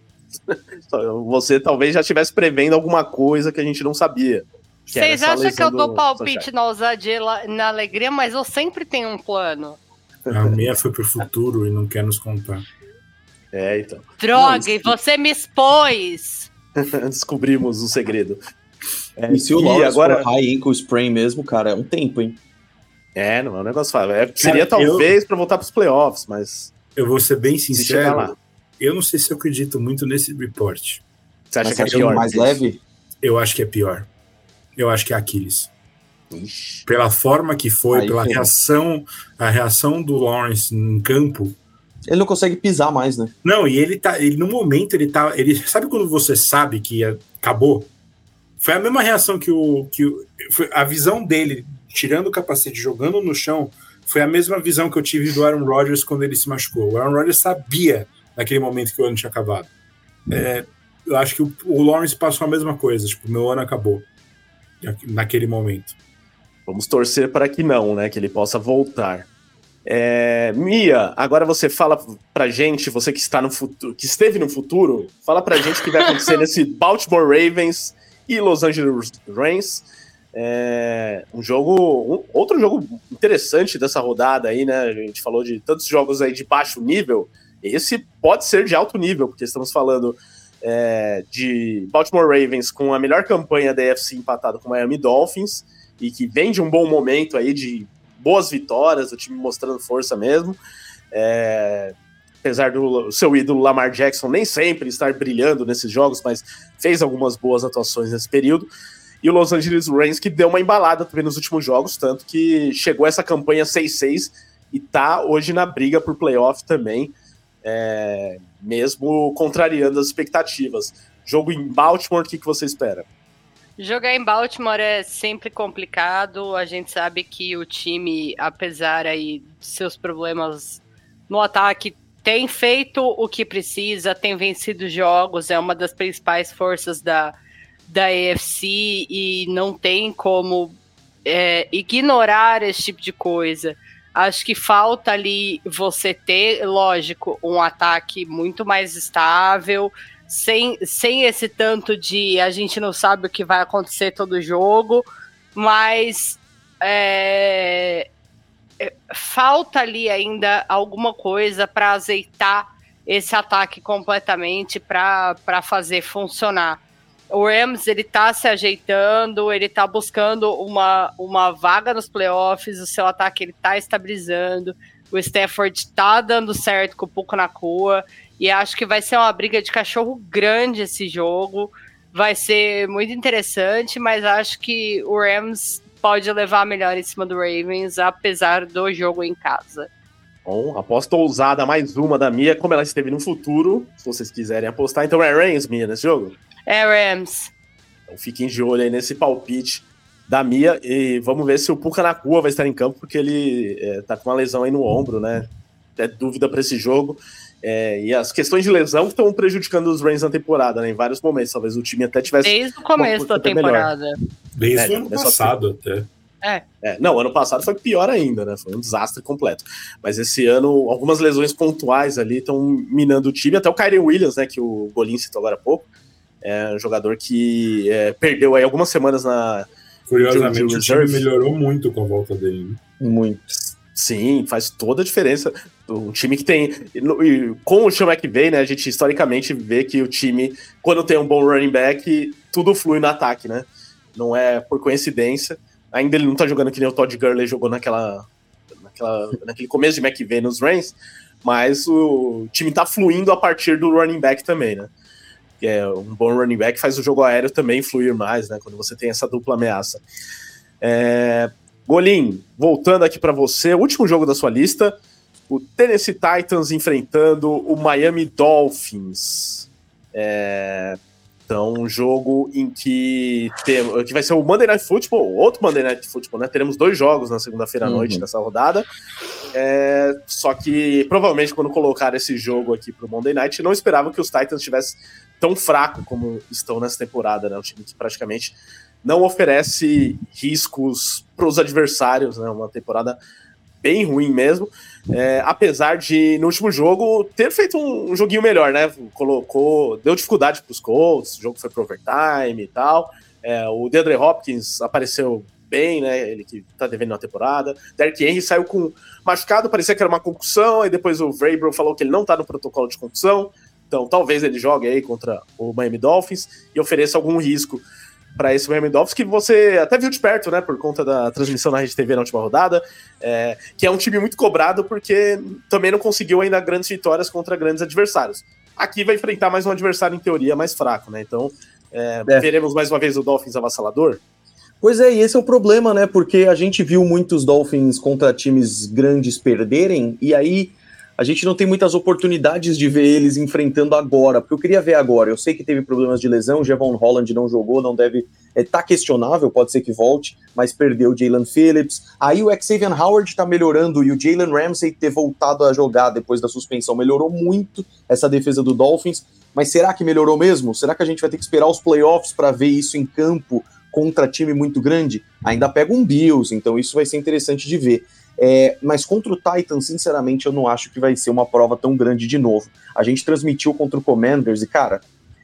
você talvez já estivesse prevendo alguma coisa que a gente não sabia. Vocês acham que eu dou palpite na ousadia e na alegria, mas eu sempre tenho um plano. A minha foi pro futuro e não quer nos contar. É, então. Droga, não, e você me expôs! Descobrimos o segredo. É, e se o Lawrence agora... for high ankle sprain mesmo, cara, é um tempo, hein? É, não é um negócio fácil. É, seria cara, talvez eu... para voltar pros playoffs, mas... Eu vou ser bem sincero. Eu não sei se eu acredito muito nesse report. Você acha Mas que é pior? Mais leve? Eu acho que é pior. Eu acho que é Aquiles. Ixi. Pela forma que foi, Aí, pela foi. reação, a reação do Lawrence em campo. Ele não consegue pisar mais, né? Não, e ele tá, ele no momento ele tá, ele sabe quando você sabe que acabou? Foi a mesma reação que o que o, foi a visão dele tirando o capacete, jogando no chão, foi a mesma visão que eu tive do Aaron Rodgers quando ele se machucou. O Aaron Rodgers sabia naquele momento que o ano tinha acabado. É, eu acho que o, o Lawrence passou a mesma coisa, tipo, meu ano acabou naquele momento. Vamos torcer para que não, né, que ele possa voltar. É, Mia, agora você fala pra gente, você que está no futuro, que esteve no futuro, fala pra gente o que vai acontecer nesse Baltimore Ravens e Los Angeles Rams. É, um jogo, um, outro jogo interessante dessa rodada aí, né? A gente falou de tantos jogos aí de baixo nível. Esse pode ser de alto nível, porque estamos falando é, de Baltimore Ravens com a melhor campanha da A F C empatado com o Miami Dolphins e que vem de um bom momento aí de boas vitórias, o time mostrando força mesmo. É, apesar do seu ídolo Lamar Jackson nem sempre estar brilhando nesses jogos, mas fez algumas boas atuações nesse período. E o Los Angeles Rams que deu uma embalada também nos últimos jogos, tanto que chegou essa campanha seis a seis e tá hoje na briga por playoff também, é, mesmo contrariando as expectativas. Jogo em Baltimore, o que, que você espera? Jogar em Baltimore é sempre complicado, a gente sabe que o time, apesar aí de seus problemas no ataque, tem feito o que precisa, tem vencido jogos, é uma das principais forças da, da A F C e não tem como é, ignorar esse tipo de coisa. Acho que falta ali você ter, lógico, um ataque muito mais estável, sem, sem esse tanto de a gente não sabe o que vai acontecer todo jogo, mas é, é, falta ali ainda alguma coisa para azeitar esse ataque completamente para fazer funcionar. O Rams, ele tá se ajeitando, ele tá buscando uma, uma vaga nos playoffs, o seu ataque ele tá estabilizando, o Stafford tá dando certo com o Puka Nacua, e acho que vai ser uma briga de cachorro grande esse jogo, vai ser muito interessante, mas acho que o Rams pode levar melhor em cima do Ravens, apesar do jogo em casa. Bom, aposta ousada, mais uma da Mia, como ela esteve no futuro, se vocês quiserem apostar, então é Rams, Mia, nesse jogo? É Rams. Então fiquem de olho aí nesse palpite da Mia, e vamos ver se o Puka Nacua vai estar em campo, porque ele é, tá com uma lesão aí no ombro, né? É dúvida para esse jogo. É, e as questões de lesão estão prejudicando os Rams na temporada, né? Em vários momentos. Talvez o time até tivesse. Desde o começo da temporada. Melhor. Desde é, o ano passado até. É. É, não, ano passado foi pior ainda, né? Foi um desastre completo. Mas esse ano, algumas lesões pontuais ali estão minando o time. Até o Kyren Williams, né? Que o Golim citou agora há pouco. É um jogador que é, perdeu aí algumas semanas na. Curiosamente, o time melhorou muito com a volta dele. Né? Muito. Sim, faz toda a diferença. Um time que tem. E com o Sean McVay, né? A gente historicamente vê que o time, quando tem um bom running back, tudo flui no ataque, né? Não é por coincidência. Ainda ele não tá jogando que nem o Todd Gurley jogou naquela, naquela, naquele começo de McVay nos Rams, mas o time tá fluindo a partir do running back também, né? Que é um bom running back faz o jogo aéreo também fluir mais, né? Quando você tem essa dupla ameaça. É... Golim, voltando aqui para você, o último jogo da sua lista, o Tennessee Titans enfrentando o Miami Dolphins. É... Então, um jogo em que, tem, que vai ser o Monday Night Football, outro Monday Night Football, né? Teremos dois jogos na segunda-feira à noite uhum. nessa rodada. É, só que, provavelmente, quando colocaram esse jogo aqui pro Monday Night, não esperava que os Titans estivessem tão fraco como estão nessa temporada, né? Um time que praticamente não oferece riscos para os adversários, né? Uma temporada bem ruim mesmo. É, apesar de, no último jogo, ter feito um, um joguinho melhor, né? Colocou, deu dificuldade para os Colts, o jogo foi pro overtime e tal. É, o DeAndre Hopkins apareceu bem, né? Ele que tá devendo na temporada. Derrick Henry saiu com machucado, parecia que era uma concussão, e depois o Vrabel falou que ele não tá no protocolo de concussão. Então, talvez ele jogue aí contra o Miami Dolphins e ofereça algum risco para esse Miami Dolphins, que você até viu de perto, né, por conta da transmissão na Rede T V na última rodada, é, que é um time muito cobrado porque também não conseguiu ainda grandes vitórias contra grandes adversários. Aqui vai enfrentar mais um adversário, em teoria, mais fraco, né, então é, é. veremos mais uma vez o Dolphins avassalador? Pois é, e esse é o problema, né, porque a gente viu muitos Dolphins contra times grandes perderem, e aí a gente não tem muitas oportunidades de ver eles enfrentando agora, porque eu queria ver agora. Eu sei que teve problemas de lesão, o Javon Holland não jogou, não deve... É, tá questionável, pode ser que volte, mas perdeu o Jalen Phillips. Aí o Xavier Howard tá melhorando, e o Jalen Ramsey ter voltado a jogar depois da suspensão melhorou muito essa defesa do Dolphins, mas será que melhorou mesmo? Será que a gente vai ter que esperar os playoffs para ver isso em campo contra time muito grande? Ainda pega um Bills, então isso vai ser interessante de ver. É, mas contra o Titans, sinceramente, eu não acho que vai ser uma prova tão grande de novo. A gente transmitiu contra o Commanders e, cara,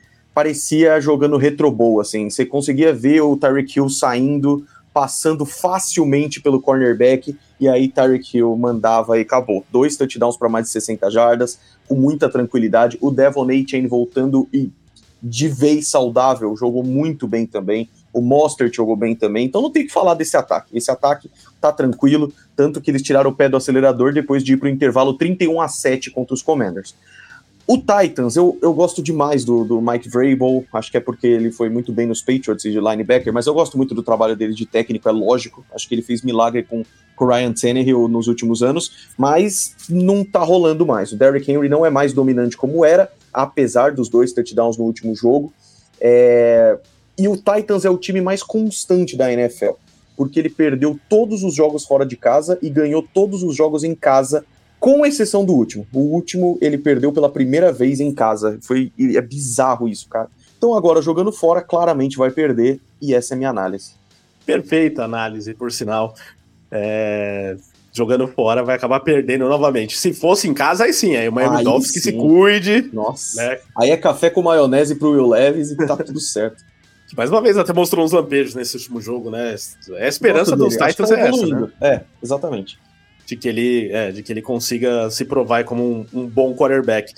parecia jogando Retro Bowl, assim, você conseguia ver o Tyreek Hill saindo, passando facilmente pelo cornerback, e aí Tyreek Hill mandava e acabou. Dois touchdowns para mais de sessenta jardas, com muita tranquilidade. O Devon Achane voltando e de vez saudável, jogou muito bem também. O Mostert jogou bem também, então não tem que falar desse ataque. Esse ataque tá tranquilo, tanto que eles tiraram o pé do acelerador depois de ir pro intervalo trinta e um a sete contra os Commanders. O Titans, eu, eu gosto demais do, do Mike Vrabel, acho que é porque ele foi muito bem nos Patriots e de linebacker, mas eu gosto muito do trabalho dele de técnico, é lógico, acho que ele fez milagre com com o Ryan Tannehill nos últimos anos, mas não tá rolando mais. O Derrick Henry não é mais dominante como era, apesar dos dois touchdowns no último jogo. É... E o Titans é o time mais constante da N F L, porque ele perdeu todos os jogos fora de casa e ganhou todos os jogos em casa, com exceção do último. O último ele perdeu pela primeira vez em casa. Foi, é bizarro isso, cara. Então agora, jogando fora, claramente vai perder, e essa é a minha análise. Perfeita análise, por sinal. É... Jogando fora vai acabar perdendo novamente. Se fosse em casa, aí sim, aí o Miami Aí Dolphins que sim. se cuide. Nossa, né? Aí é café com maionese pro Will Levis e tá tudo certo. Mais uma vez até mostrou uns lampejos nesse último jogo, né? É a esperança Gosto dos dele, Titans acho que tá é essa, né? evoluindo. É, exatamente. De que ele, é, de que ele consiga se provar como um, um bom quarterback.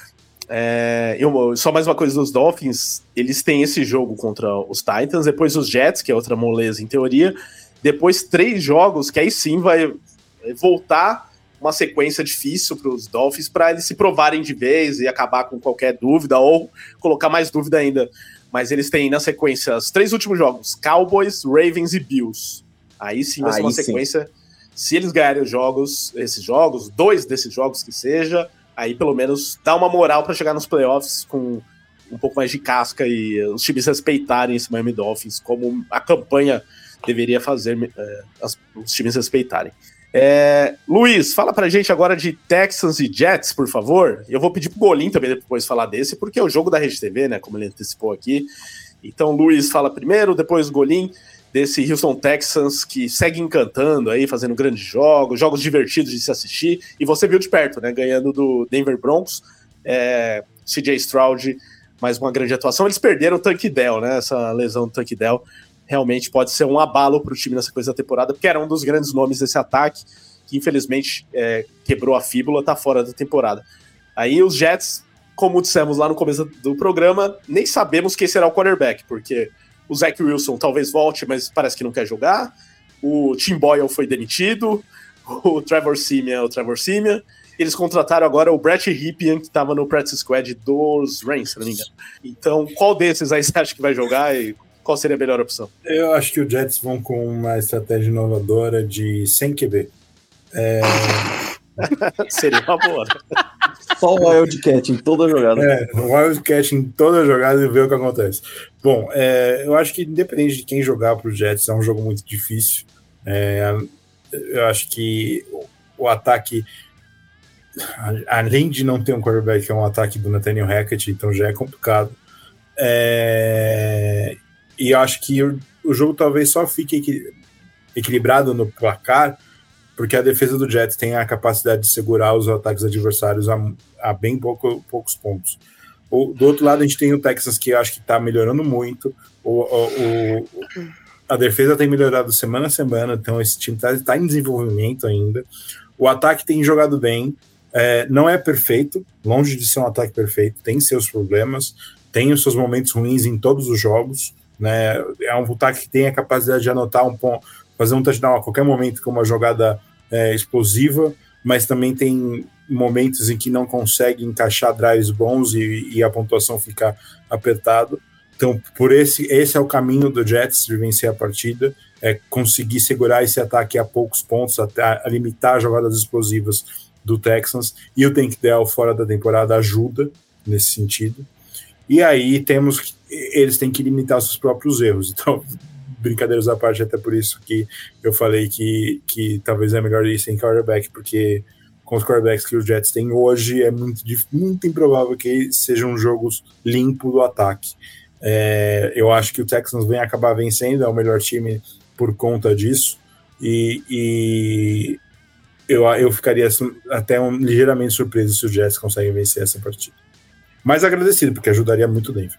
É, eu, só mais uma coisa dos Dolphins, eles têm esse jogo contra os Titans, depois os Jets, que é outra moleza em teoria, depois três jogos, que aí sim vai voltar uma sequência difícil para os Dolphins, para eles se provarem de vez e acabar com qualquer dúvida, ou colocar mais dúvida ainda. Mas eles têm na sequência os três últimos jogos, Cowboys, Ravens e Bills. Aí sim vai ser uma sequência, sim. Se eles ganharem os jogos, esses jogos, dois desses jogos que seja, aí pelo menos dá uma moral para chegar nos playoffs com um pouco mais de casca e os times respeitarem esse Miami Dolphins, como a campanha deveria fazer é, as, os times respeitarem. É, Luiz, fala pra gente agora de Texans e Jets, por favor. Eu vou pedir pro Golim também depois falar desse, porque é o jogo da Rede T V, né, como ele antecipou aqui. Então, Luiz fala primeiro, depois o Golim, desse Houston Texans que segue encantando aí, fazendo grandes jogos, jogos divertidos de se assistir, e você viu de perto, né, ganhando do Denver Broncos, é, C J Stroud, mais uma grande atuação. Eles perderam o Tank Dell, né, essa lesão do Tank Dell realmente pode ser um abalo para o time nessa coisa da temporada, porque era um dos grandes nomes desse ataque, que infelizmente é, quebrou a fíbula, tá fora da temporada. Aí os Jets, como dissemos lá no começo do programa, nem sabemos quem será o quarterback, porque o Zach Wilson talvez volte, mas parece que não quer jogar, o Tim Boyle foi demitido, o Trevor Siemian é o Trevor Siemian, eles contrataram agora o Brett Rypien, que estava no practice squad dos Rams, se não me engano. Então, qual desses aí você acha que vai jogar e qual seria a melhor opção? Eu acho que os Jets vão com uma estratégia inovadora de sem Q B. É... Seria uma boa. Só o Wildcat em toda jogada. É, o Wildcat em toda jogada e ver o que acontece. Bom, é, eu acho que independente de quem jogar para os Jets, é um jogo muito difícil. É, eu acho que o, o ataque, além de não ter um quarterback, é um ataque do Nathaniel Hackett, então já é complicado. É, e eu acho que o, o jogo talvez só fique equi, equilibrado no placar, porque a defesa do Jets tem a capacidade de segurar os ataques adversários a, a bem pouco, poucos pontos. O, do outro lado, a gente tem o Texas, que eu acho que está melhorando muito. O, o, o, a defesa tem melhorado semana a semana, então esse time está tá em desenvolvimento ainda. O ataque tem jogado bem, é, não é perfeito, longe de ser um ataque perfeito, tem seus problemas, tem os seus momentos ruins em todos os jogos, né? É um ataque que tem a capacidade de anotar um ponto, fazer um touchdown a qualquer momento com uma jogada é, explosiva, mas também tem momentos em que não consegue encaixar drives bons e, e a pontuação fica apertada. Então, por esse, esse é o caminho do Jets de vencer a partida, é conseguir segurar esse ataque a poucos pontos, até a limitar jogadas explosivas do Texans, e o Tank Dell fora da temporada ajuda nesse sentido. E aí temos que, eles têm que limitar seus próprios erros. Então, brincadeiras à parte, até por isso que eu falei que, que talvez é melhor ir sem quarterback, porque com os quarterbacks que os Jets têm hoje, é muito, muito improvável que seja um jogo limpo do ataque. É, eu acho que o Texans vem acabar vencendo, é o melhor time por conta disso, e, e eu, eu ficaria até um, ligeiramente surpreso se os Jets conseguem vencer essa partida. Mas agradecido, porque ajudaria muito o Denver.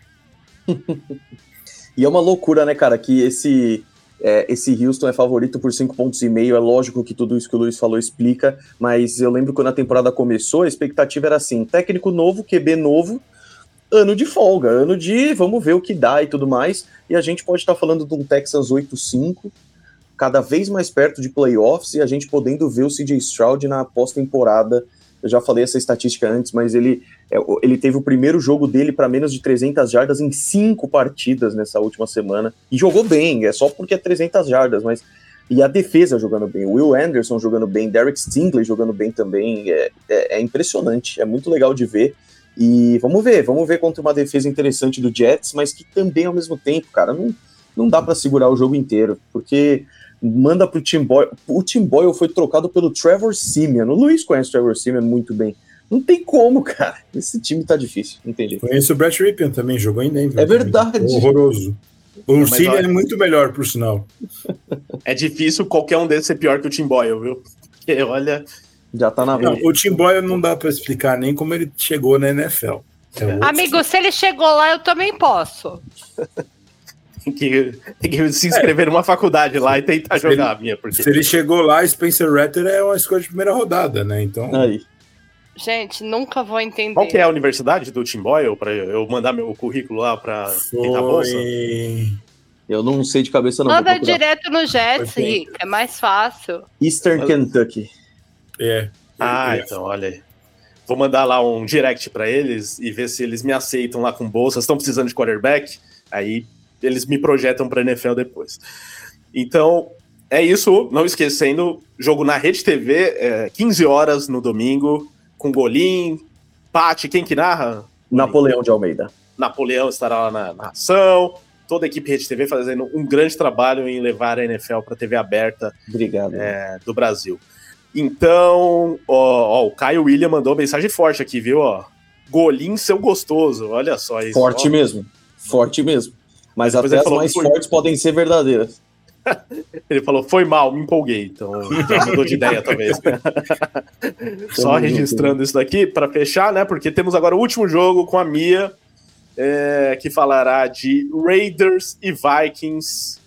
E é uma loucura, né, cara, que esse, é, esse Houston é favorito por cinco pontos e meio. É lógico que tudo isso que o Luiz falou explica, mas eu lembro quando a temporada começou, a expectativa era assim, técnico novo, Q B novo, ano de folga, ano de vamos ver o que dá e tudo mais, e a gente pode estar falando de um Texans oito cinco, cada vez mais perto de playoffs, e a gente podendo ver o C J Stroud na pós-temporada. Eu já falei essa estatística antes, mas ele, ele teve o primeiro jogo dele para menos de trezentas jardas em cinco partidas nessa última semana, e jogou bem, é só porque é trezentas jardas, mas E a defesa jogando bem, o Will Anderson jogando bem, Derek Stingley jogando bem também, é, é, é impressionante, é muito legal de ver. E vamos ver, vamos ver contra uma defesa interessante do Jets, mas que também ao mesmo tempo, cara, não, não dá para segurar o jogo inteiro, porque manda pro Tim Boyle, o Tim Boyle foi trocado pelo Trevor Siemian, o Luiz conhece o Trevor Siemian muito bem, não tem como, cara, esse time tá difícil, não tem jeito. Conheço o Brett Ripien também, jogou em Denver. É verdade. Horroroso. O Siemian olha... é muito melhor, por sinal. É difícil qualquer um desses ser pior que o Tim Boyle, viu? Porque, olha... Já tá na não, o Tim Boyle não dá pra explicar nem como ele chegou na N F L. É Amigo, se ele chegou lá, eu também posso. Tem que, tem que se inscrever é. numa faculdade lá e tentar se jogar, ele, minha. Porque... Se ele chegou lá, Spencer Rattler é uma escolha de primeira rodada, né? Então. Aí. Gente, nunca vou entender. Qual que é a universidade do Tim Boyle pra eu mandar meu currículo lá pra tentar a bolsa? Eu não sei de cabeça, não. Manda direto no Jets, Rick, é mais fácil. Eastern Mas... Kentucky. É. Ah, é. Então, olha aí. Vou mandar lá um direct pra eles e ver se eles me aceitam lá com bolsas. Estão precisando de quarterback, aí eles me projetam pra N F L depois. Então, é isso. Não esquecendo, jogo na Rede T V, é, quinze horas no domingo, com Golim, Pati, quem que narra? Napoleão de Almeida. Napoleão estará lá na narração. Toda a equipe Rede T V fazendo um grande trabalho em levar a N F L pra T V aberta. Obrigado. É, do Brasil. Então, ó, ó, o Caio William mandou mensagem forte aqui, viu? Ó, Golim, seu gostoso, olha só isso. Forte ó. mesmo, forte mesmo. Mas Depois até as falou, mais foi... fortes podem ser verdadeiras. Ele falou, foi mal, me empolguei, então já mudou de ideia, talvez. Só registrando isso daqui para fechar, né? Porque temos agora o último jogo com a Mia, é, que falará de Raiders e Vikings.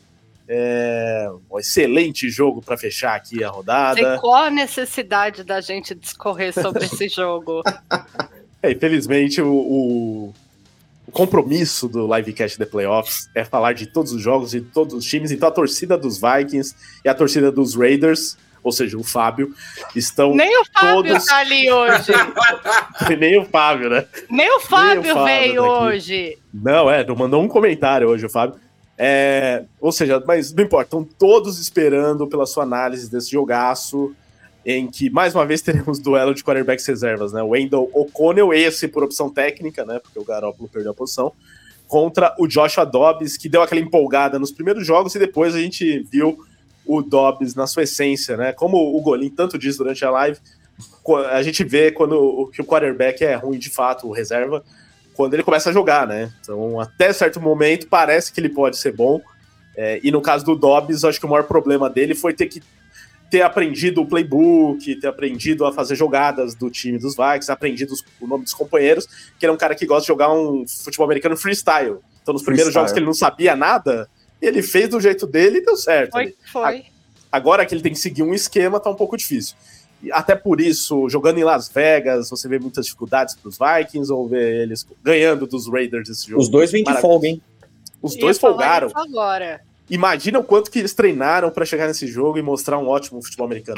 É, um excelente jogo para fechar aqui a rodada. Qual a necessidade da gente discorrer sobre esse jogo? É, infelizmente, o, o, o compromisso do Livecast The Playoffs é falar de todos os jogos, de todos os times. Então a torcida dos Vikings e a torcida dos Raiders, ou seja, o Fábio, estão Nem o Fábio todos... tá ali hoje. Nem o Fábio, né? Nem o Fábio, Nem o Fábio veio tá hoje. Não, é, não mandou um comentário hoje o Fábio. É, ou seja, mas não importa, estão todos esperando pela sua análise desse jogaço, em que, mais uma vez, teremos duelo de quarterbacks reservas, né? O Wendell O'Connell, esse por opção técnica, né? Porque o Garoppolo perdeu a posição, contra o Joshua Dobbs, que deu aquela empolgada nos primeiros jogos, e depois a gente viu o Dobbs na sua essência, né? Como o Golim tanto diz durante a live, a gente vê quando o, que o quarterback é ruim de fato, o reserva, quando ele começa a jogar, né? Então, até certo momento, parece que ele pode ser bom. É, e no caso do Dobbs, acho que o maior problema dele foi ter que ter aprendido o playbook, ter aprendido a fazer jogadas do time dos Vikings, aprendido os, o nome dos companheiros, que ele é um cara que gosta de jogar um futebol americano freestyle. Então, nos primeiros freestyle. jogos que ele não sabia nada, ele fez do jeito dele e deu certo. Foi, foi. Agora que ele tem que seguir um esquema, tá um pouco difícil. Até por isso, jogando em Las Vegas, você vê muitas dificuldades para os Vikings ou vê eles ganhando dos Raiders esse jogo. Os dois vêm de folga, hein? Os dois folgaram. Agora. Imagina o quanto que eles treinaram para chegar nesse jogo e mostrar um ótimo futebol americano.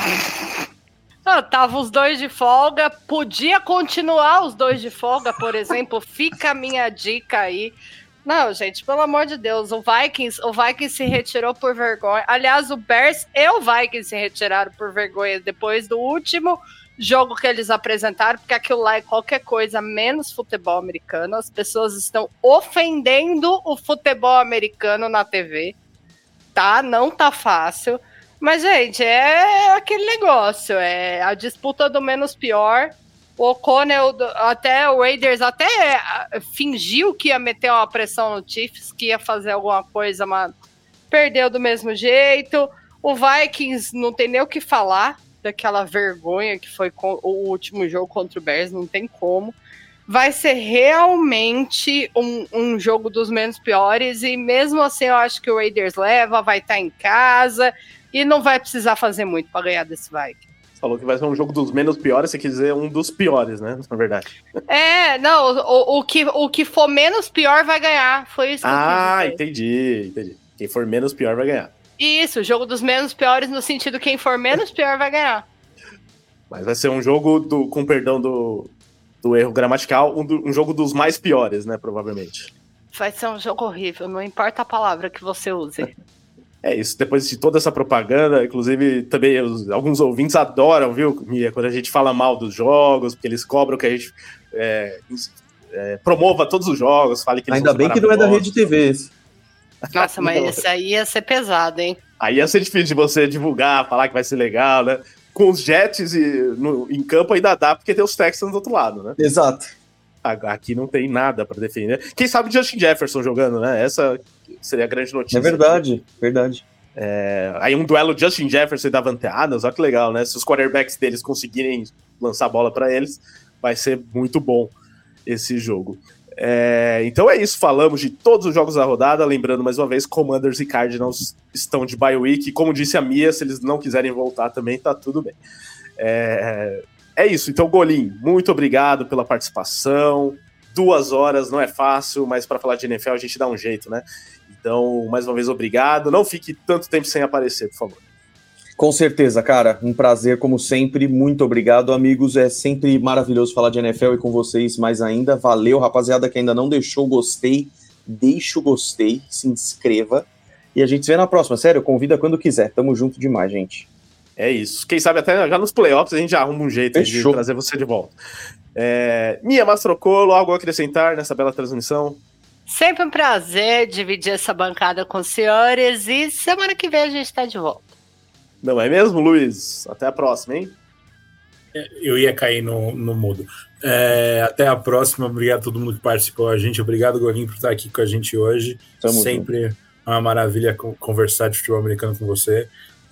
Ah, tava os dois de folga, podia continuar os dois de folga, por exemplo. Fica a minha dica aí. Não, gente, pelo amor de Deus, o Vikings, o Vikings se retirou por vergonha. Aliás, o Bears e o Vikings se retiraram por vergonha depois do último jogo que eles apresentaram, porque aquilo lá é qualquer coisa menos futebol americano. As pessoas estão ofendendo o futebol americano na T V, tá? Não tá fácil. Mas, gente, é aquele negócio, é a disputa do menos pior. O O'Connell, até o Raiders até fingiu que ia meter uma pressão no Chiefs, que ia fazer alguma coisa, mas perdeu do mesmo jeito. O Vikings não tem nem o que falar daquela vergonha que foi o último jogo contra o Bears, não tem como. Vai ser realmente um, um jogo dos menos piores, e mesmo assim eu acho que o Raiders leva, vai estar em casa e não vai precisar fazer muito para ganhar desse Vikings. Falou que vai ser um jogo dos menos piores, você quer dizer um dos piores, né? Na verdade. É, não, o, o, que, o que for menos pior vai ganhar. Foi isso que ah, eu quis dizer. entendi, entendi. Quem for menos pior vai ganhar. Isso, jogo dos menos piores no sentido quem for menos pior vai ganhar. Mas vai ser um jogo, do, com perdão do, do erro gramatical, um, do, um jogo dos mais piores, né? Provavelmente. Vai ser um jogo horrível, não importa a palavra que você use. É isso, depois de toda essa propaganda, inclusive também os, alguns ouvintes adoram, viu, Mia, quando a gente fala mal dos jogos, porque eles cobram que a gente é, é, promova todos os jogos, fale que eles Ainda bem que não é da Rede T V esse. Nossa, mas esse aí ia ser pesado, hein? Aí ia ser difícil de você divulgar, falar que vai ser legal, né? Com os Jets e, no, em campo ainda dá, porque tem os Texans do outro lado, né? Exato. Aqui não tem nada pra defender. Quem sabe o Justin Jefferson jogando, né? Essa seria a grande notícia. É verdade, aqui. verdade. É, aí um duelo Justin Jefferson e Davante Adams, olha que legal, né? Se os quarterbacks deles conseguirem lançar a bola pra eles, vai ser muito bom esse jogo. É, então é isso, falamos de todos os jogos da rodada, lembrando mais uma vez, Commanders e Cardinals estão de bye week, e como disse a Mia, se eles não quiserem voltar também, tá tudo bem. É, é isso, então Golim, muito obrigado pela participação, duas horas não é fácil, mas para falar de N F L a gente dá um jeito, né? Então, mais uma vez, obrigado, não fique tanto tempo sem aparecer, por favor. Com certeza, cara, um prazer como sempre, muito obrigado, amigos, é sempre maravilhoso falar de N F L e com vocês mais ainda, valeu, rapaziada que ainda não deixou o gostei, deixa o gostei, se inscreva, e a gente se vê na próxima, sério, convida quando quiser, tamo junto demais, gente. É isso, quem sabe até já nos playoffs a gente já arruma um jeito Fechou. de trazer você de volta. É... Mia Mastrocolo, algo a acrescentar nessa bela transmissão? Sempre um prazer dividir essa bancada com os senhores, e semana que vem a gente tá de volta. Não é mesmo, Luiz? Até a próxima, hein? Eu ia cair no, no mudo. É, até a próxima. Obrigado a todo mundo que participou a gente. Obrigado, Golinho, por estar aqui com a gente hoje. Tamo Sempre junto. Uma maravilha conversar de futebol americano com você.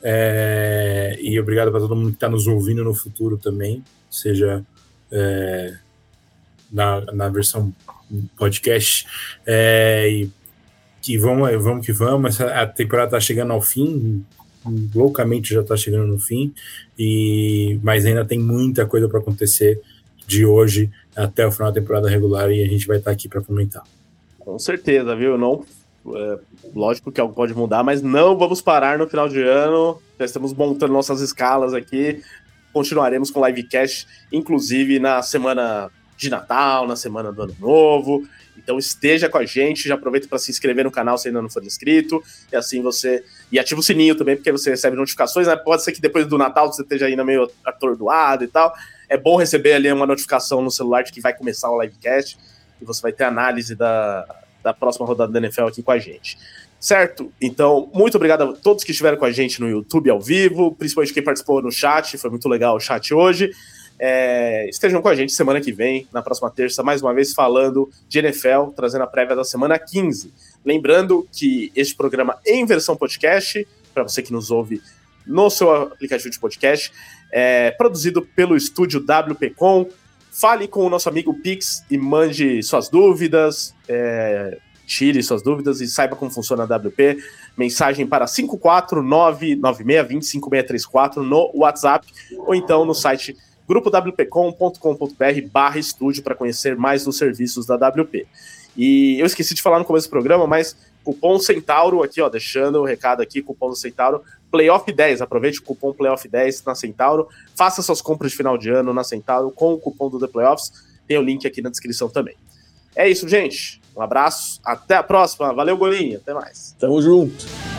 É, e obrigado para todo mundo que está nos ouvindo no futuro também, seja é, na, na versão podcast. É, e que vamos, vamos que vamos. A temporada está chegando ao fim. Loucamente já está chegando no fim, e, mas ainda tem muita coisa para acontecer de hoje até o final da temporada regular, e a gente vai estar tá aqui para comentar. Com certeza, viu? Não, é, lógico que algo pode mudar, mas não vamos parar no final de ano. Já estamos montando nossas escalas aqui, continuaremos com livecast, inclusive na semana de Natal, na semana do Ano Novo. Então esteja com a gente, já aproveita para se inscrever no canal se ainda não for inscrito, e assim você... E ativa o sininho também, porque você recebe notificações, né? Pode ser que depois do Natal você esteja ainda meio atordoado e tal. É bom receber ali uma notificação no celular de que vai começar o livecast, e você vai ter análise da, da próxima rodada da N F L aqui com a gente. Certo? Então, muito obrigado a todos que estiveram com a gente no YouTube ao vivo, principalmente quem participou no chat, foi muito legal o chat hoje. É, estejam com a gente semana que vem, na próxima terça, mais uma vez falando de N F L, trazendo a prévia da semana quinze. Lembrando que este programa em versão podcast, para você que nos ouve no seu aplicativo de podcast, é produzido pelo estúdio W P com. Fale com o nosso amigo Pix e mande suas dúvidas, é, tire suas dúvidas e saiba como funciona a W P. Mensagem para cinco quatro nove nove seis dois zero cinco seis três quatro no WhatsApp, ou então no site grupo w p com ponto com ponto b r barra estúdio para conhecer mais dos serviços da W P. E eu esqueci de falar no começo do programa, mas cupom Centauro aqui, ó, deixando o recado aqui, cupom do Centauro, Playoff dez, aproveite o cupom Playoff dez na Centauro, faça suas compras de final de ano na Centauro com o cupom do The Playoffs, tem o link aqui na descrição também. É isso, gente, um abraço, até a próxima, valeu, Golinho, até mais. Tamo junto.